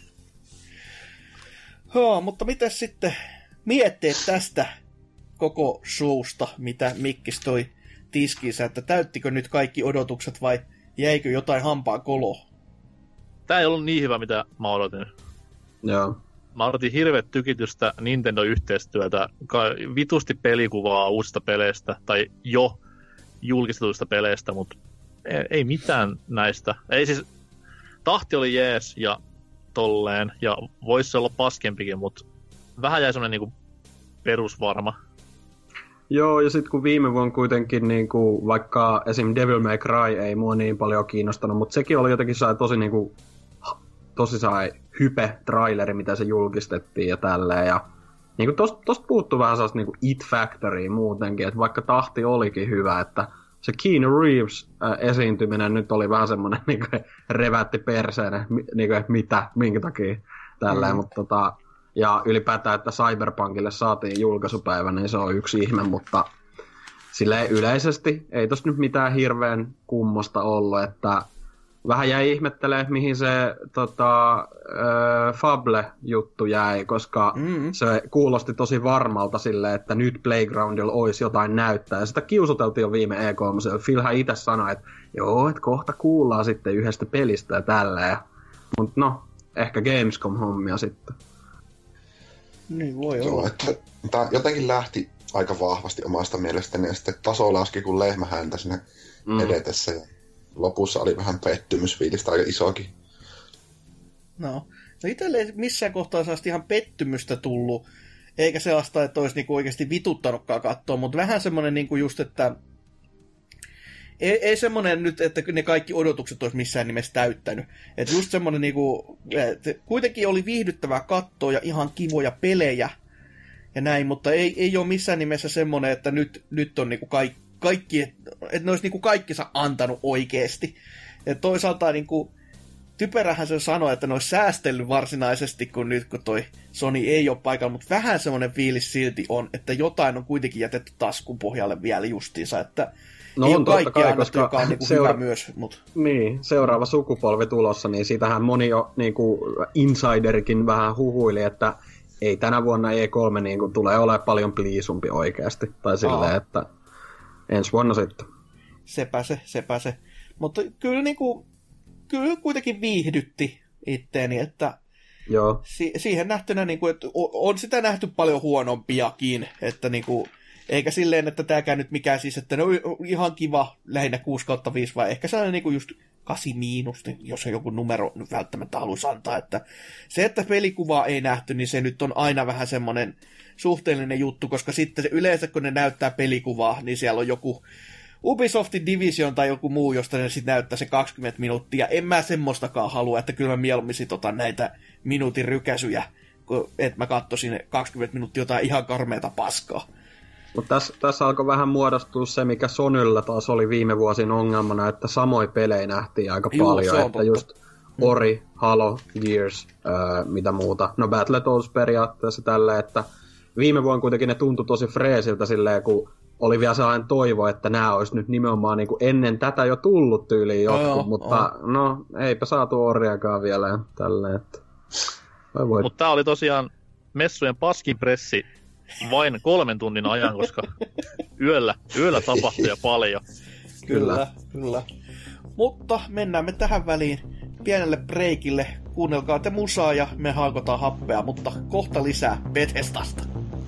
Joo, mutta mitäs sitten mietteet tästä koko showsta, mitä Mikkis toi tiskiinsä, että täyttikö nyt kaikki odotukset vai jäikö jotain hampaan koloa? Tää ei ollut niin hyvä, mitä mä odotin. Joo. Mä odotin hirveät tykitystä Nintendo-yhteistyötä, vitusti pelikuvaa uusista peleistä, tai jo julkistetuista peleistä, mutta ei, ei mitään näistä. Ei siis, tahti oli jees ja tolleen, ja voisi olla paskempikin, mutta vähän jäi semmoinen niinku perusvarma. Joo, ja sitten kun viime vuonna kuitenkin, niinku, vaikka esim. Devil May Cry ei mua niin paljon kiinnostanut, mutta sekin oli jotenkin sai tosi niinku, tosi sai hype-traileri, mitä se julkistettiin ja tälleen, ja niinku tosta, tosta puuttuu vähän sellaista niinku It Factorya muutenkin, että vaikka tahti olikin hyvä, että se Keanu Reeves äh, esiintyminen nyt oli vähän semmoinen niinku revätti perseenä, niinku mitä, minkä takia tälleen, mm. mutta tota, ja ylipäätään, että Cyberpunkille saatiin julkaisupäivä, niin se on yksi ihme, mutta silleen yleisesti ei tossa nyt mitään hirveän kummosta ollut, että vähän jäi ihmettelemään, mihin se tota, äh, Fable-juttu jäi, koska mm-hmm. se kuulosti tosi varmalta silleen, että nyt Playgroundilla olisi jotain näyttää. Ja sitä kiusoteltiin jo viime E kolme. Philhän itse sanoi, että joo, että kohta kuullaan sitten yhdestä pelistä ja tälleen. Mutta no, ehkä Gamescom-hommia sitten. Niin voi olla. Joo, että tämä jotenkin lähti aika vahvasti omasta mielestäni, ja sitten taso laski kuin lehmähäntä siinä mm. edetessä. Ja lopussa oli vähän pettymysfiilistä aika isokin. No, no itselle ei missään kohtaa saasti ihan pettymystä tullut, eikä sellaista, että olisi niinku oikeasti vituttanutkaan katsoa, mutta vähän semmoinen niinku just, että ei, ei semmoinen nyt, että ne kaikki odotukset olisi missään nimessä täyttänyt. Että just semmoinen niinku, että kuitenkin oli viihdyttävää katsoa ja ihan kivoja pelejä ja näin, mutta ei, ei ole missään nimessä semmoinen, että nyt, nyt on niinku kaikki kaikki, että ne olisi niinku kaikkinsa antanut oikeesti. Et toisaalta niinku, typerähän se sanoi, että ne olisi säästellyt varsinaisesti, kun nyt kun toi Sony ei ole paikalla, mutta vähän semmoinen fiilis silti on, että jotain on kuitenkin jätetty taskun pohjalle vielä justiinsa, että no ei on ole kaikki kai, annettu, koska joka on niin seura- hyvä myös. Mut. Niin, seuraava sukupolvi tulossa, niin siitähän moni jo niin kuin insiderikin vähän huhuili, että ei tänä vuonna E kolme niin kuin, tulee olemaan paljon pliisumpi oikeasti. Tai silleen, että ensi vuonna sitten. Sepä se, sepä se. Mutta kyllä, niin kuin, kyllä kuitenkin viihdytti itteeni, että Joo. Si- siihen nähtynä, niin kuin, että on sitä nähty paljon huonompiakin, että niin kuin, eikä silleen, että tämäkään nyt mikään siis, että ne on ihan kiva, lähinnä kuusi kautta viisi, vai ehkä sellainen niin kuin just kahdeksan miinus, jos joku numero nyt välttämättä haluaisi antaa, että se, että pelikuvaa ei nähty, niin se nyt on aina vähän semmoinen suhteellinen juttu, koska sitten se, yleensä kun ne näyttää pelikuvaa, niin siellä on joku Ubisoftin Division tai joku muu, josta ne sitten näyttää se kaksikymmentä minuuttia. En mä semmoistakaan halua, että kyllä mä mieluummin sit otan näitä minuutin rykäsyjä, että mä katsoisin kaksikymmentä minuuttia jotain ihan karmeata paskaa. Mutta tässä, tässä alkoi vähän muodostua se, mikä Sonylla taas oli viime vuosin ongelmana, että samoja pelejä nähtiin aika Juu, paljon. Että totta. just Ori, Halo, Gears, öö, mitä muuta. No Battletoads periaatteessa tälleen, että viime vuonna kuitenkin ne tuntui tosi freesiltä silleen, kun oli vielä sellainen toivo, että nämä olisi nyt nimenomaan niin kuin ennen tätä jo tullut tyyliin jotkut, joo, mutta on. no eipä saatu Oriakaan vielä ja tälleen, että Mutta tää oli tosiaan messujen paskin pressi vain kolmen tunnin ajan, koska yöllä, yöllä tapahtui jo paljon. Kyllä, kyllä. kyllä. Mutta mennään me tähän väliin pienelle breikille. Kuunnelkaa te musaa ja me haakotaan happea, mutta kohta lisää Bethesdasta.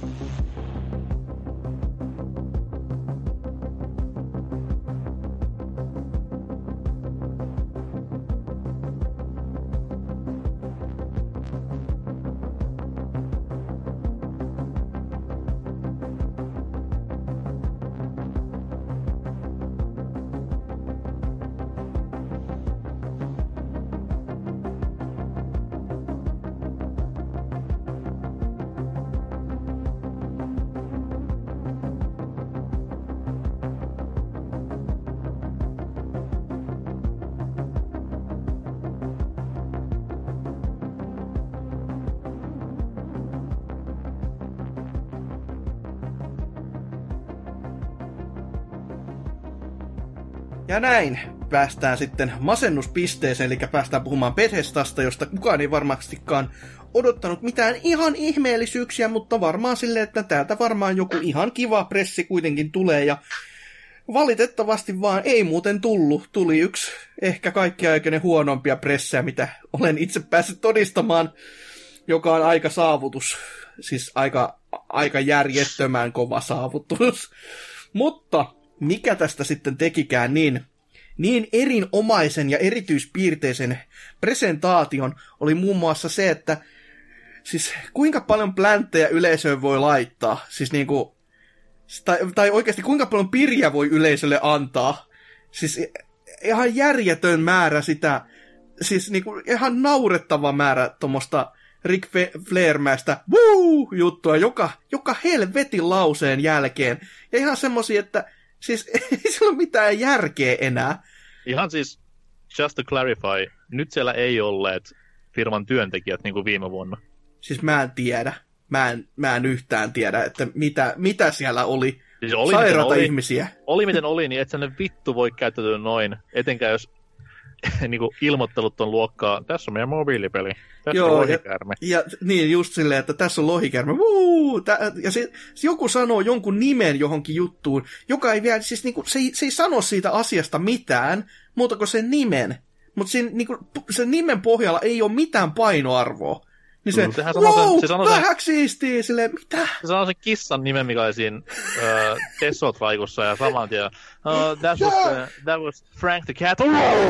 Ja näin päästään sitten masennuspisteeseen, eli päästään puhumaan Bethesdasta, josta kukaan ei varmastikaan odottanut mitään ihan ihmeellisyyksiä, mutta varmaan silleen, että täältä varmaan joku ihan kiva pressi kuitenkin tulee, ja valitettavasti vaan ei muuten tullut. Tuli yksi ehkä kaikkiaikainen huonompia pressejä, mitä olen itse päässyt todistamaan, joka on aika saavutus, siis aika, aika järjettömän kova saavutus. Mutta mikä tästä sitten tekikään niin, niin erinomaisen ja erityispiirteisen presentaation oli muun muassa se, että siis kuinka paljon plänttejä yleisöön voi laittaa, siis niinku, tai, tai oikeasti kuinka paljon pirjä voi yleisölle antaa, siis ihan järjetön määrä sitä, siis niinku ihan naurettava määrä tuommoista Ric Flair-mäistä woo-juttua joka, joka helvetin lauseen jälkeen, ja ihan semmosia, että siis ei sillä ole mitään järkeä enää. Ihan siis, just to clarify, nyt siellä ei olleet firman työntekijät niin kuin viime vuonna. Siis mä en tiedä. Mä en, mä en yhtään tiedä, että mitä, mitä siellä oli. Siis oli sairaata oli, ihmisiä. Oli miten oli, niin et sä ne vittu voi käyttäytyä noin. Etenkään jos niin kuin ilmoittelut on luokkaa, tässä on meidän mobiilipeli, tässä Joo, on lohikäärme. Ja, ja niin just silleen, että tässä on lohikäärme. Wuu, tä, ja se, se joku sanoo jonkun nimen johonkin juttuun, joka ei vielä, siis niinku, se, ei, se ei sano siitä asiasta mitään, muuta kuin sen nimen. Mutta sen, niinku, sen nimen pohjalla ei ole mitään painoarvoa. Niin se, Mm, sehän wow, sanoo sen- se sanoo sen- vähäksi siistiä, silleen, mitä? Se sanoo sen kissan nimen, mikä oli siinä uh, Tessot-raikussa, ja saman tien, uh, that, was, uh, that was Frank the Cat.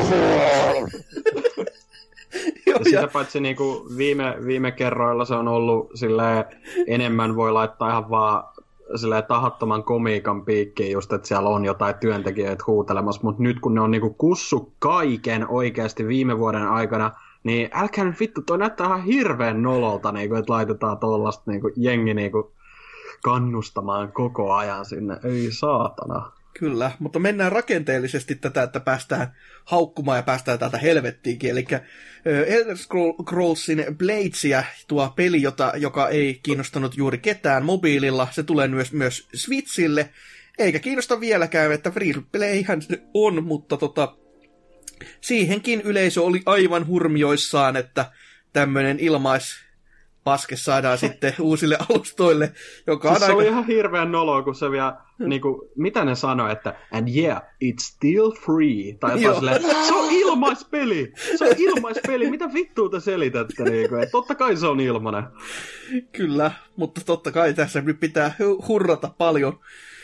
Joo, Ja sitä ja, paitsi niinku viime, viime kerroilla se on ollut silleen, enemmän voi laittaa ihan vaan silleen tahattoman komiikan piikkiin just, että siellä on jotain työntekijöitä huutelemassa, mutta nyt kun ne on niinku kussu kaiken oikeasti viime vuoden aikana, niin älkää nyt vittu, toi näyttää ihan hirveän nololta, niinku, että laitetaan tollasta niinku, jengi niinku, kannustamaan koko ajan sinne. Ei saatana. Kyllä, mutta mennään rakenteellisesti tätä, että päästään haukkumaan ja päästään täältä helvettiinkin. Eli Elder Scrollsin Bladesia, tuo peli, jota, joka ei kiinnostanut juuri ketään mobiililla, se tulee myös, myös Switchille, eikä kiinnosta vieläkään, että free playhän se on, mutta tota, siihenkin yleisö oli aivan hurmioissaan, että tämmöinen ilmais... paske saadaan sitten uusille alustoille, joka on siis se aika... oli ihan hirveän noloa, kun se vielä, niin kuin, mitä ne sanoi, että and yeah, it's still free, tai jotain silleen, se on ilmaispeli, se on ilmaispeli, mitä vittua te selitätte, niin kuin, että totta kai se on ilmanen. Kyllä, mutta totta kai tässä nyt pitää hurrata paljon.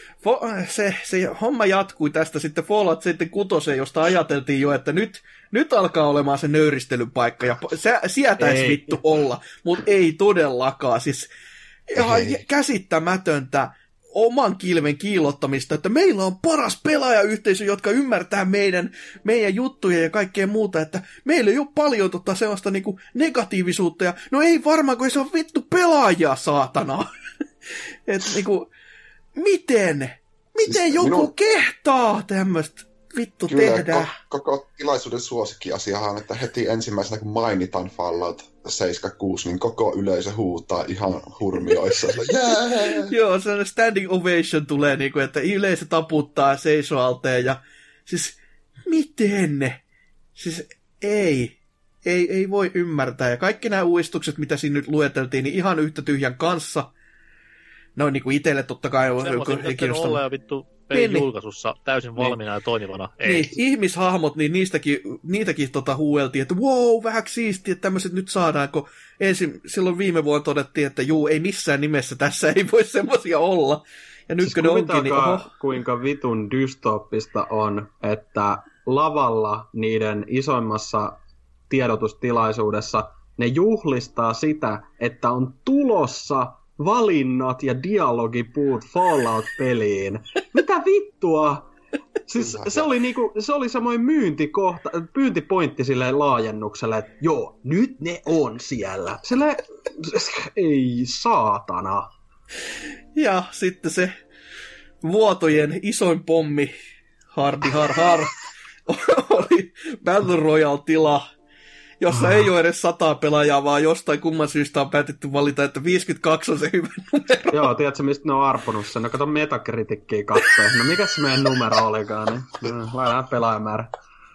Se, se homma jatkui tästä sitten Fallout seitsemänkymmentäkuusi, josta ajateltiin jo, että nyt, nyt alkaa olemaan se nöyristelypaikka, ja se sietäisi vittu olla, mutta ei todellakaan. Siis ihan ei. Käsittämätöntä oman kilven kiillottamista, että meillä on paras pelaajayhteisö, jotka ymmärtää meidän, meidän juttuja ja kaikkea muuta, että meillä ei ole paljon tota sellaista niinku negatiivisuutta, ja no ei varmaan, kun ei se ole vittu pelaajia, saatana. Että niinku... Miten? Miten siis joku minun... kehtaa tämmöistä vittu Kyllä, tehdään? Ko- koko tilaisuuden suosikkiasiahan on, että heti ensimmäisenä kun mainitaan Fallout seitsemänkymmentäkuusi, niin koko yleisö huutaa ihan hurmioissa. Yeah! Joo, sellainen standing ovation tulee, niin kuin, että yleisö taputtaa seisoalteen ja siis miten? Siis ei. Ei, ei voi ymmärtää. Ja kaikki nämä uudistukset, mitä siinä nyt lueteltiin, niin ihan yhtä tyhjän kanssa. No niin kuin itselle totta kai on... Semmoisin pitänyt olla jo vittu pelin niin, julkaisussa täysin valmiina niin, ja toimivana. Ei. Niin, ihmishahmot, niin niistäkin, niitäkin tota huueltiin, että wow, vähän siistiä, että tämmöiset nyt saadaan, kun ensin, silloin viime vuonna todettiin, että juu, ei missään nimessä tässä ei voi semmoisia olla. Ja nyt siis kun ne onkin, niin oho. Kuinka vitun dystooppista on, että lavalla niiden isoimmassa tiedotustilaisuudessa ne juhlistaa sitä, että on tulossa valinnat ja dialogipuut Fallout-peliin. Mitä vittua? Siis se oli niinku, se oli samoin myyntikohta, myyntipointti sille laajennukselle, että joo, nyt ne on siellä. Sille, ei saatana. Ja sitten se vuotojen isoin pommi, hardi har har, oli Battle Royale-tila, jossa ei ole edes sataa pelaajaa, vaan jostain kumman syystä on päätetty valita, että viisikymmentäkaksi on se hyvä numero. Joo, tiedätkö mistä ne on arponut sen? No kato Metacritickiä katsoa. No mikä se meidän numero olikaan? Niin? Laitetaan pelaajamäärä.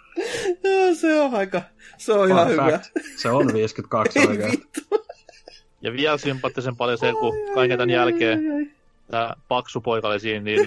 Joo, se on aika, se on ihan fact. hyvä. Se on viisikymmentäkaksi oikein. Ja vielä sympaattisen paljon se, kun kaiken tämän jälkeen tämä paksu poika oli siinä, niin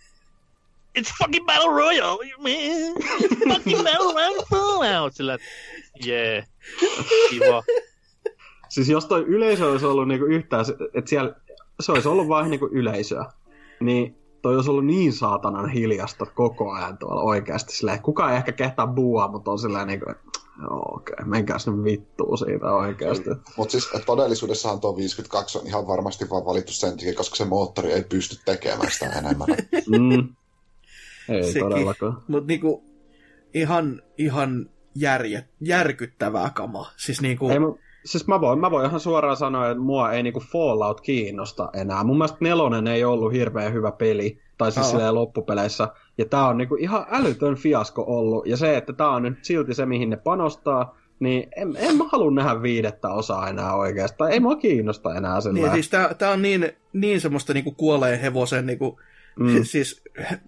it's fucking Battle Royale, man! It's fucking Battle Royale Fallout! Sillä, että jee, kiva. Siis jos toi yleisö olisi ollut niinku yhtään, että siellä se olisi ollut vain niinku yleisöä, niin toi olisi ollut niin saatanan hiljasta koko ajan tuolla oikeasti. Silleen, kukaan ei ehkä kehtaa buua, mutta on silleen niinku, joo okei, okay, menkääs nyt vittuun siitä oikeasti. Mutta siis todellisuudessahan tuo viisikymmentäkaksi on ihan varmasti vaan valittu sen takia, koska se moottori ei pysty tekemään sitä enemmän. mm. Ei sekin, todellakaan. Mutta niinku ihan, ihan järje, järkyttävää kamaa. Siis niinku... Ei, Siis mä voin, mä voin ihan suoraan sanoa, että mua ei niinku Fallout kiinnosta enää. Mun mielestä nelonen ei ollut hirveän hyvä peli, tai siis silleen loppupeleissä. Ja tää on niinku ihan älytön fiasko ollut. Ja se, että tää on nyt silti se, mihin ne panostaa, niin en, en mä halua nähdä viidettä osaa enää oikeastaan. Ei mua kiinnosta enää sillä. Niin, siis tää, tää on niin, niin semmoista niinku kuolleen hevosen niinku, mm. siis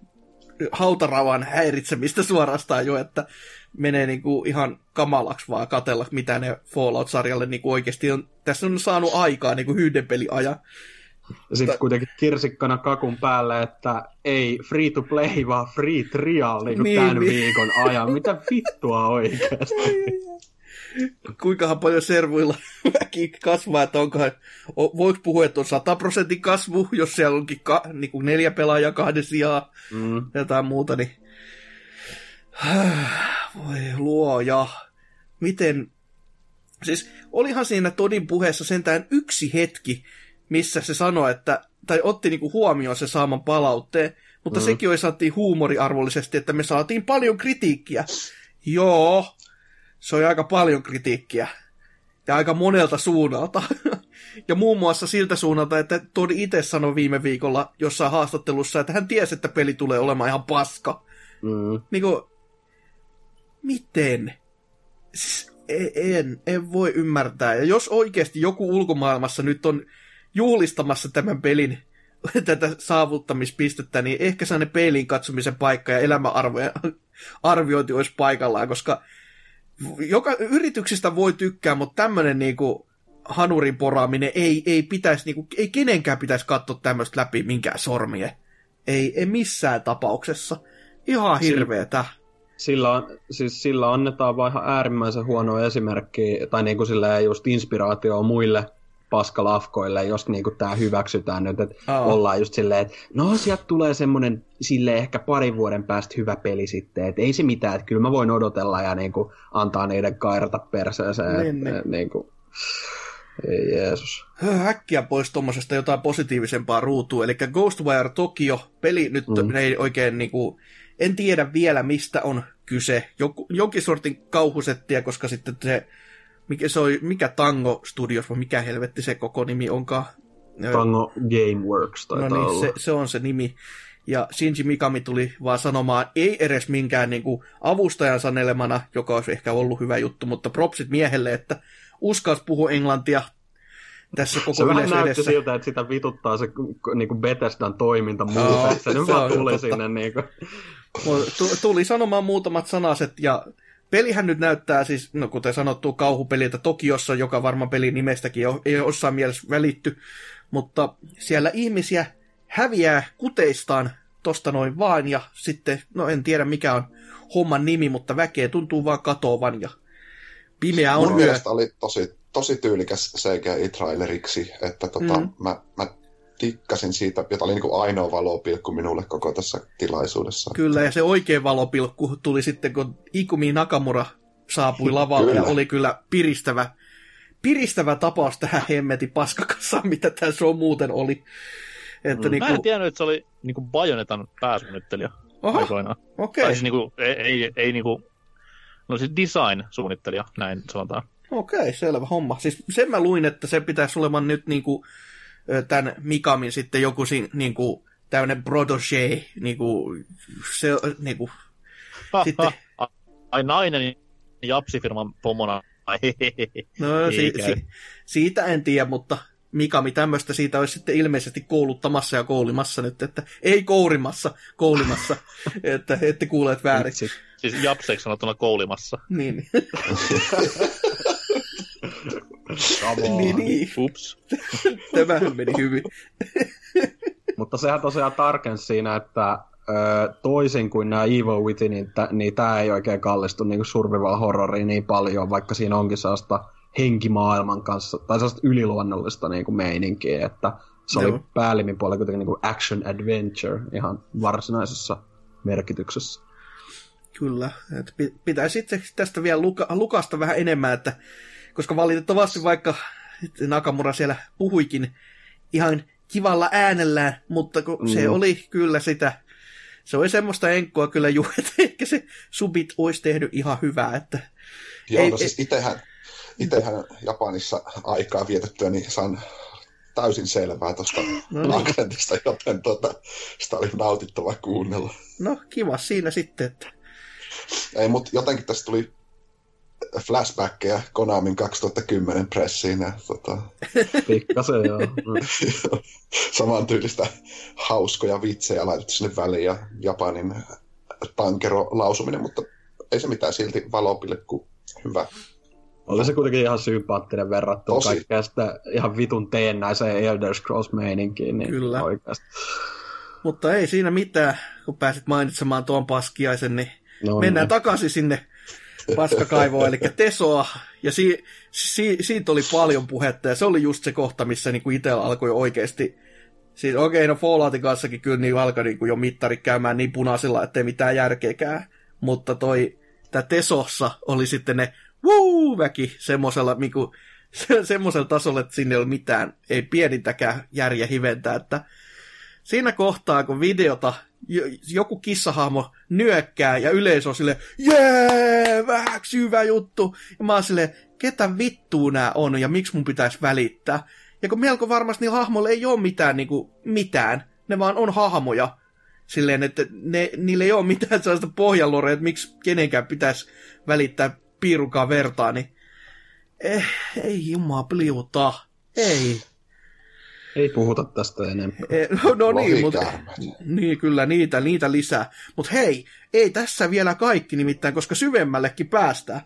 hautaravan häiritsemistä suorastaan jo, että menee niinku ihan kamalaksi vaan katsella, mitä ne Fallout-sarjalle niinku oikeasti on. Tässä on saanut aikaa niinku yhden peliajan. Ja sitten kuitenkin kirsikkana kakun päälle, että ei free to play, vaan free trial niinku niin, tämän niin. viikon ajan. Mitä vittua oikeasti? Kuinkahan paljon servuilla väki kasvaa, että onkohan, voiko puhua, että on sata prosentin kasvu, jos siellä onkin ka, niin kuin neljä pelaajaa kahden sijaan, mm. jotain muuta, niin voi luoja. Miten, siis olihan siinä Todin puheessa sentään yksi hetki, missä se sanoi, että, tai otti niinku huomioon se saaman palautteen, mutta mm. sekin saatiin huumoriarvollisesti, että me saatiin paljon kritiikkiä. Joo, se oli aika paljon kritiikkiä. Ja aika monelta suunnalta. Ja muun muassa siltä suunnalta, että Todd itse sanoi viime viikolla jossain haastattelussa, että hän tiesi, että peli tulee olemaan ihan paska. Mm. Niin kuin, miten? Siis, en, en voi ymmärtää. Ja jos oikeasti joku ulkomaailmassa nyt on juhlistamassa tämän pelin tätä saavuttamispistettä, niin ehkä sellainen peiliin katsomisen paikka ja elämäarviointi olisi paikallaan, koska joka yrityksistä voi tykkää, mutta tämmöinen niinku hanurin poraaminen ei, ei pitäisi, niinku, ei kenenkään pitäisi katsoa tämmöistä läpi minkään sormien. Ei, ei missään tapauksessa. Ihan hirveetä. Sillä, on, siis sillä annetaan vaan ihan äärimmäisen huonoa esimerkkiä, tai niinku silleen just inspiraatioa muille paskalafkoille, jos niinku tää hyväksytään nyt, että oh. ollaan just silleen, että no sieltä tulee semmonen silleen ehkä parin vuoden päästä hyvä peli sitten, että ei se mitään, että kyllä mä voin odotella ja niinku antaa niiden kairata perseeseen. Niin, niin. Niinku, ei Jeesus. Äkkiä pois tommosesta jotain positiivisempaa ruutua, eli Ghostwire Tokyo, peli nyt mm. ei oikein niinku, en tiedä vielä mistä on kyse, Jok, jonkin sortin kauhusettiä, koska sitten se Mikä, se oli, mikä Tango Studios, vai mikä helvetti se koko nimi onkaan? Tango Gameworks taitaa no niin, olla. Se, se on se nimi. Ja Shinji Mikami tuli vaan sanomaan, ei edes minkään niin kuin, avustajan sanelemana, joka olisi ehkä ollut hyvä juttu, mutta propsit miehelle, että uskalsi puhua englantia tässä koko se vähän näytti edessä. siltä, että sitä vituttaa se niin kuin Bethesdan toiminta muuten. Se nyt vaan tuli sinne. Niin kuin. Tuli sanomaan muutamat sanaset ja pelihän nyt näyttää siis, no kuten sanottu, kauhupeliltä Tokiossa, joka varmaan pelin nimestäkin ei ole jossain mielessä välitty, mutta siellä ihmisiä häviää kuteistaan tosta noin vaan, ja sitten, no en tiedä mikä on homman nimi, mutta väkeä tuntuu vaan katoavan, ja pimeä on Mun yö. mielestä oli tosi, tosi tyylikäs C G I-traileriksi, että tota, mm. mä, mä tikkasin siitä, jota oli niin kuin ainoa valopilkku minulle koko tässä tilaisuudessa. Kyllä, ja se oikea valopilkku tuli sitten, kun Ikumi Nakamura saapui lavalle, ja oli kyllä piristävä, piristävä tapaus tähän hemmetin paskakassaan, mitä tämä show muuten oli. Että mm. niinku... Mä en tiennyt, että se oli niinku Bayonetan pääsuunnittelija aikoinaan. Okei. Tai siis niinku, ei, ei, ei niinku, no siis design-suunnittelija, näin sanotaan. Okei, selvä homma. Siis sen mä luin, että se pitäisi olemaan nyt niinku tämän Mikamin sitten joku niinku tämmönen protégé, niinku se niinku ha, sitten ha, ai nainen japsifirman pomona. No si- si- siitä en tiedä, mutta Mikami tämmöistä siitä olisi sitten ilmeisesti kouluttamassa ja koulimassa nyt, että ei kourimassa, koulimassa, että ette kuuleet väärin. Siis japseiksi sanottuna koulimassa. Niin. niin, niin. Ups. Tämähän meni hyvin. Mutta sehän tosiaan tarkensi siinä, että ö, toisin kuin nämä Evil Within, niin, t- niin tämä ei oikein kallistu niin survival horroriin niin paljon, vaikka siinä onkin sellaista henkimaailman kanssa, tai sellaista yliluonnollista niin kuin meininkiä, että se oli Joo. päällimmin puolella kuitenkin niin kuin action adventure ihan varsinaisessa merkityksessä. Kyllä, että pitäisi itse tästä vielä luka- lukasta vähän enemmän, että koska valitettavasti vaikka Nakamura siellä puhuikin ihan kivalla äänellään, mutta kun se mm. oli kyllä sitä, se oli semmoista enkkoa kyllä juu, että ehkä se subit olisi tehnyt ihan hyvää. Että Joo, ei, no siis itehän, itehän Japanissa aikaa vietettyä, niin saan täysin selvää tuosta no, akentista, joten tuota, sitä oli nautittava kuunnella. No kiva siinä sitten, että ei, mutta jotenkin tästä tuli flashbackkejä Konamin kaksituhattakymmenen pressiin. Ja, tota... Pikkasen, joo. Saman tyylistä hauskoja vitsejä laitettu sinne väliin ja Japanin tankero lausuminen, mutta ei se mitään silti valopilkku hyvä. Oli se kuitenkin ihan sympaattinen verrattuna kaikkea sitä ihan vitun teennäiseen Elder Scrolls-meininkiin. Niin kyllä. Oikeasti. Mutta ei siinä mitään, kun pääsit mainitsemaan tuon paskiaisen, niin no, mennään no. takaisin sinne paskakaivoon, eli Tesoa, ja si, si, siitä oli paljon puhetta, ja se oli just se kohta, missä niin itsellä alkoi oikeasti, siis okei, okay, no Falloutin kanssakin kyllä niin alkoi niin jo mittari käymään niin punaisilla, ettei mitään järkeäkään, mutta toi, tää Tesossa oli sitten ne wuu-väki semmoisella, niin kuin, se, semmoisella tasolla, että sinne ei ole mitään, ei pienintäkään järjä hiventää, että siinä kohtaa, kun videota joku kissahahmo nyökkää ja yleisö on silleen, jee, vähäksi hyvä juttu. Ja mä oon silleen, ketä vittua nää on ja miksi mun pitäisi välittää. Ja kun melko varmasti niillä hahmoilla ei ole mitään, niin kuin, mitään. Ne vaan on hahmoja. Silleen, että ne, niillä ei ole mitään sellaista pohjalorea, että miksi kenenkään pitäisi välittää piirukaa vertaa, niin eh, ei jumapliuta. Ei. Ei puhuta tästä enempää. Eh, no, no niin, mutta niin, kyllä niitä, niitä lisää. Mutta hei, ei tässä vielä kaikki nimittäin, koska syvemmällekin päästään.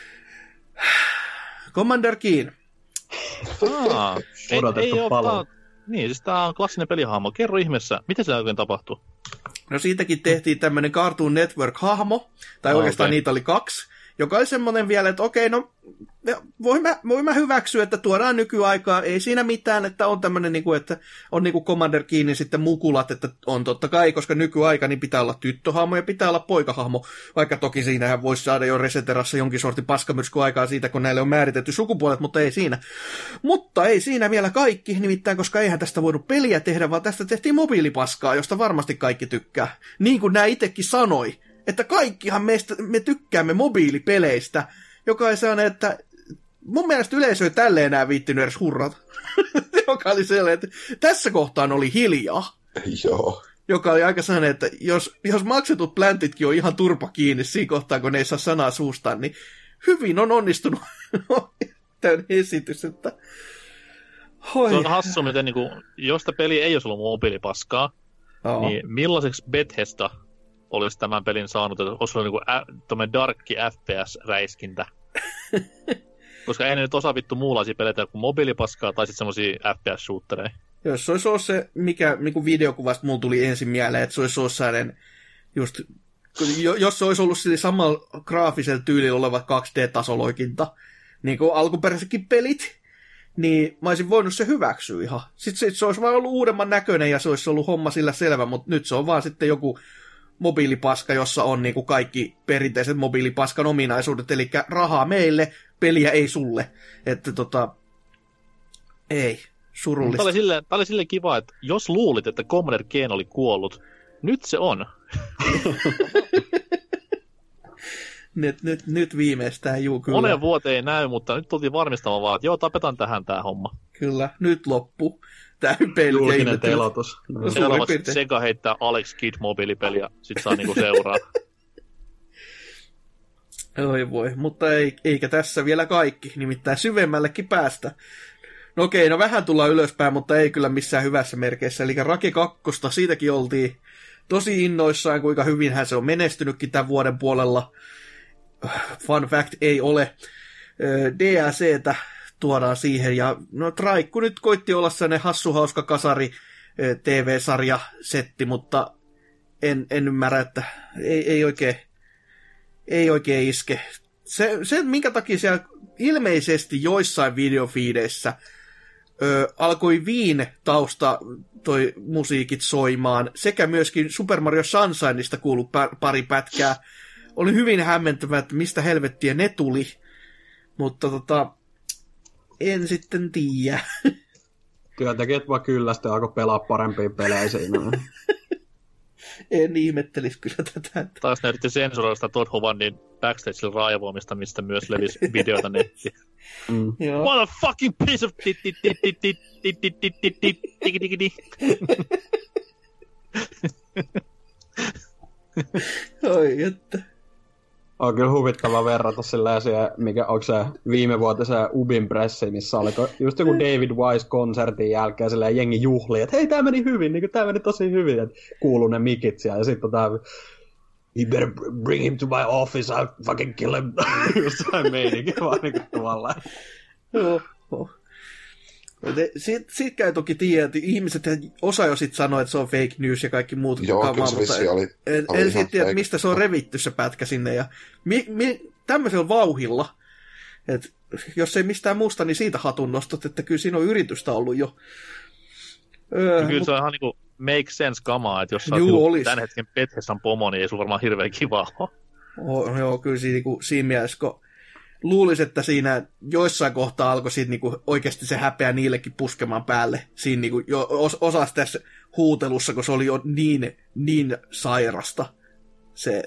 Commander Keen. Aa, ei, ei ole palo. Niin, siis tää on klassinen pelihahmo. Kerro ihmeessä, miten se oikein tapahtuu? No siitäkin tehtiin tämmönen Cartoon Network-hahmo, tai no, oikeastaan okay. niitä oli kaksi, joka oli semmoinen vielä, että okei, no voin mä, voin mä hyväksyä, että tuodaan nykyaikaa, ei siinä mitään, että on tämmöinen, niin kuin, että on niin kuin Commander Keen sitten mukulat, että on totta kai, koska nykyaika, niin pitää olla tyttöhahmo ja pitää olla poikahahmo, vaikka toki siinähän voisi saada jo Reseterassa jonkin sortin paskamyrskyaikaa siitä, kun näille on määritetty sukupuolet, mutta ei siinä. Mutta ei siinä vielä kaikki, nimittäin, koska eihän tästä voinut peliä tehdä, vaan tästä tehtiin mobiilipaskaa, josta varmasti kaikki tykkää. Niin kuin nämä itsekin sanoi, että kaikkihan meistä, me tykkäämme mobiilipeleistä, joka ei sellainen, että mun mielestä yleisö ei tälleen enää viittinyt edes hurrata. Joka oli sellainen, että tässä kohtaan oli hiljaa. Joo. Joka oli aika sellainen, että jos, jos maksetut pläntitkin on ihan turpa kiinni siinä kohtaa, kun ne ei saa sanaa suustaan, niin hyvin on onnistunut tämän esitys, että hoi. Se on hassu, miten niin kuin, jos tämä peli ei olisi ollut mobiilipaskaa, Oho. niin millaiseksi Bethesda olisi tämän pelin saanut, että olisi ollut niin ä, darkki F P S-räiskintä. Koska ei ne nyt osaa vittu muunlaisia pelejä kuin mobiilipaskaa tai sitten semmosia F P S-shootereja. Jos se olisi ollut se, mikä niin videokuvasta mulla tuli ensin mieleen, että se olisi ollut sellainen, just, jos se olisi ollut sillä samalla graafisella tyylillä oleva kaksi D-tasoloikinta, niin kuin alkuperäisetkin pelit, niin mä olisin voinut se hyväksyä ihan. Sitten sit se olisi vaan ollut uudemman näköinen ja se olisi ollut homma sillä selvä, mutta nyt se on vaan sitten joku mobiilipaska, jossa on niin kuin kaikki perinteiset mobiilipaskan ominaisuudet, eli rahaa meille, peliä ei sulle. Että tota, ei, surullista. Tämä oli silleen, tämä oli silleen kiva, että jos luulit, että Commander Keen oli kuollut, nyt se on. nyt, nyt, nyt viimeistään, juu, kyllä. Moneen vuoteen ei näy, mutta nyt tultiin varmistamaan vaan, että joo, tapetaan tähän tää homma. Kyllä, nyt loppu. Tää peli. Julkinen telotus. No, seuraavaksi Sega heittää Alex Kidd mobiilipeliä, sit saa niinku seuraa. Oi voi, mutta ei, eikä tässä vielä kaikki, nimittäin syvemmällekin päästä. No okei, no vähän tullaan ylöspäin, mutta ei kyllä missään hyvässä merkeissä. Eli Rake kakkosta, siitäkin oltiin tosi innoissaan, kuinka hyvinhän se on menestynytkin tämän vuoden puolella. Fun fact, ei ole. D L C:tä tuodaan siihen, ja no Traikku nyt koitti olla sellainen hassuhauska kasari T V-sarja-setti, mutta en, en ymmärrä, että ei, ei oikein ei oikein iske. Se, se, minkä takia siellä ilmeisesti joissain videofiideissä ö, alkoi Viin tausta toi musiikit soimaan, sekä myöskin Super Mario Sunshineista kuului pari pätkää. Oli hyvin hämmentävää, että mistä helvettiä ne tuli, mutta tota, en sitten tiedä. Työntekijät vaan kyllästyy, alkoi pelaa parempia pelejä siinä. En ihmettelisi kyllä tätä. Taas ne yritti sensuroida sitä Todd Howardin backstage raivoamista, mistä myös levisi videota nettiin. Mm. What a fucking piece of... Oi, että... On kyllä huvittava verrata silleen siihen, mikä onko se viime vuotiseen Ubin pressi, missä oli just joku David Wise-konsertin jälkeen silleen jengi juhli, että hei, tää meni hyvin, niin tää meni tosi hyvin, että kuuluu ne mikit siellä, ja sitten tää you better bring him to my office, I'll fucking kill him. Just sehän meininkin vaan niin kuin tavallaan. Joo, joo. Siitä, siitä käy toki tiedä, että ihmiset, osa jo sitten sanoo, että se on fake news ja kaikki muut. Joo, kamaa, kyllä se vissi oli. En, oli en sitten tiedä, fake. mistä se on revitty se pätkä sinne. Ja mi, mi, tämmöisellä vauhilla, että jos ei mistään muusta, niin siitä hatun nostot, että kyllä siinä on yritystä ollut jo. Öö, kyllä mut... se on ihan niinku make sense kamaa, että jos sä Juu, oot tämän hetken Bethesdan pomo, niin ei sulla varmaan hirveän kivaa ole. Oh, joo, kyllä siinä, niin siinä mielessä, kun luulisi, että siinä joissain kohtaa alkoi siitä niin kuin oikeasti se häpeä niillekin puskemaan päälle siinä niin kuin jo osasi tässä huutelussa, kun se oli jo niin, niin sairasta se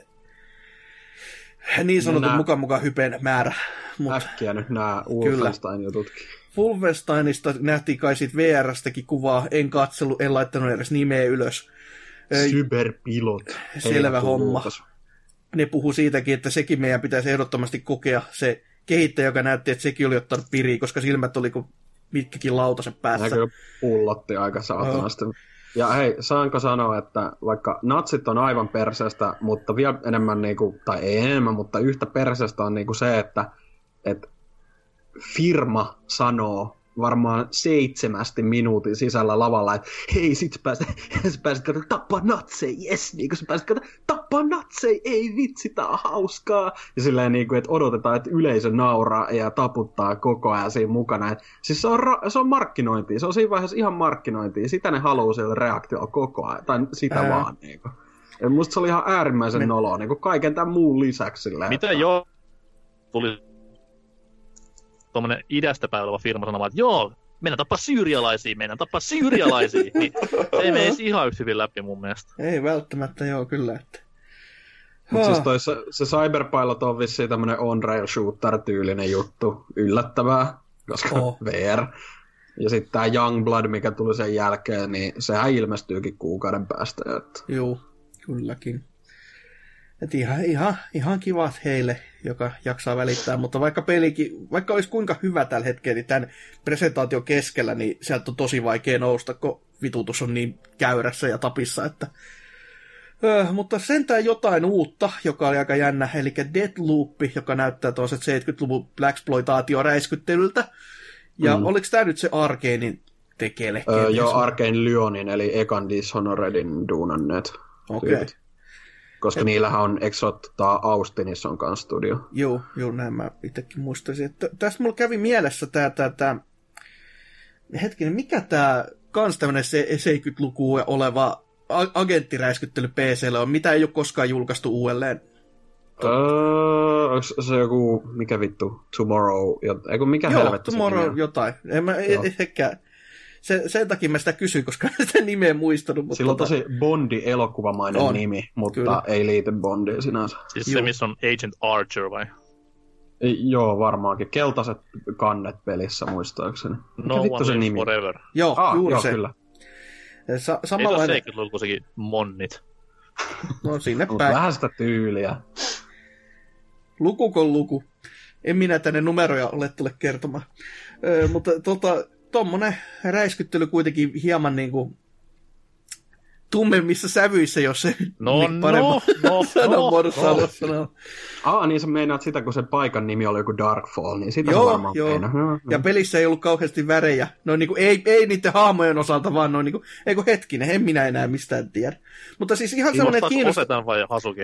niin sanotun nää... mukaan mukaan hypen määrä. Mut... Äkkiä nyt nämä Wolfenstein-jututkin. Wolfensteinista nähtiin kai siitä V R:stäkin kuvaa. En katsellut, en laittanut edes nimeä ylös. Cyberpilot. Selvä homma. Ne puhuu siitäkin, että sekin meidän pitäisi ehdottomasti kokea. Se kehittäjä, joka näytti, että sekin oli ottanut piriä, koska silmät oli kuin mitkäkin lautasen päässä. Näkö pullotti aika saatanasti. Oh. Ja hei, saanko sanoa, että vaikka natsit on aivan perseestä, mutta vielä enemmän, niinku, tai ei enemmän, mutta yhtä perseestä on niinku se, että et firma sanoo varmaan seitsemästi minuutin sisällä lavalla, että hei, sit sä pääset, sä pääset kato, tappaa natseja, jes, niin kun sä pääset kato, tappaa natseja, ei vitsi, tää on hauskaa. Ja silleen niin kuin, että odotetaan, että yleisö nauraa ja taputtaa koko ajan siinä mukana. Et, siis se on, ra- se on markkinointia, se on siinä vaiheessa ihan markkinointia, sitä ne haluaa sillä reaktiolla koko ajan, tai sitä Ää. vaan. Niin kuin. Ja musta se oli ihan äärimmäisen Me... noloa, niin kuin kaiken tämän muun lisäksi. Silleen, mitä että... joo tuli... tuommoinen idästä päin oleva firma sanomaan, että joo, mennään tappaa syyrialaisia, mennään tappaa syyrialaisia. Niin se ei mene ihan yksi hyvin läpi mun mielestä. Ei välttämättä, joo, kyllä. Että... Mutta siis toi, se, se Cyberpilot on vissiin tämmönen on-rail shooter-tyylinen juttu. Yllättävää, koska oh. V R. Ja sitten tää Youngblood, mikä tuli sen jälkeen, niin sehän ilmestyykin kuukauden päästä. Että... Joo, kylläkin. Et ihan, ihan, ihan kivat heille, joka jaksaa välittää, mutta vaikka pelikin, vaikka olisi kuinka hyvä tällä hetkellä, niin tämän presentaation keskellä, niin sieltä on tosi vaikea nousta, kun vitutus on niin käyrässä ja tapissa, että... Öö, mutta sentään jotain uutta, joka oli aika jännä, eli Deathloop, joka näyttää tuollaiset seitsemänkymmentäluvun blaxploitaatioräiskyttelyltä. Ja mm. oliko tämä nyt se Arkanein tekele? Öö, joo, Arkane Lyonin, eli ekan Dishonoredin duunanneet. Okei. Okay. Koska Et... niillähän on, eikö se ole Austinissa on kanssa studio? Joo, joo, näin mä itsekin muistaisin. Että tästä mulla kävi mielessä tää, tää, tää... hetkinen, mikä tää kans tämmönen seitsemänkymmentäluku oleva agenttiräiskyttely P C:lle on, mitä ei ole koskaan julkaistu uudelleen? Öö, onko se joku, mikä vittu, Tomorrow, eikö mikä Joo, helvetti Tomorrow jotain. En mä ehkä... Se, sen takia mä sitä kysyin, koska sitä nimeä muistanut. Mutta sillä on tota... tosi Bondi-elokuvamainen on. nimi, mutta Kyllä. ei liity Bondiin sinänsä. Siis Juh. se, missä on Agent Archer vai? Ei, joo, varmaankin. Keltaiset kannet pelissä, muistaakseni. No One se nimi? Forever. Joo, ah, juuri joo, se. Kyllä. Sa- ei samanlainen... se ole seitsemänkymmentäluvulta sekin monnit. No sinne päin. Vähän sitä tyyliä. Lukukon luku. En minä tänne numeroja ole tule kertomaan. Ö, mutta tota... Tuommoinen räiskyttely kuitenkin hieman niinku tummemmissa sävyissä, jos se no, niin paremmin no, no, sanamuodossa no, no. sanoa. Ah, niin sä meinaat sitä, kun sen paikan nimi oli joku Darkfall, niin sitä joo, varmaan joo. meina. Ja pelissä ei ollut kauheasti värejä. No niinku, ei, ei niiden haamojen osalta, vaan noin niinku, eikö hetkinen, en minä enää mistään tiedä. Mutta siis ihan semmoinen kiinnostaa. Osetan vai Hasuki?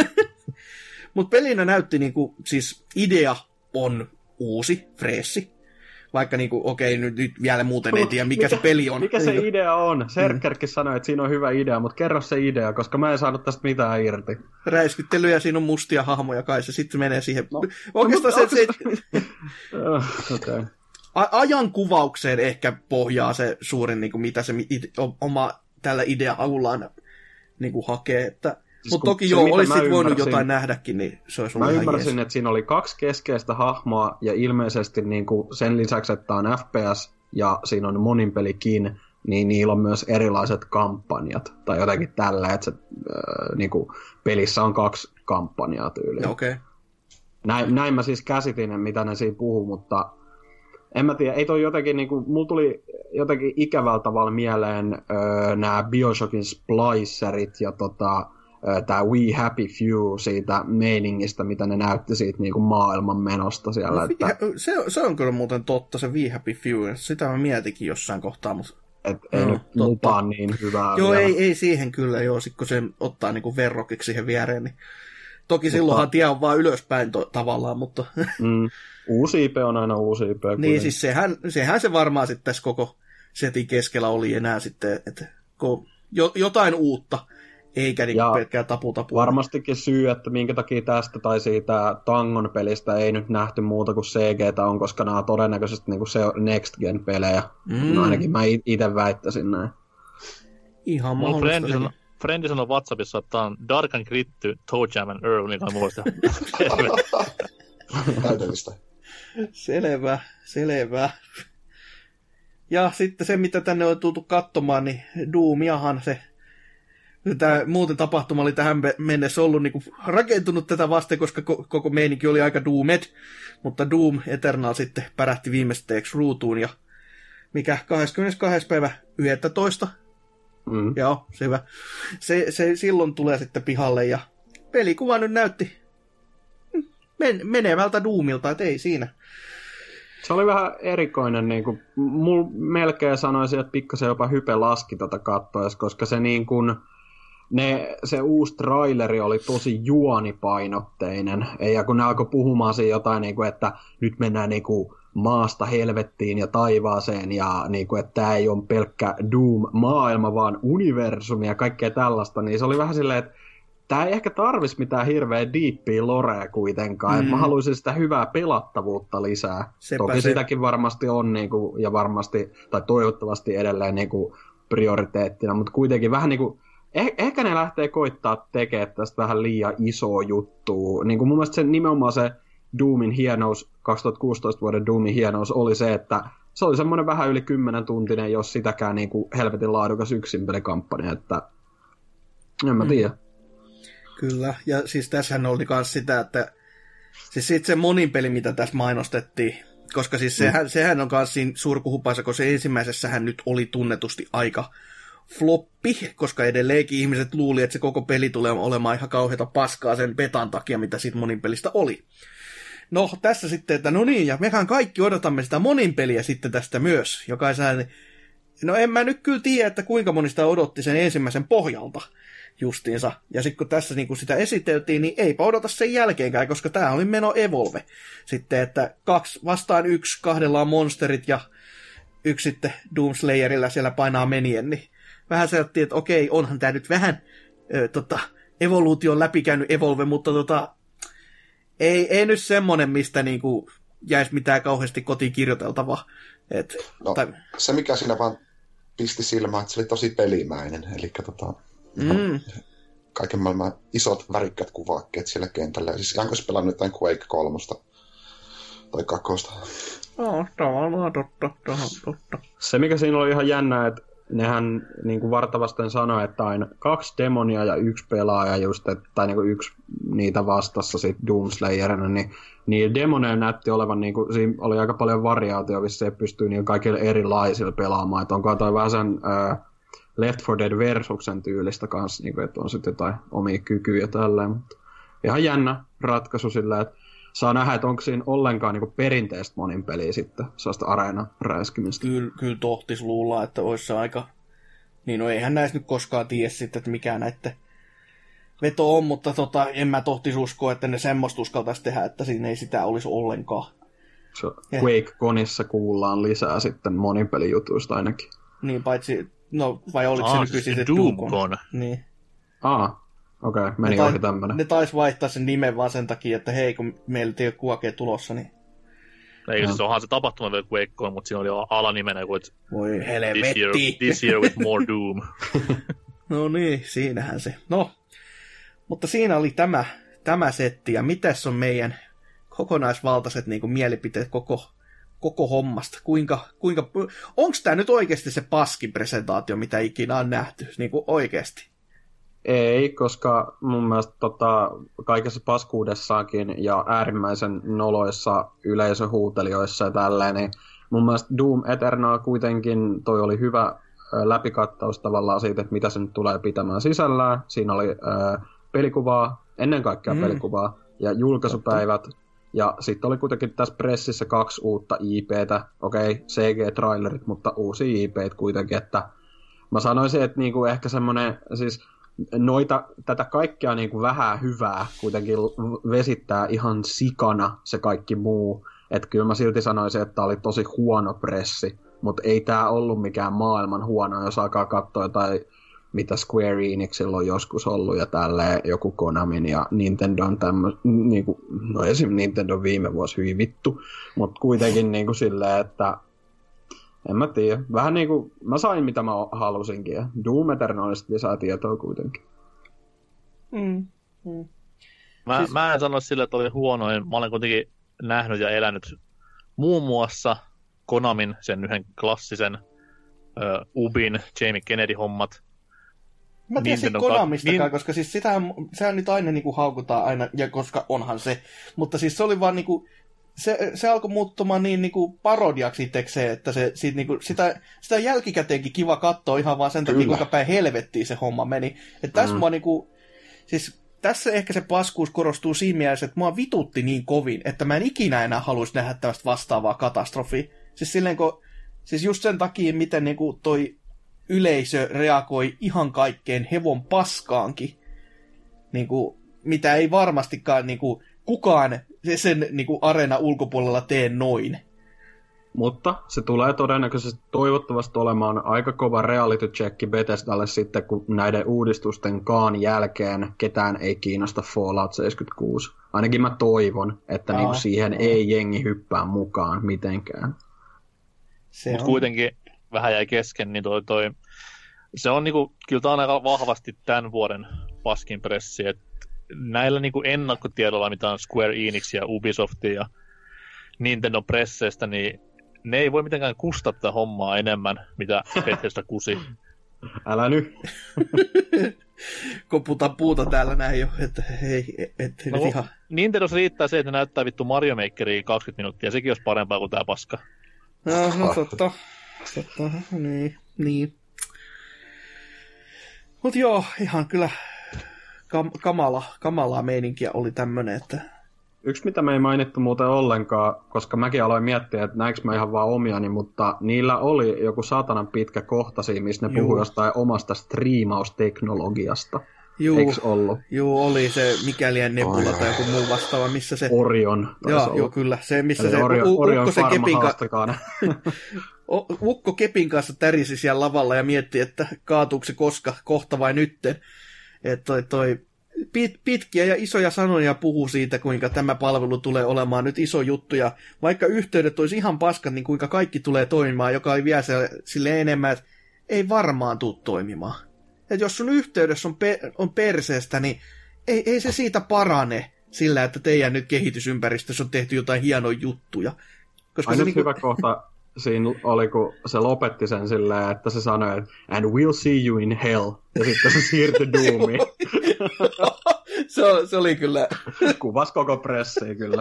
Mutta pelinä näytti niinku, siis idea on uusi, freessi. Vaikka niinku, okei, nyt, nyt vielä muuten ei tiedä, mikä, mikä se peli on. Mikä se idea on? Serkkerkin mm. sanoi, että siinä on hyvä idea, mutta kerro se idea, koska mä en saanut tästä mitään irti. Räiskyttely ja siinä on mustia hahmoja kai, se sitten menee siihen. No, oikeastaan no, se, se, se... okay. A- ajankuvaukseen ehkä pohjaa se suurin, niinku, mitä se ide- oma tällä idea-avullaan niinku, hakee, että... Siis mutta toki joo, olisi sit voinut jotain nähdäkin, niin se olisi ollut mä ihan ymmärsin, jees. Että siinä oli kaksi keskeistä hahmoa, ja ilmeisesti niin kuin sen lisäksi, että on F P S, ja siinä on monin pelikin, niin niillä on myös erilaiset kampanjat, tai jotenkin tällä, että se, äh, niin kuin pelissä on kaksi kampanjaa tyyliä. Okei. Okay. Näin, näin mä siis käsitin, mitä ne siinä puhuu, mutta en mä tiedä, ei toi jotenkin, niin kuin, mulla tuli jotenkin ikävällä tavalla mieleen äh, nämä Bioshockin splicerit, ja tota... tämä We Happy Few siitä meiningistä, mitä ne näytti siitä niin kuin maailman menosta siellä. No, että... se, se on kyllä muuten totta, se We Happy Few. Sitä mä mietikin jossain kohtaa. Mutta... Et ei no, nyt lupaa niin hyvää. Joo, ei, ei siihen kyllä, joo, sit kun se ottaa niin kuin verrokiksi siihen viereen. Niin... Toki mutta... silloinhan tie on vaan ylöspäin to- tavallaan, mutta... mm. Uusi I P on aina uusi I P. Niin, siis sehän, sehän se varmaan sitten tässä koko setin keskellä oli enää sitten, että kun jo, jotain uutta... Eikä niin pelkkää tapu-tapua. Varmastikin syy, että minkä takia tästä tai siitä Tangon pelistä ei nyt nähty muuta kuin C G:tä on, koska nämä on todennäköisesti niin kuin se Next Gen-pelejä. Mm. No ainakin mä itse väittäisin näin. Ihan mahdollista. Mun frendi sanoi WhatsAppissa, että tämä on Dark and Gritty, Toe Jam and Earl, mikä on muista. Täydellistä. Selvä, selvä. Ja sitten se, mitä tänne on tultu katsomaan, niin Doomiahan se tämä muuten tapahtuma oli tähän mennessä ollut niin kuin rakentunut tätä vasten, koska koko meininki oli aika Doomed, mutta Doom Eternal sitten pärähti viimeisteeksi ruutuun, ja mikä kahdeskymmenestoinen päivä yhdestoista Mm. Joo, se hyvä. Se, se silloin tulee sitten pihalle, ja pelikuva nyt näytti men- menevältä Doomilta, et ei siinä. Se oli vähän erikoinen, niin kuin, mulla melkein sanoisin, että pikkasen jopa hype laski tätä kattoessa, koska se niin kuin, ne, se uusi traileri oli tosi juonipainotteinen, ja kun ne alkoi puhumaan siinä jotain, niin kuin, että nyt mennään niin kuin, maasta helvettiin ja taivaaseen, ja niin kuin, että tämä ei ole pelkkä Doom-maailma, vaan universumi ja kaikkea tällaista, niin se oli vähän silleen, että tämä ei ehkä tarvitsisi mitään hirveä deepia lorea kuitenkaan, mm. mä haluaisin sitä hyvää pelattavuutta lisää. Sepä Toki se. Sitäkin varmasti on, niin kuin, ja varmasti, tai toivottavasti edelleen niin kuin, prioriteettina, mutta kuitenkin vähän niin kuin, eh- ehkä ne lähtee koittaa tekemään tästä vähän liian isoa juttua. Niin kuin mun mielestä se, nimenomaan se Doomin hienous, kaksituhattakuusitoista vuoden Doomin hienous oli se, että se oli semmoinen vähän yli kymmenen tuntinen, jos sitäkään niin kuin helvetin laadukas yksinpelikampanja, että en mä tiedä. Mm. Kyllä, ja siis tässähän oli myös sitä, että siis sit se monin peli, mitä tässä mainostettiin, koska siis sehän, mm. sehän on myös siinä surkuhupaisa, kun se ensimmäisessähän nyt oli tunnetusti aika floppi, koska edelleenkin ihmiset luuli, että se koko peli tulee olemaan ihan kauheata paskaa sen betan takia, mitä siitä monin pelistä oli. No, tässä sitten, että no niin, ja mehän kaikki odotamme sitä monin peliä sitten tästä myös, joka sellainen, no en mä nyt kyllä tiedä, että kuinka monista odotti sen ensimmäisen pohjalta justiinsa. Ja sitten kun tässä niin kun sitä esiteltiin, niin eipä odota sen jälkeenkään, koska tämä oli meno Evolve. Sitten, että kaksi vastaan yksi, kahdella on monsterit ja yksi sitten Doomslayerillä siellä painaa menien, niin vähän sellainen, että okei, onhan tämä nyt vähän ö, tota, evoluution läpikäynyt Evolve, mutta tota, ei, ei nyt semmoinen, mistä niinku jäisi mitään kauheasti kotiin kirjoiteltavaa. Et, no, tai... Se, mikä siinä vaan pisti silmään, että se oli tosi pelimäinen, eli tota, mm. kaiken maailman isot värikkät kuvakkeet siellä kentällä. Siis onko se pelannut jotain Quake kolmosta tai kakkosta? No, tavallaan totta, totta. Se, mikä siinä oli ihan jännä, että nehän niin kuin vartavasten sanoi, että aina kaksi demonia ja yksi pelaaja just, että, tai niin kuin yksi niitä vastassa sitten Doomslayerina, niin, niin demoneilla näytti olevan, niin kuin, siinä oli aika paljon variaatio, missä se pystyy niin kaikille erilaisilla pelaamaan, että onko jotain vähän sen äh, Left four Dead Versuksen tyylistä kanssa, niin kuin, että on sitten jotain omia kykyjä ja tälleen, mutta ihan jännä ratkaisu sillä, että saa nähdä, että onko siinä ollenkaan niin perinteistä monin peliä sitten, sellaista areena-räiskimistä. Kyllä, kyllä tohtis luulla, että olisi se aika... Niin no eihän näistä nyt koskaan tiedä sitten, että mikä näiden veto on, mutta tota, en mä tohtis uskoa, että ne semmoista uskaltaisi tehdä, että siinä ei sitä olisi ollenkaan. So, Quake-konissa kuullaan lisää sitten monin pelijutuista ainakin. Niin, paitsi... No, vai oliko ah, se nykyisin se Doom-kon? Niin. Ah. Okei, okay, meni ohi tämmönen. Ne taisi vaihtaa sen nimen vaan sen takia, että hei, kun meillä ei ole kuakea tulossa, niin... Eikö siis onhan se tapahtuma vielä Quakeon, mutta siinä oli jo alanimenä, kun voi helvetti! This year, this year with more Doom. No niin, siinähän se. No, mutta siinä oli tämä, tämä setti, ja mitäs on meidän kokonaisvaltaiset niin kuin mielipiteet koko, koko hommasta? Kuinka, kuinka, onko tämä nyt oikeasti se paskin presentaatio, mitä ikinä on nähty? Niin kuin oikeasti? Ei, koska mun mielestä tota, kaikessa paskuudessaankin ja äärimmäisen noloissa yleisöhuutelijoissa ja tälleen, niin mun mielestä Doom Eternal kuitenkin toi oli hyvä läpikattaus tavallaan siitä, että mitä se nyt tulee pitämään sisällään. Siinä oli ää, pelikuvaa, ennen kaikkea mm. pelikuvaa ja julkaisupäivät. Ja sitten oli kuitenkin tässä pressissä kaksi uutta I P:tä, okei, okay, C G-trailerit, mutta uusia I P:t kuitenkin, että mä sanoisin, että niinku ehkä semmoinen, siis noita, tätä kaikkea niin kuin vähän hyvää kuitenkin vesittää ihan sikana se kaikki muu. Että kyllä mä silti sanoisin, että tämä oli tosi huono pressi, mutta ei tämä ollut mikään maailman huono, jos alkaa katsoa jotain, mitä Square Enixillä on joskus ollut ja tälleen joku Konamin ja Nintendon tämmöistä, niin kuin, no esim. Nintendo viime vuosi hyvin vittu, mutta kuitenkin niin kuin silleen, että en mä tiedä. Vähän niinku, mä sain mitä mä halusinkin, ja Doom Eternalista lisää tietoa kuitenkin. Mm. Mm. Mä, siis... mä en sano sille, että oli huonoin. Mä olen kuitenkin nähnyt ja elänyt muun muassa Konamin, sen yhden klassisen uh, Ubin, Jamie Kennedy-hommat. Mä tiedän sen Konamistakaan, niin... koska siis sitähän, sehän nyt aina niinku haukutaan aina, ja koska onhan se. Mutta siis se oli vaan niinku, se, se alkoi muuttumaan niin niinku parodiaksi itsekseen, että se, siitä niinku, sitä, sitä jälkikäteenkin kiva katsoa ihan vaan sen takia, kuinka päin helvettiin se homma meni. Että tässä mm. mua niinku, siis tässä ehkä se paskuus korostuu siinä mielessä, että mua vitutti niin kovin, että mä en ikinä enää haluaisi nähdä tällaista vastaavaa katastrofia. Siis silleen, kun, siis just sen takia, miten niinku toi yleisö reagoi ihan kaikkeen hevon paskaankin, niin kuin, mitä ei varmastikaan niin kuin, kukaan sen niin kuin, areena ulkopuolella tee noin. Mutta se tulee todennäköisesti toivottavasti olemaan aika kova reality checki Bethesdalle sitten, kun näiden uudistusten kaan jälkeen ketään ei kiinnosta Fallout seitsemänkymmentäkuusi. Ainakin mä toivon, että Aa, niin kuin siihen no. ei jengi hyppää mukaan mitenkään. Mutta kuitenkin vähän jäi kesken, niin toi, toi se on niinku, kyllä tämä on aika vahvasti tämän vuoden paskin pressi, että näillä niinku ennakkotiedolla, mitä on Square Enix ja Ubisoft ja Nintendo presseistä, niin ne ei voi mitenkään kustaa tätä hommaa enemmän, mitä Bethesda kusi. Älä nyt. Koputa puuta täällä näin jo, että hei, et, no, nyt ihan... Nintendossa riittää se, että ne näyttää vittu Mario Makeria kaksikymmentä minuuttia, sekin olisi parempaa kuin tää paska. No, no totta. Totta, niin, niin. Mut joo, ihan kyllä kam- kamala, kamalaa meininkiä oli tämmönen, että... Yksi, mitä me ei mainittu muuten ollenkaan, koska mäkin aloin miettiä, että näinkö mä ihan vaan omiani, mutta niillä oli joku saatanan pitkä kohta siinä, missä ne puhui jostain omasta striimausteknologiasta. Juu, eiks ollut? Juu, oli se mikäli Nebula tai joku muu vastaava, missä se... Orion. Joo, joo, kyllä. Se, missä eli se Orion, u- Orion ukko, kepin ka- ukko kepin kanssa tärisi siellä lavalla ja mietti, että kaatuuko se koska, kohta vai nytten. Että toi, toi pit, pitkiä ja isoja sanoja puhuu siitä, kuinka tämä palvelu tulee olemaan nyt iso juttu. Ja vaikka yhteydet olisi ihan paskat, niin kuinka kaikki tulee toimimaan, joka oli vielä sille enemmän, että ei varmaan tule toimimaan. Että jos sun yhteydessä on, pe- on perseestä, niin ei, ei se siitä parane sillä, että teidän nyt kehitysympäristössä on tehty jotain hienoja juttuja. Koska Ainut se niinku... hyvä kohta siinä oli, kun se lopetti sen silleen, että se sanoi, että and we'll see you in hell. Ja sitten se siirtyi Doomiin. se, se oli kyllä... Kuvasi koko pressiä kyllä.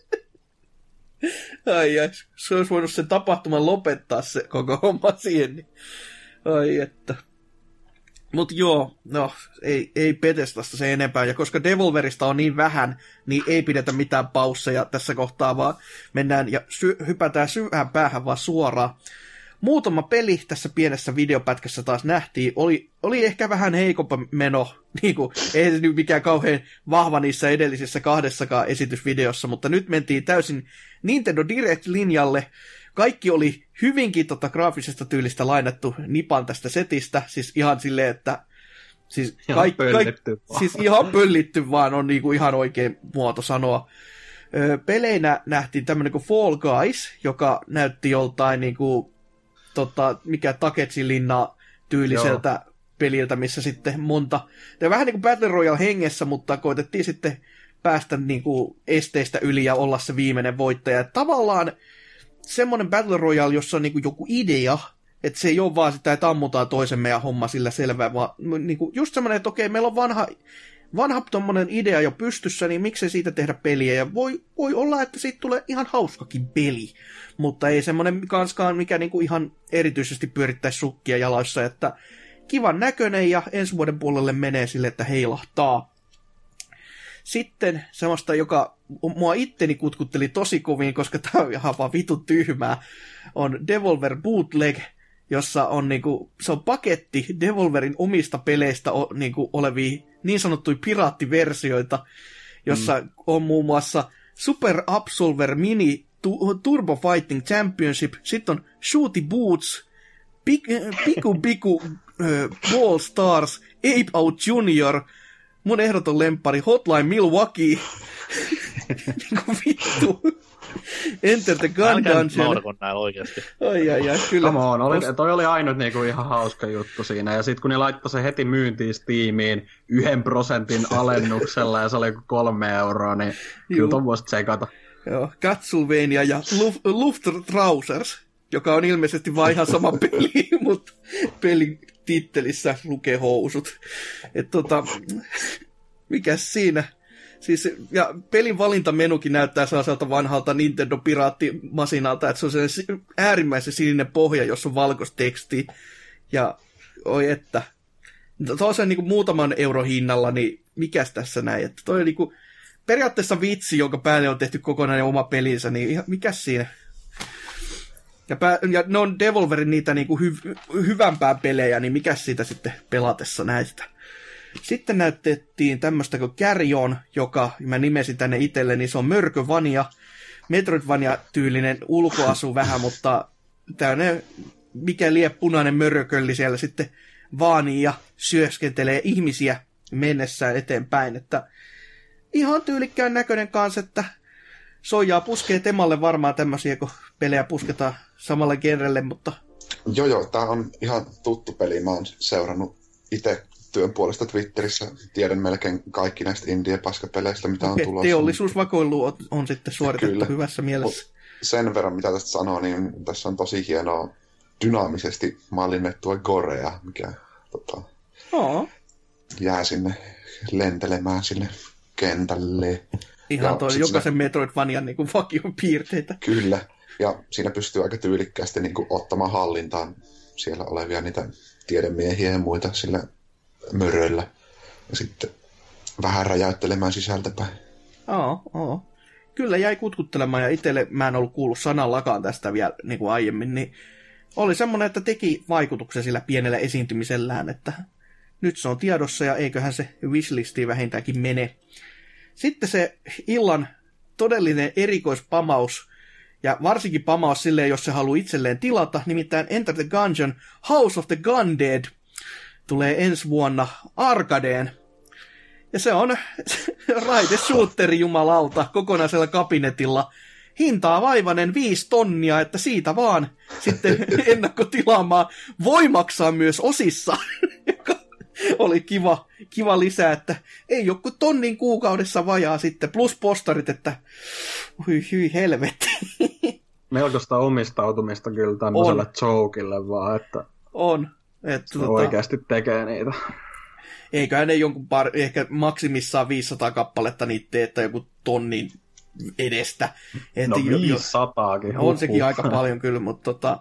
Ai ai, se olisi voinut sen tapahtuman lopettaa se koko homma siihen. Niin. Ai että... Mutta joo, no, ei, ei Bethesdasta se enempää, ja koska Devolverista on niin vähän, niin ei pidetä mitään pausseja tässä kohtaa, vaan mennään ja sy- hypätään syvään päähän vaan suoraan. Muutama peli tässä pienessä videopätkässä taas nähtiin, oli, oli ehkä vähän heikompa meno, niin kuin, ei se nyt mikään kauhean vahva niissä edellisissä kahdessakaan esitysvideossa, mutta nyt mentiin täysin Nintendo Direct-linjalle. Kaikki oli hyvinkin tota graafisesta tyylistä lainattu nipan tästä setistä, siis ihan silleen, että siis, ihan kaik, pöllitty kaik, siis ihan pöllitty vaan on niinku ihan oikein muoto sanoa. Öö, peleinä nähtiin tämmönen kuin Fall Guys, joka näytti joltain niinku, tota, mikä Takechi-linna tyyliseltä Joo. peliltä, missä sitten monta, ja vähän niin kuin Battle Royale hengessä, mutta koitettiin sitten päästä niinku esteistä yli ja olla se viimeinen voittaja. Et tavallaan semmoinen Battle Royale, jossa on niinku joku idea, että se ei ole vaan sitä, että ammutaan toisemme ja homma sillä selvä, vaan niinku just semmoinen, että okei, meillä on vanha, vanha tommonen idea jo pystyssä, niin miksei siitä tehdä peliä, ja voi, voi olla, että siitä tulee ihan hauskakin peli, mutta ei semmoinen kanskaan, mikä niinku ihan erityisesti pyörittäisi sukkia jaloissa, että kivan näköinen ja ensi vuoden puolelle menee sille, että heilahtaa. Sitten semmoista, joka mua itteni kutkutteli tosi kovin, koska tää on ihan vaan vitun tyhmää, on Devolver Bootleg, jossa on niinku, se on paketti Devolverin omista peleistä o, niinku, olevia niin sanottuja piraattiversioita, jossa mm. on muun muassa Super Absolver Mini tu, Turbo Fighting Championship, sitten on Shooty Boots, Pik, Piku Piku uh, Ball Stars, Ape Out Junior, mun ehdoton lemppari Hotline Milwaukee. Niinku vittu. Enter the Gun Älkää Dungeon. naurako näin oikeasti. Ai ai ai, kyllä. Come on, oli, toi oli ainut niinku ihan hauska juttu siinä. Ja sit kun ne laittoi se heti myyntiin Steamiin yhden prosentin alennuksella ja se oli kolme euroa, niin kyllä ton voisi tsekata. Joo, Castlevania ja Luft, Lufttrausers. joka on ilmeisesti vaan ihan sama peli, mutta pelin tittelissä lukee housut. Et tota, mikäs siinä? Siis, ja pelin valintamenukin näyttää sellaiselta vanhalta Nintendo-piraattimasinalta, että se on sellainen äärimmäisen sininen pohja, jossa on valkoista tekstiä. Ja oi että, tuossa niin muutaman euro hinnalla, niin mikäs tässä näin? Että toi on niin kuin, periaatteessa vitsi, jonka päälle on tehty kokonainen oma pelinsä, niin ihan, mikäs siinä? Ja, pää, ja ne on Devolverin niitä niin kuin hy, hyvämpää pelejä, niin mikäs siitä sitten pelatessa näistä? Sitten näytettiin tämmöistä kuin Carry On, joka mä nimesin tänne itselle, niin se on Mörkövania, Metroidvania-tyylinen ulkoasu vähän, mutta tämmöinen mikä lie punainen mörökölli siellä sitten vaanii ja syöskentelee ihmisiä mennessään eteenpäin, että ihan tyylikkään näköinen kanssa, että soijaa puskee temalle varmaan tämmöisiä, kun pelejä pusketaan samalle genrelle, mutta... Joo, joo, tää on ihan tuttu peli. Mä oon seurannut itse työn puolesta Twitterissä. Tiedän melkein kaikki näistä indie-paskapeleistä, mitä on tulossa. Teollisuusvakoilu on, on sitten suoritettu Kyllä. hyvässä mielessä. Mut sen verran, mitä tästä sanoo, niin tässä on tosi hienoa dynaamisesti mallinnettua gorea, mikä tota, oh. jää sinne lentelemään sinne kentälle. Ihan toi jokaisen siinä... Metroidvanian niin vakion piirteitä. Kyllä, ja siinä pystyy aika tyylikkäästi niin kuin, ottamaan hallintaan siellä olevia niitä tiedemiehiä ja muita sillä möröillä. Ja sitten vähän räjäyttelemään sisältäpäin. Oo, oo. Kyllä jäi kutkuttelemaan, ja itselle mä en ollut kuullut sanallakaan tästä vielä niin kuin aiemmin, niin oli semmoinen, että teki vaikutuksen sillä pienellä esiintymisellään, että nyt se on tiedossa, ja eiköhän se wishlistiin vähintäänkin mene. Sitten se illan todellinen erikoispamaus, ja varsinkin pamaus silleen, jos se haluaa itselleen tilata, nimittäin Enter the Gungeon House of the Gundead tulee ensi vuonna arcadeen. Ja se on raite-shooteri jumalauta kokonaisella kabinetilla. Hintaa vaivainen viisi tonnia, että siitä vaan sitten ennakkotilaamaan voi maksaa myös osissa, joka oli kiva, kiva lisää, että ei ole kuin tonnin kuukaudessa vajaa sitten, plus postarit, että hyi, hyi helvetti. Melkoista omistautumista kyllä tämmöiselle jokeille vaan, että on. Että se tota... oikeasti tekee niitä. Eiköhän ne jonkun par, ehkä maksimissaan viisisataa kappaletta niitä tee, että joku tonnin edestä. Et no viisisataakin. On sekin aika paljon kyllä, mutta tota,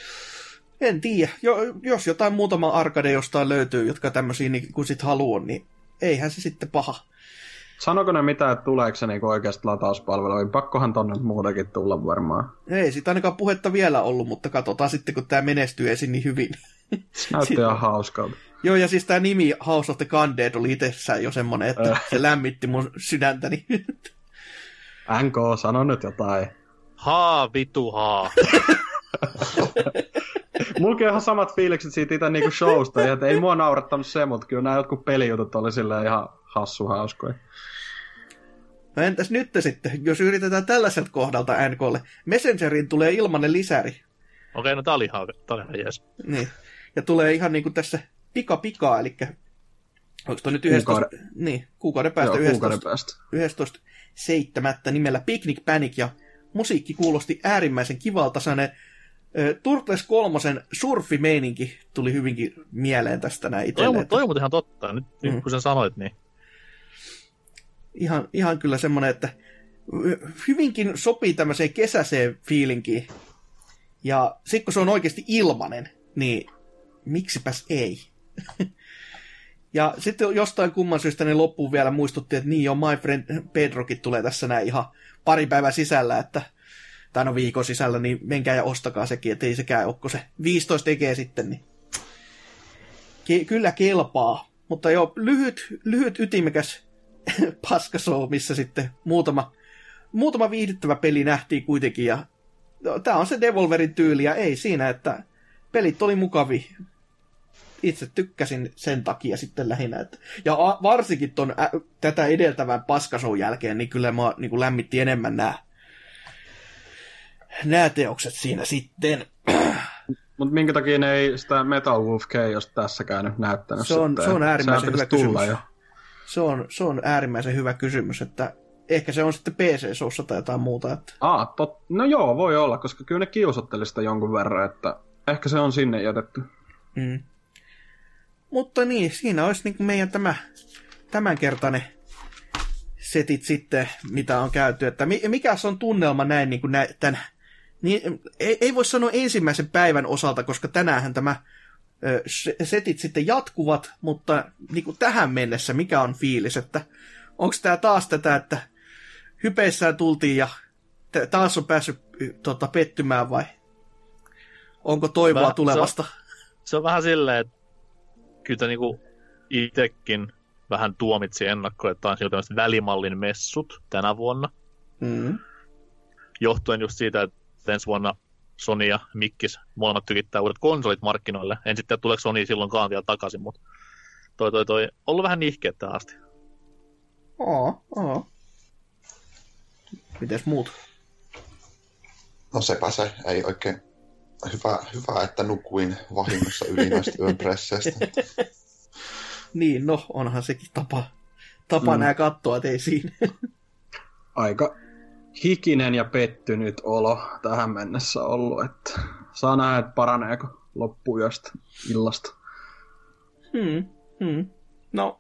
en tiedä. Jo, jos jotain muutama arcade jostain löytyy, jotka tämmöisiä niin kuin sit haluaa, niin eihän se sitten paha. Sanoiko ne mitään, että tuleeko se niinku oikeasti latauspalveluihin? Pakkohan tonne muutenkin tulla varmaan. Ei siitä ainakaan puhetta vielä ollut, mutta katsotaan sitten, kun tämä menestyy esiin niin hyvin. Näytti ihan hauskalta. Joo, ja siis tämä nimi House of the Gundead oli itsessään jo semmoinen, että se lämmitti mun sydäntäni. N K, sano nyt jotain. Haa, vitu haa. Mullakin on ihan samat fiilikset siitä itse niinku showsta, että ei mua naurattanut se, mutta kyllä nämä jotkut pelijutut oli silleen ihan hassu hauskoja. No entäs nyt sitten, jos yritetään tällaiselta kohdalta N K:lle, Messengeriin tulee ilmanen lisäri. Okei, no tää oli ihan, tää oli ihan jees. Niin, ja tulee ihan niinku tässä pika pikaa, eli onko toi nyt yhdestoista, kuukauden, niin, kuukauden päästä, Joo, kuukauden päästä. yhdestoista seitsemättä nimellä Picnic Panic, ja musiikki kuulosti äärimmäisen kivalta, sellainen uh, Turtles kolmosen surfimeininki tuli hyvinkin mieleen tästä näin itselleen. Toi, toi on muuten ihan totta, nyt, mm. nyt kun sen sanoit, niin... Ihan, ihan kyllä semmoinen, että hyvinkin sopii tämmöiseen kesäiseen fiilinkiin. Ja sitten kun se on oikeasti ilmanen, niin miksipäs ei. Ja sitten jostain kumman syystä ne loppuun vielä muistutti, että niin jo My Friend Pedrokin tulee tässä näin ihan pari päivän sisällä, että, tai no viikon sisällä, niin menkää ja ostakaa sekin, että ei sekään ole, kun se viisitoista tekee sitten, niin Ke- kyllä kelpaa. Mutta joo, lyhyt, lyhyt ytimekäs paskashow, missä sitten muutama, muutama viihdyttävä peli nähtiin kuitenkin, ja no, tää on se Devolverin tyyli, ja ei siinä, että pelit oli mukavia. Itse tykkäsin sen takia sitten lähinnä. Että, ja a, varsinkin ton, ä, tätä edeltävän paskashow jälkeen, niin kyllä mä niin kuin lämmitti enemmän nämä nämä teokset siinä sitten. Mutta minkä takia ne ei sitä Metal Wolf Chaos tässäkään nyt näyttänyt? Se on, sitten? se on äärimmäisen hyvä kysymys. Jo. Se on, se on äärimmäisen hyvä kysymys, että ehkä se on sitten P C-soussa tai jotain muuta. Että... Aa, tot... no joo, voi olla, koska kyllä ne kiusotteli sitä jonkun verran, että ehkä se on sinne jätetty. Mm. Mutta niin, siinä olisi niin kuin meidän tämä tämänkertainen setit sitten, mitä on käyty. Että mikä on tunnelma näin, niin kuin näin tämän, niin, ei, ei voi sanoa ensimmäisen päivän osalta, koska tänäänhän tämä ö, setit sitten jatkuvat, mutta niin kuin tähän mennessä, mikä on fiilis, että onko tämä taas tätä, että hypeissään tultiin ja t- taas on päässyt tota, pettymään vai onko toivoa Väh, tulevasta? Se on, se on vähän silleen, että kyllä niinku itsekin vähän tuomitsi ennakkoon, että on siltä tämmöiset välimallin messut tänä vuonna. Mm. Johtuen just siitä, että ensi vuonna Sony ja Mikkis molemmat tykittää uudet konsolit markkinoille. En sitten tuleeko Sony silloinkaan vielä takaisin, mutta toi toi toi ollut vähän nihkeä tähän asti. Oo, oo. Mites muut? No sepä se, ei oikein. Hyvä, hyvä että nukuin vahingossa yli noista yön presseistä. Niin, no onhan sekin tapa, tapa mm. nää katsoa, et ei siinä. Aika hikinen ja pettynyt olo tähän mennessä ollut, että saa nähdä, että paraneeko loppuyöstä illasta. Hmm, hmm. No,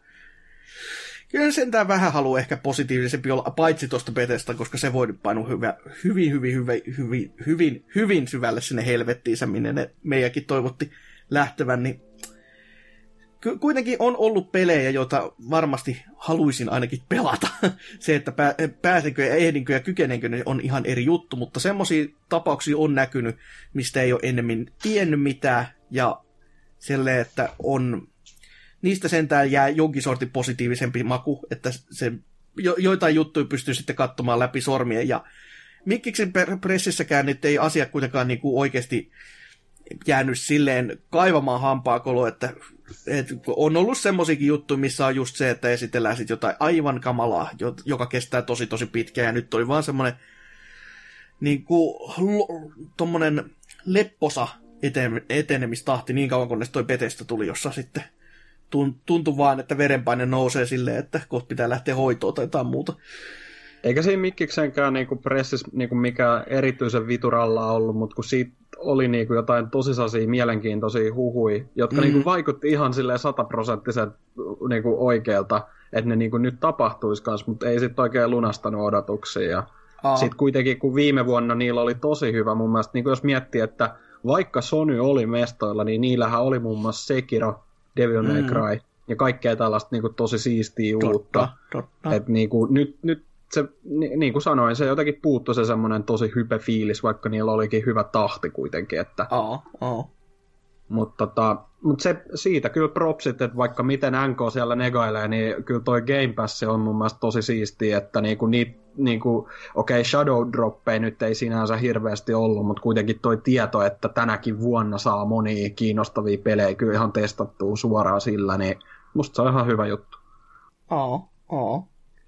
kyllä sentään vähän haluaa ehkä positiivisempi olla, paitsi tuosta Bethesda, koska se voi nyt painua hyvä, hyvin, hyvin, hyvin, hyvin, hyvin, hyvin syvälle sinne helvettiinsä, minne ne meidänkin toivotti lähtevän, niin kuitenkin on ollut pelejä, joita varmasti haluaisin ainakin pelata. Se, että pääsenkö ja ehdinkö ja kykenenkö, ne on ihan eri juttu, mutta semmoisia tapauksia on näkynyt, mistä ei ole ennemmin tiennyt mitään, ja silleen, että on, niistä sentään jää jonkin sortin positiivisempi maku, että se, jo, joitain juttuja pystyy sitten katsomaan läpi sormien, ja Mikkiksen pressissäkään nyt ei asia kuitenkaan niin kuin oikeasti jäänyt silleen kaivamaan hampaakoloa, että et on ollut semmosiakin juttuja, missä on just se, että esitellään sitten jotain aivan kamalaa, joka kestää tosi tosi pitkään, ja nyt oli vaan semmoinen niin kuin tommonen lepposa etenemistahti niin kauan, kunnes toi Bethesda tuli, jossa sitten tuntui vaan, että verenpaine nousee silleen, että kohta pitää lähteä hoitoon tai jotain muuta. Eikä siinä Mikkiksenkään niinku pressissä niinku mikään erityisen vituralla ollut, mutta kun siitä oli niinku jotain tosisasia mielenkiintoisia huhui, jotka mm. niinku vaikutti ihan silleen sataprosenttisen niinku oikealta, että ne niinku nyt tapahtuisi kanssa, mutta ei sitten oikein lunastanut odotuksia. Ja sitten kuitenkin, kun viime vuonna niillä oli tosi hyvä mun mielestä, niinku jos miettii, että vaikka Sony oli mestoilla, niin niillähän oli muun muassa Sekiro, Devil May Cry mm. ja kaikkea tällaista niinku tosi siistiä totta, uutta. Totta. Et niinku, nyt, nyt se, ni, niin kuin sanoin, se jotenkin puuttui se semmoinen tosi hype fiilis, vaikka niillä olikin hyvä tahti kuitenkin. Että... Aa, aa. Mutta tota, mut se, siitä kyllä propsit, että vaikka miten N K siellä negailee, niin kyllä toi Game Pass on mun mielestä tosi siistiä, että niinku, ni, niinku, okei, okay, Shadow Droppeja nyt ei sinänsä hirveästi ollut, mutta kuitenkin toi tieto, että tänäkin vuonna saa monia kiinnostavia pelejä kyllä ihan testattua suoraan sillä, niin musta se on ihan hyvä juttu. Aa, aa.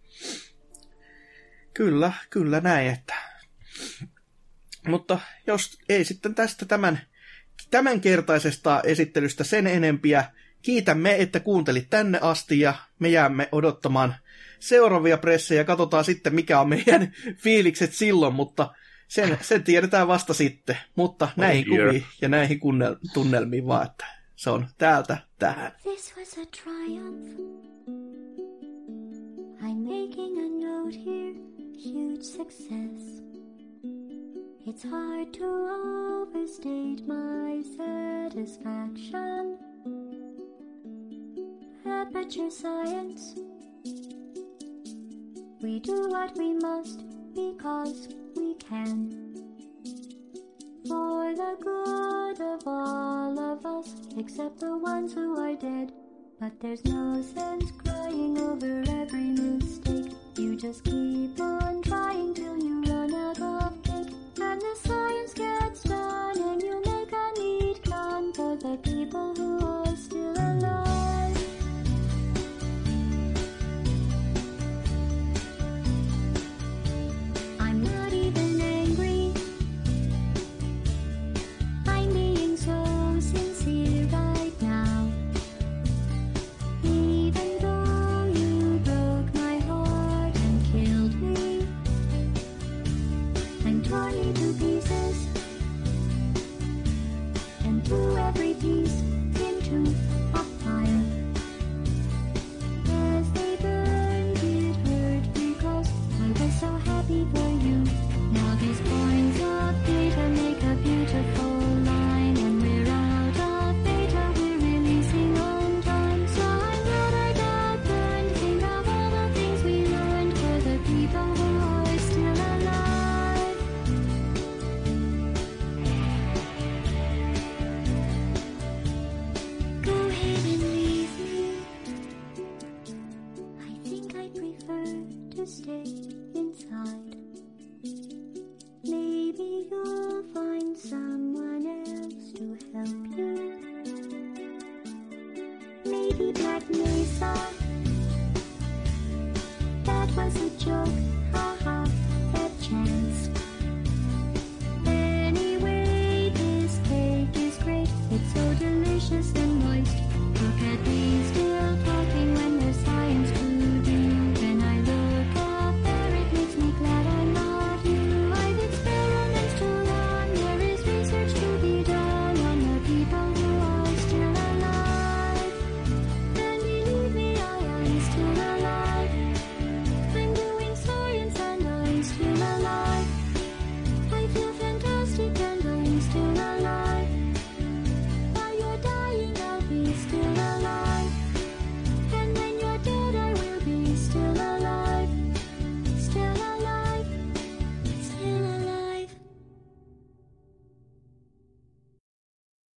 Kyllä, kyllä näin, että... Mutta jos ei sitten tästä tämän, tämänkertaisesta esittelystä sen enempiä, kiitämme, että kuuntelit tänne asti ja me jäämme odottamaan seuraavia pressejä. Katsotaan sitten, mikä on meidän fiilikset silloin, mutta sen, sen tiedetään vasta sitten. Mutta näihin oh, kuviin ja näihin kunnel, tunnelmiin vaan, että se on täältä tähän. This was a triumph. I'm making a note here. Huge success. It's hard to overstate my satisfaction. Aperture science. We do what we must because we can. For the good of all of us, except the ones who are dead. But there's no sense crying over every mistake. You just keep on trying till you run out of cake. And the science gets done and you make a neat gun for the people who are still alive. I'm not even angry. I'm being so sincere right now. Even though you broke my heart and killed me baby black mesa. That was a